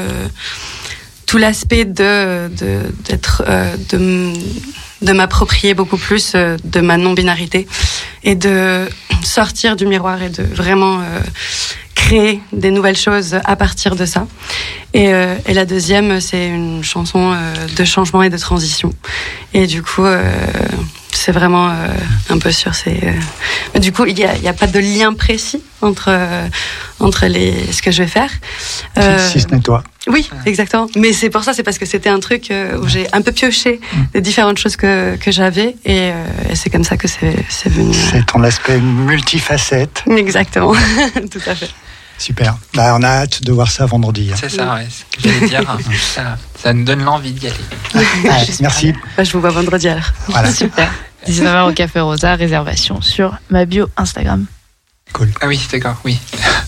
tout l'aspect de, de d'être euh, de de m'approprier beaucoup plus euh, de ma non-binarité et de sortir du miroir et de vraiment euh, créer des nouvelles choses à partir de ça. Et, euh, et la deuxième, c'est une chanson euh, de changement et de transition. Et du coup, euh, c'est vraiment euh, un peu sur ces... Euh... Du coup, il n'y a, y a pas de lien précis entre, euh, entre les, ce que je vais faire. Euh... Si, si ce n'est toi. Oui, exactement. Mais c'est pour ça, c'est parce que c'était un truc euh, où j'ai un peu pioché des différentes choses que, que j'avais, et, euh, et c'est comme ça que c'est, c'est venu. Euh... C'est ton aspect multifacette. Exactement, tout à fait. Super. Bah, on a hâte de voir ça vendredi. Hein. C'est ça, ouais, c'est ce que j'allais dire. Hein. ça, ça nous donne l'envie d'y aller. Ouais, merci. Bah, je vous vois vendredi alors. Voilà. Super. dix-neuf heures au Café Rosa, réservation sur ma bio Instagram. Cool. Ah oui, d'accord, oui.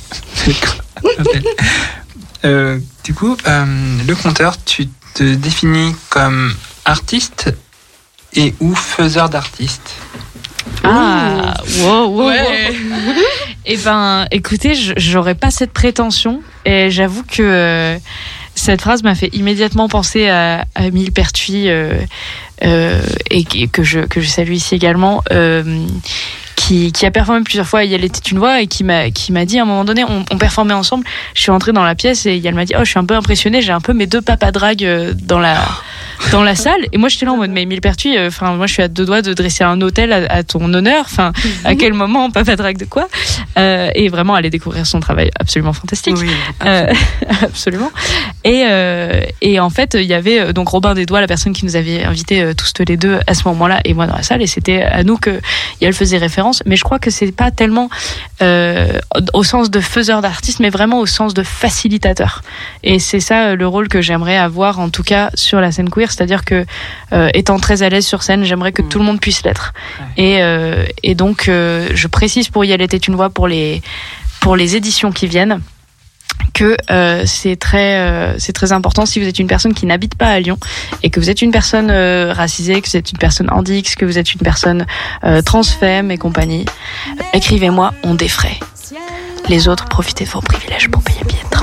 euh, du coup, euh, le conteur, tu te définis comme artiste et ou faiseur d'artistes. Ah, wow, wow, ouais. wow. Eh ben, écoutez, j'aurais pas cette prétention, et j'avoue que euh, cette phrase m'a fait immédiatement penser à, à Millepertuis, euh, euh, et que je que je salue ici également. Euh, Qui, qui a performé plusieurs fois. Il y a était une voix et qui m'a qui m'a dit à un moment donné, on, on performait ensemble. Je suis entrée dans la pièce et elle m'a dit, oh, je suis un peu impressionnée, j'ai un peu mes deux papas drag dans la dans la salle. Et moi j'étais là en mode, mais Millepertuis, enfin euh, moi je suis à deux doigts de dresser un hôtel à, à ton honneur. Enfin, à quel moment papa drag de quoi euh, Et vraiment aller découvrir son travail absolument fantastique. Oui, absolument. Euh, absolument. Et euh, et en fait il y avait donc Robin des Doigts, la personne qui nous avait invités euh, tous les deux à ce moment-là, et moi dans la salle, et c'était à nous que elle faisait référence. Mais je crois que c'est pas tellement euh, au sens de faiseur d'artiste, mais vraiment au sens de facilitateur. Et c'est ça le rôle que j'aimerais avoir, en tout cas sur la scène queer, c'est-à-dire que euh, étant très à l'aise sur scène, j'aimerais que mmh. tout le monde puisse l'être. Ouais. Et euh, et donc euh, je précise pour Y elle était une voix pour les pour les éditions qui viennent, que euh, c'est très euh, c'est très important, si vous êtes une personne qui n'habite pas à Lyon et que vous êtes une personne euh, racisée, que vous êtes une personne handix, que vous êtes une personne euh, transfemme et compagnie, euh, écrivez-moi, on défraie. Les autres, profitez de vos privilèges pour payer bien de train.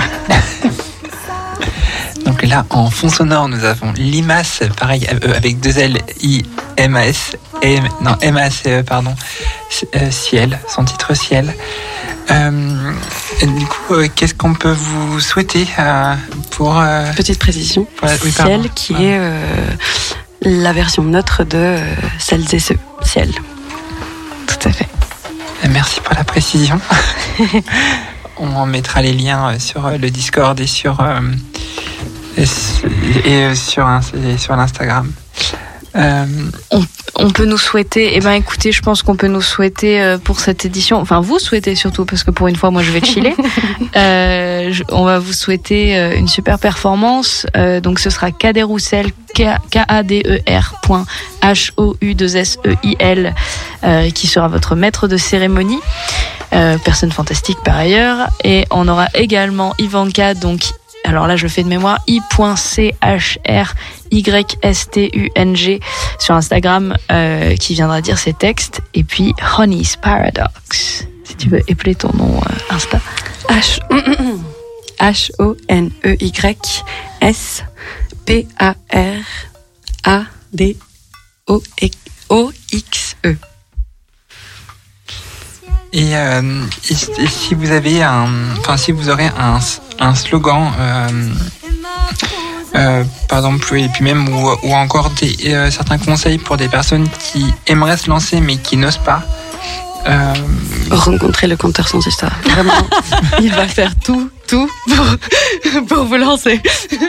Donc là, en fond sonore, nous avons Limace, pareil, euh, avec deux L, I, M A S, M, non, M A C E, pardon, euh, Ciel, son titre Ciel. Euh, et du coup, euh, qu'est-ce qu'on peut vous souhaiter euh, pour... Euh... Petite précision, ouais, oui, Ciel qui ouais. est euh, la version neutre de euh, Celles et ceux, Ciel. Tout à fait. Et merci pour la précision. On mettra les liens sur le Discord et sur, euh, et, et sur, et sur l'Instagram. Euh... On, on peut nous souhaiter, eh ben écoutez, je pense qu'on peut nous souhaiter euh, pour cette édition, enfin vous souhaitez surtout, parce que pour une fois moi je vais chiller, euh, je, on va vous souhaiter euh, une super performance, euh, donc ce sera Kader Roussel, K A D E R point H O U deux S E I L, euh, qui sera votre maître de cérémonie, euh, personne fantastique par ailleurs, et on aura également Ivanka, donc alors là je fais de mémoire, i point c h r y s t u n g sur Instagram, euh, qui viendra dire ses textes, et puis Honey's Paradox, si tu veux épeler ton nom euh, Insta. H H O N E Y S P A R A D O X E. Et, euh, et, et si vous avez un, enfin si vous aurez un, un slogan, euh, euh, par exemple, et puis même ou, ou encore des, euh, certains conseils pour des personnes qui aimeraient se lancer mais qui n'osent pas. Euh... Rencontrer le conteur sans histoire. Vraiment, il va faire tout, tout pour, pour vous lancer.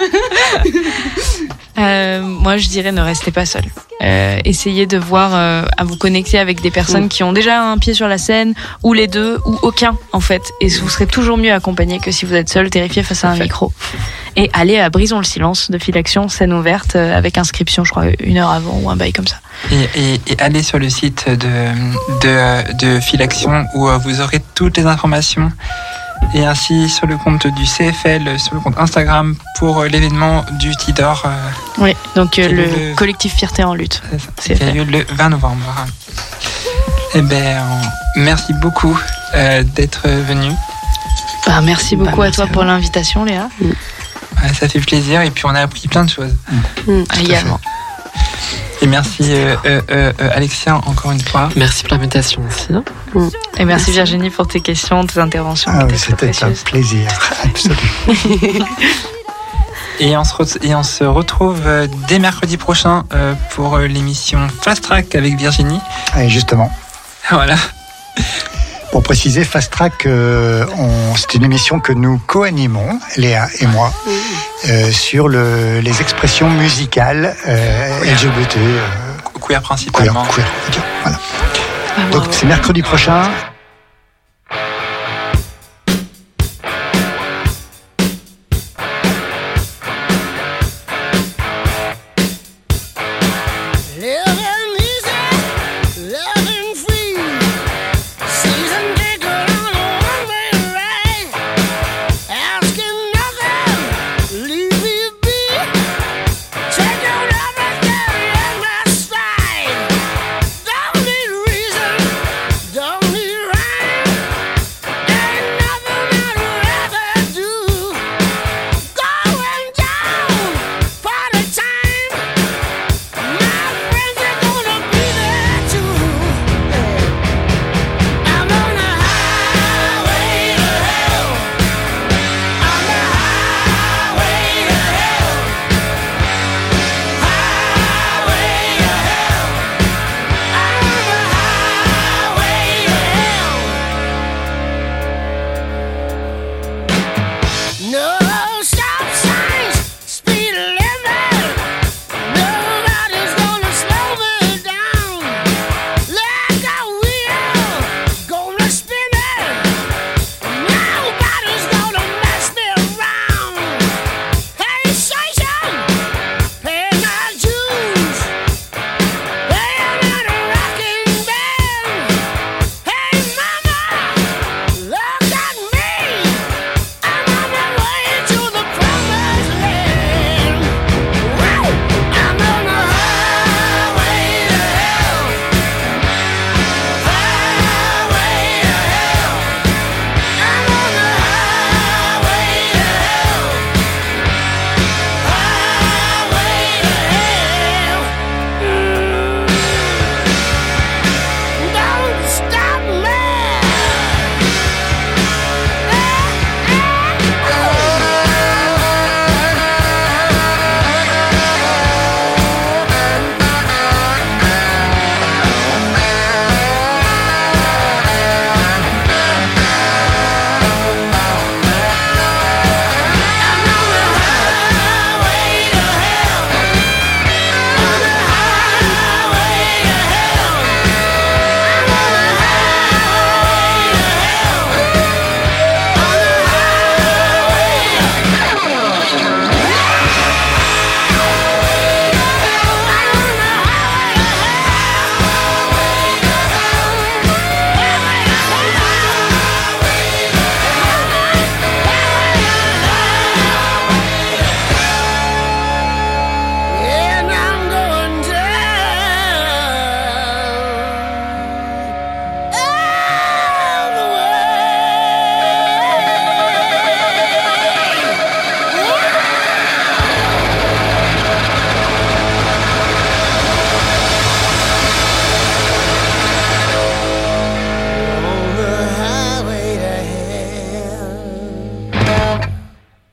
Euh, moi, je dirais ne restez pas seul. Euh, essayez de voir, euh, à vous connecter avec des personnes mmh. qui ont déjà un pied sur la scène, ou les deux, ou aucun, en fait. Et vous serez toujours mieux accompagné que si vous êtes seul, terrifié face à un micro. Et allez à Brisons le silence de Filaction, scène ouverte, euh, avec inscription, je crois, une heure avant, ou un bail comme ça. Et, et, et allez sur le site de, de, de Filaction, où euh, vous aurez toutes les informations. Et ainsi sur le compte du C F L, sur le compte Instagram pour l'événement du Tidor. Euh, oui, donc euh, le, le collectif Fierté en lutte. C'est ça, qui a lieu le vingt novembre. Eh bien, merci beaucoup euh, d'être venu. Bah, merci beaucoup bah, merci à toi à pour l'invitation, Léa. Mm. Ouais, ça fait plaisir et puis on a appris plein de choses. Mm. Ah, également. Et merci euh, euh, euh, Alexia encore une fois. Merci pour l'invitation aussi. Mmh. Et merci, merci Virginie pour tes questions, tes interventions. Ah oui, c'était un plaisir, absolument. Et on, se re- et on se retrouve euh, dès mercredi prochain euh, pour euh, l'émission Fast Track avec Virginie. Et justement. Voilà. Pour préciser, Fast Track, euh, on, c'est une émission que nous co-animons, Léa et moi, euh, sur le, les expressions musicales euh, L G B T. Euh, queer principalement. Queer, queer, voilà. Ah, Donc wow. C'est mercredi prochain.